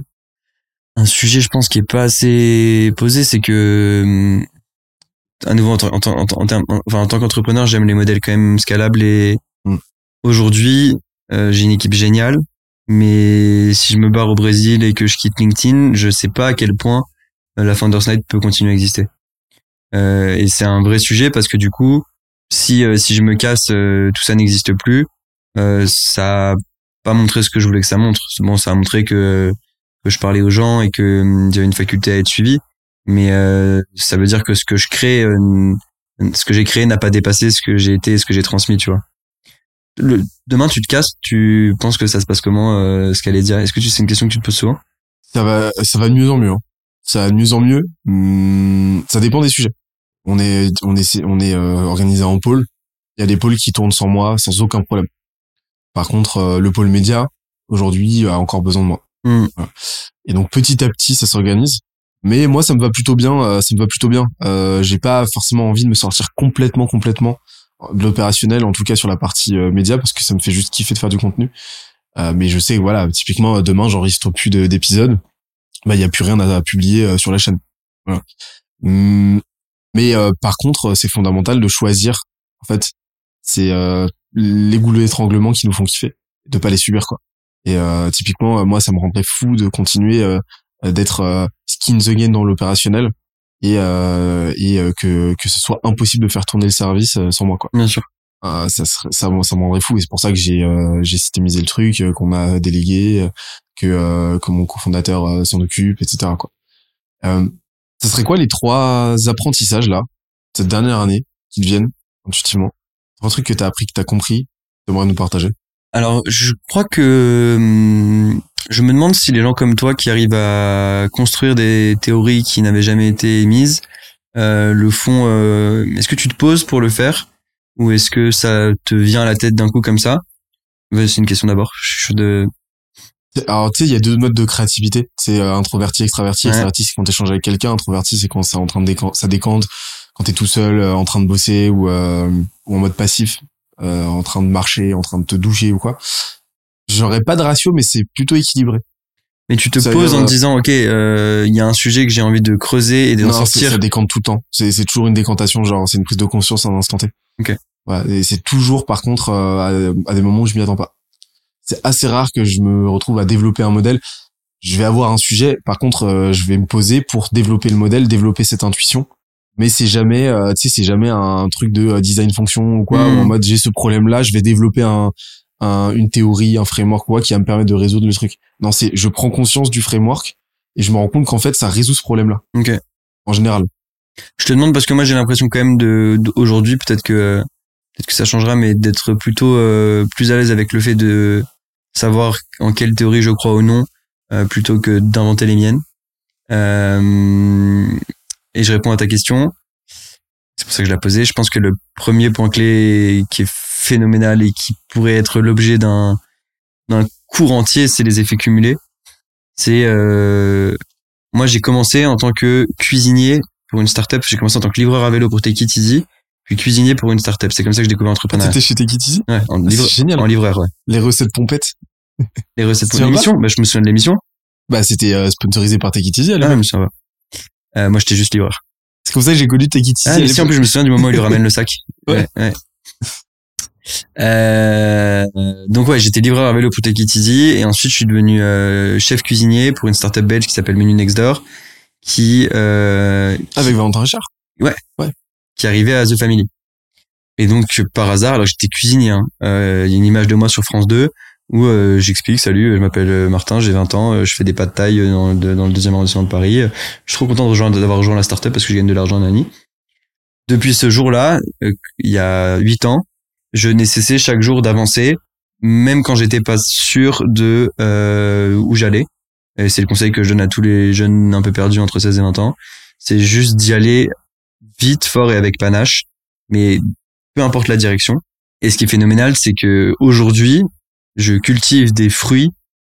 je pense qui est pas assez posé, c'est que à nouveau en tant qu'entrepreneur, j'aime les modèles quand même scalables, et aujourd'hui j'ai une équipe géniale, mais si je me barre au Brésil et que je quitte LinkedIn, je sais pas à quel point la Founders Night peut continuer à exister. Et c'est un vrai sujet, parce que du coup, si je me casse, tout ça n'existe plus. Ça a pas montré ce que je voulais que ça montre. Bon, ça a montré que je parlais aux gens et que j'avais une faculté à être suivi, mais ça veut dire que ce que j'ai créé n'a pas dépassé ce que j'ai été et ce que j'ai transmis, tu vois. Demain tu te casses, tu penses que ça se passe comment, ce qu'elle allait dire? Est-ce que c'est une question que tu te poses souvent? Ça va de mieux en mieux. Hein. Ça va de mieux en mieux. Ça dépend des sujets. On est organisé en pôle. Il y a des pôles qui tournent sans moi, sans aucun problème. Par contre, le pôle média aujourd'hui a encore besoin de moi. Voilà. Et donc petit à petit, ça s'organise. Mais moi, ça me va plutôt bien. J'ai pas forcément envie de me sortir complètement de l'opérationnel, en tout cas sur la partie média, parce que ça me fait juste kiffer de faire du contenu. Mais je sais que voilà, typiquement demain, j'enregistre plus d'épisodes. Bah, il y a plus rien à publier sur la chaîne. Voilà. Mais par contre, c'est fondamental de choisir. En fait, c'est les goulots d'étranglement qui nous font kiffer, de pas les subir quoi. Et typiquement, moi, ça me rendrait fou de continuer d'être skin the game dans l'opérationnel, et que ce soit impossible de faire tourner le service sans moi quoi. Bien sûr. Ça me rendrait fou, et c'est pour ça que j'ai systémisé le truc, qu'on m'a délégué, que mon cofondateur s'en occupe, etc. quoi. Ça serait quoi les 3 apprentissages là cette dernière année qui te viennent intuitivement? 3 trucs que t'as appris, que t'as compris, t'aimerais nous partager? Alors, je crois que je me demande si les gens comme toi qui arrivent à construire des théories qui n'avaient jamais été émises le font. Est-ce que tu te poses pour le faire, ou est-ce que ça te vient à la tête d'un coup comme ça? C'est une question d'abord. Alors tu sais, il y a 2 modes de créativité. C'est introverti, extraverti. Ouais. Extraverti, c'est quand t'échanges avec quelqu'un. Introverti, c'est quand c'est en train de ça décante, quand t'es tout seul en train de bosser, ou en mode passif, en train de marcher, en train de te doucher ou quoi. J'aurais pas de ratio, mais c'est plutôt équilibré. Mais tu te poses en te disant, ok, il y a un sujet que j'ai envie de creuser et d'en sortir. Ça décante tout le temps. C'est toujours une décantation, genre c'est une prise de conscience à un instant T. Ok. Ouais, et c'est toujours par contre à des moments où je m'y attends pas. C'est assez rare que je me retrouve à développer un modèle. Je vais avoir un sujet, par contre je vais me poser pour développer le modèle, développer cette intuition. Mais c'est jamais, c'est jamais un truc de design fonction ou quoi, où en mode j'ai ce problème là, je vais développer une théorie, un framework quoi qui va me permettre de résoudre le truc. Non, je prends conscience du framework et je me rends compte qu'en fait ça résout ce problème là. Ok. En général. Je te demande parce que moi j'ai l'impression quand même aujourd'hui, peut-être que ça changera, mais d'être plutôt plus à l'aise avec le fait de savoir en quelle théorie je crois ou non, plutôt que d'inventer les miennes. Et je réponds à ta question. C'est pour ça que je l'ai posée. Je pense que le premier point clé qui est phénoménal et qui pourrait être l'objet d'un cours entier, c'est les effets cumulés. C'est moi j'ai commencé en tant que cuisinier pour une startup. J'ai commencé en tant que livreur à vélo pour Take It Easy, puis cuisinier pour une startup. C'est comme ça que j'ai découvert l'entrepreneuriat. T'étais chez Take It Easy? Ouais, c'est génial. En livreur, ouais. Les recettes pompettes. Les recettes pour Tu l'émission? Bah, je me souviens de l'émission. Bah, c'était sponsorisé par Take It Easy à Ah, l'époque. mais ça va. Moi, j'étais juste livreur. C'est comme ça que j'ai connu Take It Easy. Ah, à mais si, en l'époque. plus, je me souviens du moment où il lui ramène le sac. Ouais. Donc ouais, j'étais livreur à vélo pour Take It Easy et ensuite je suis devenu chef cuisinier pour une startup belge qui s'appelle Menu Next Door qui Avec Valentin Richard. qui arrivait à The Family. Et donc par hasard, alors j'étais cuisinier, hein, il y a une image de moi sur France 2 où j'explique, salut, je m'appelle Martin, j'ai 20 ans, je fais des pâtes thaï dans le 2e arrondissement de Paris. Je suis trop content d'avoir rejoint la startup parce que je gagne de l'argent en année. Depuis ce jour-là, il y a 8 ans, je n'ai cessé chaque jour d'avancer, même quand j'étais pas sûr de où j'allais. Et c'est le conseil que je donne à tous les jeunes un peu perdus entre 16 et 20 ans. C'est juste d'y aller vite, fort et avec panache, mais peu importe la direction. Et ce qui est phénoménal, c'est que aujourd'hui, je cultive des fruits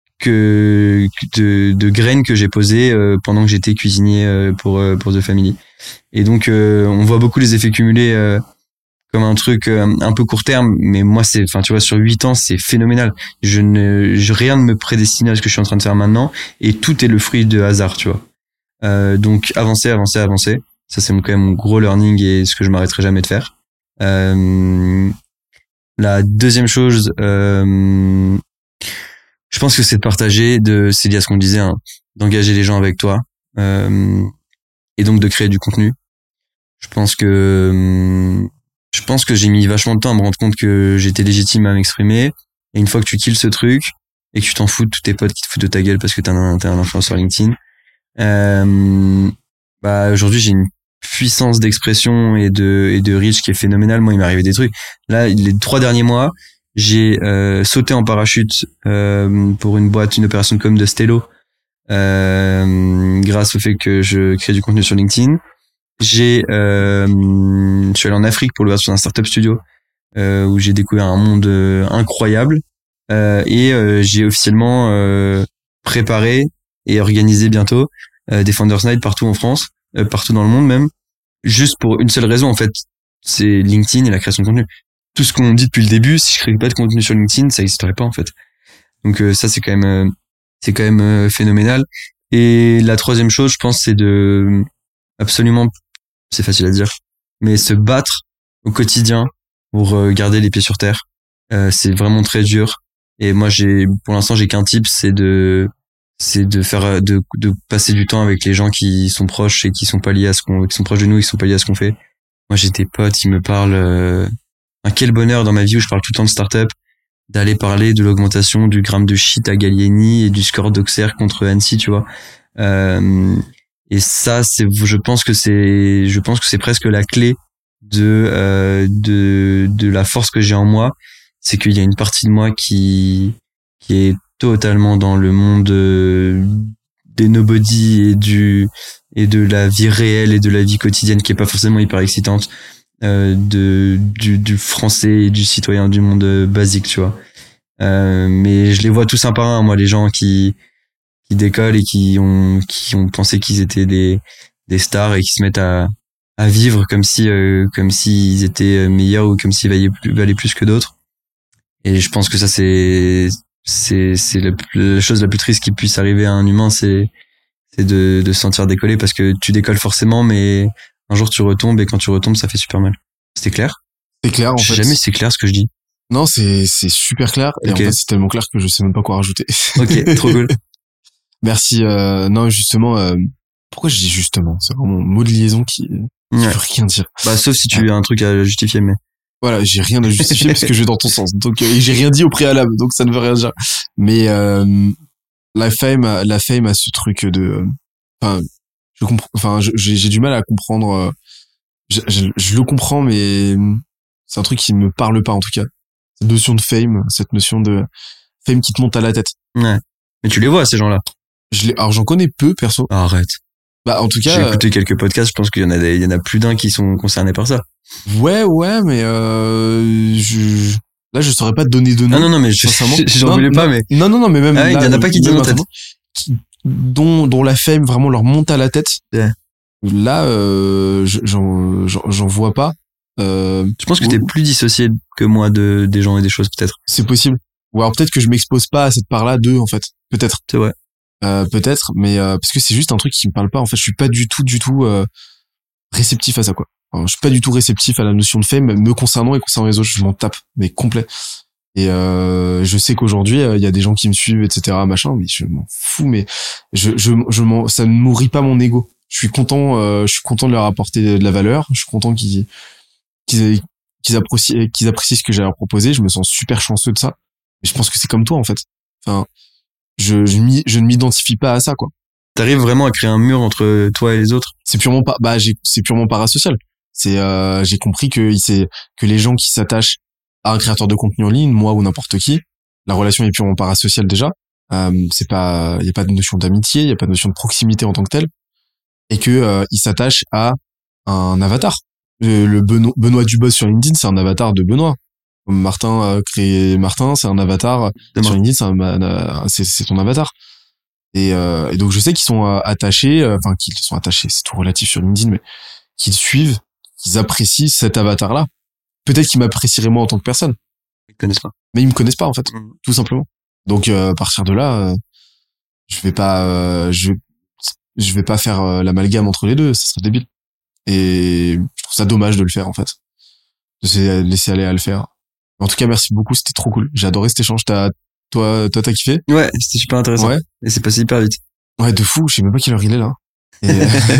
de graines que j'ai posées pendant que j'étais cuisinier pour The Family. Et donc on voit beaucoup les effets cumulés comme un truc un peu court terme, mais moi tu vois, sur 8 ans, c'est phénoménal. Rien ne me prédestine à ce que je suis en train de faire maintenant, et tout est le fruit de hasard, tu vois. Donc avancer. Ça, c'est quand même mon gros learning et ce que je m'arrêterai jamais de faire. La deuxième chose, je pense que c'est de partager, c'est lié à ce qu'on disait, hein, d'engager les gens avec toi, et donc de créer du contenu. Je pense que j'ai mis vachement de temps à me rendre compte que j'étais légitime à m'exprimer. Et une fois que tu kills ce truc et que tu t'en fous de tous tes potes qui te foutent de ta gueule parce que t'es un influenceur LinkedIn, bah aujourd'hui j'ai une puissance d'expression et de reach qui est phénoménale. Moi, il m'est arrivé des trucs. Là, les 3 derniers mois, j'ai sauté en parachute pour une opération de com de Stello, grâce au fait que je crée du contenu sur LinkedIn. Je suis allé en Afrique pour l'ouverture d'un startup studio où j'ai découvert un monde incroyable, et j'ai officiellement préparé et organisé bientôt des Founders Night partout en France, partout dans le monde même, juste pour une seule raison en fait, c'est LinkedIn et la création de contenu. Tout ce qu'on dit depuis le début, si je créais pas de contenu sur LinkedIn, ça n'existerait pas en fait. Donc ça c'est quand même phénoménal. Et la troisième chose, je pense, c'est de absolument, c'est facile à dire, mais se battre au quotidien pour garder les pieds sur terre. C'est vraiment très dur. Et moi, pour l'instant, j'ai qu'un type, c'est de passer du temps avec les gens qui sont proches et qui sont pas liés à qui sont proches de nous et qui sont pas liés à ce qu'on fait. Moi, j'ai des potes, ils me parlent, quel bonheur dans ma vie où je parle tout le temps de start-up, d'aller parler de l'augmentation du gramme de shit à Gallieni et du score d'Auxerre contre Annecy, tu vois. Et ça, je pense que c'est presque la clé de la force que j'ai en moi. C'est qu'il y a une partie de moi qui est totalement dans le monde des nobody et de la vie réelle et de la vie quotidienne qui est pas forcément hyper excitante, du français et du citoyen du monde basique, tu vois. Mais je les vois tous un par un, moi, les gens qui décollent et qui ont pensé qu'ils étaient des stars et qui se mettent à vivre comme s'ils étaient meilleurs ou comme s'ils valaient plus que d'autres. Et je pense que ça c'est la chose la plus triste qui puisse arriver à un humain, c'est de se sentir décoller, parce que tu décolles forcément, mais un jour tu retombes, et quand tu retombes, ça fait super mal. C'était clair? C'est clair, en fait. Je sais jamais si c'est clair ce que je dis. Non, c'est super clair. Et Okay. en fait, c'est tellement clair que je sais même pas quoi rajouter. Ok, trop cool. Merci. Non, justement, pourquoi je dis justement? C'est vraiment un mot de liaison qui Ouais. veut rien dire. Bah, sauf si tu as un truc à justifier, mais. Voilà, j'ai rien à justifier parce que je vais dans ton sens. Donc, et j'ai rien dit au préalable, donc ça ne veut rien dire. Mais la fame a ce truc de, enfin, je comprends. Enfin, j'ai du mal à comprendre. Je le comprends, mais c'est un truc qui me parle pas en tout cas. Cette notion de fame, cette notion de fame qui te monte à la tête. Ouais. Mais tu les vois, ces gens-là. Alors j'en connais peu perso. Arrête. Bah en tout cas. J'ai écouté quelques podcasts, je pense qu'il y en a plus d'un qui sont concernés par ça. Ouais, mais là je saurais pas te donner de nom. Non, mais sincèrement. j'en voulais pas, mais. Non, mais même. Ah, il y en a pas qui disent en tête. Dont la fame vraiment leur monte à la tête. Yeah. Là, j'en vois pas. Je pense que t'es plus dissocié que moi des gens et des choses, peut-être. C'est possible. Ou alors peut-être que je m'expose pas à cette part-là d'eux, en fait. Peut-être. C'est vrai. Peut-être, mais parce que c'est juste un truc qui me parle pas. En fait, je suis pas du tout réceptif à ça, quoi. Alors, je suis pas du tout réceptif à la notion de fame, me concernant et concernant les autres, je m'en tape, mais complet. Et je sais qu'aujourd'hui, il y a des gens qui me suivent, etc., machin, mais je m'en fous, mais ça ne nourrit pas mon ego. Je suis content de leur apporter de la valeur. Je suis content qu'ils apprécient ce que j'ai à leur proposer. Je me sens super chanceux de ça. Mais je pense que c'est comme toi, en fait. Enfin, je ne m'identifie pas à ça, quoi. T'arrives vraiment à créer un mur entre toi et les autres. C'est purement parasocial. J'ai compris que les gens qui s'attachent à un créateur de contenu en ligne, moi ou n'importe qui, la relation est purement parasociale déjà. Il y a pas de notion d'amitié, il y a pas de notion de proximité en tant que telle. Et que il s'attache à un avatar. Le Benoît Dubos sur LinkedIn, c'est un avatar de Benoît. Martin a créé Martin, c'est un avatar sur LinkedIn, c'est ton avatar. Et donc je sais qu'ils sont attachés, c'est tout relatif sur LinkedIn, mais qu'ils suivent, qu'ils apprécient cet avatar-là. Peut-être qu'ils m'apprécieraient moi en tant que personne. Ils me connaissent pas. Mais ils me connaissent pas en fait, tout simplement. Donc à partir de là, je vais pas faire l'amalgame entre les deux, ça serait débile. Et je trouve ça dommage de le faire en fait, de se laisser aller à le faire. En tout cas, merci beaucoup, c'était trop cool. J'ai adoré cet échange. Toi, t'as kiffé? Ouais, c'était super intéressant. Ouais. Et c'est passé hyper vite. Ouais, de fou. Je sais même pas quelle heure il est là. Et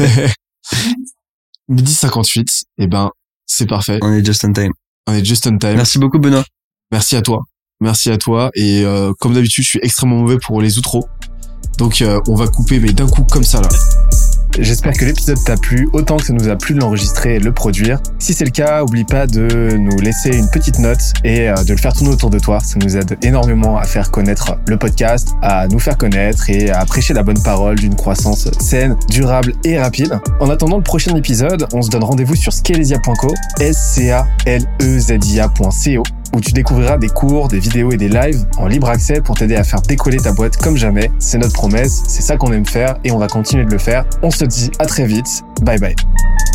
10h58. Et ben, c'est parfait. On est just on time. Merci beaucoup, Benoît. Merci à toi. Et comme d'habitude, je suis extrêmement mauvais pour les outros. Donc, on va couper, mais d'un coup comme ça là. J'espère que l'épisode t'a plu autant que ça nous a plu de l'enregistrer et de le produire. Si c'est le cas, oublie pas de nous laisser une petite note et de le faire tourner autour de toi. Ça nous aide énormément à faire connaître le podcast, à nous faire connaître et à prêcher la bonne parole d'une croissance saine, durable et rapide. En attendant le prochain épisode, on se donne rendez-vous sur scalezia.co, scalezia.co, où tu découvriras des cours, des vidéos et des lives en libre accès pour t'aider à faire décoller ta boîte comme jamais. C'est notre promesse, c'est ça qu'on aime faire et on va continuer de le faire. On se dit à très vite. Bye bye.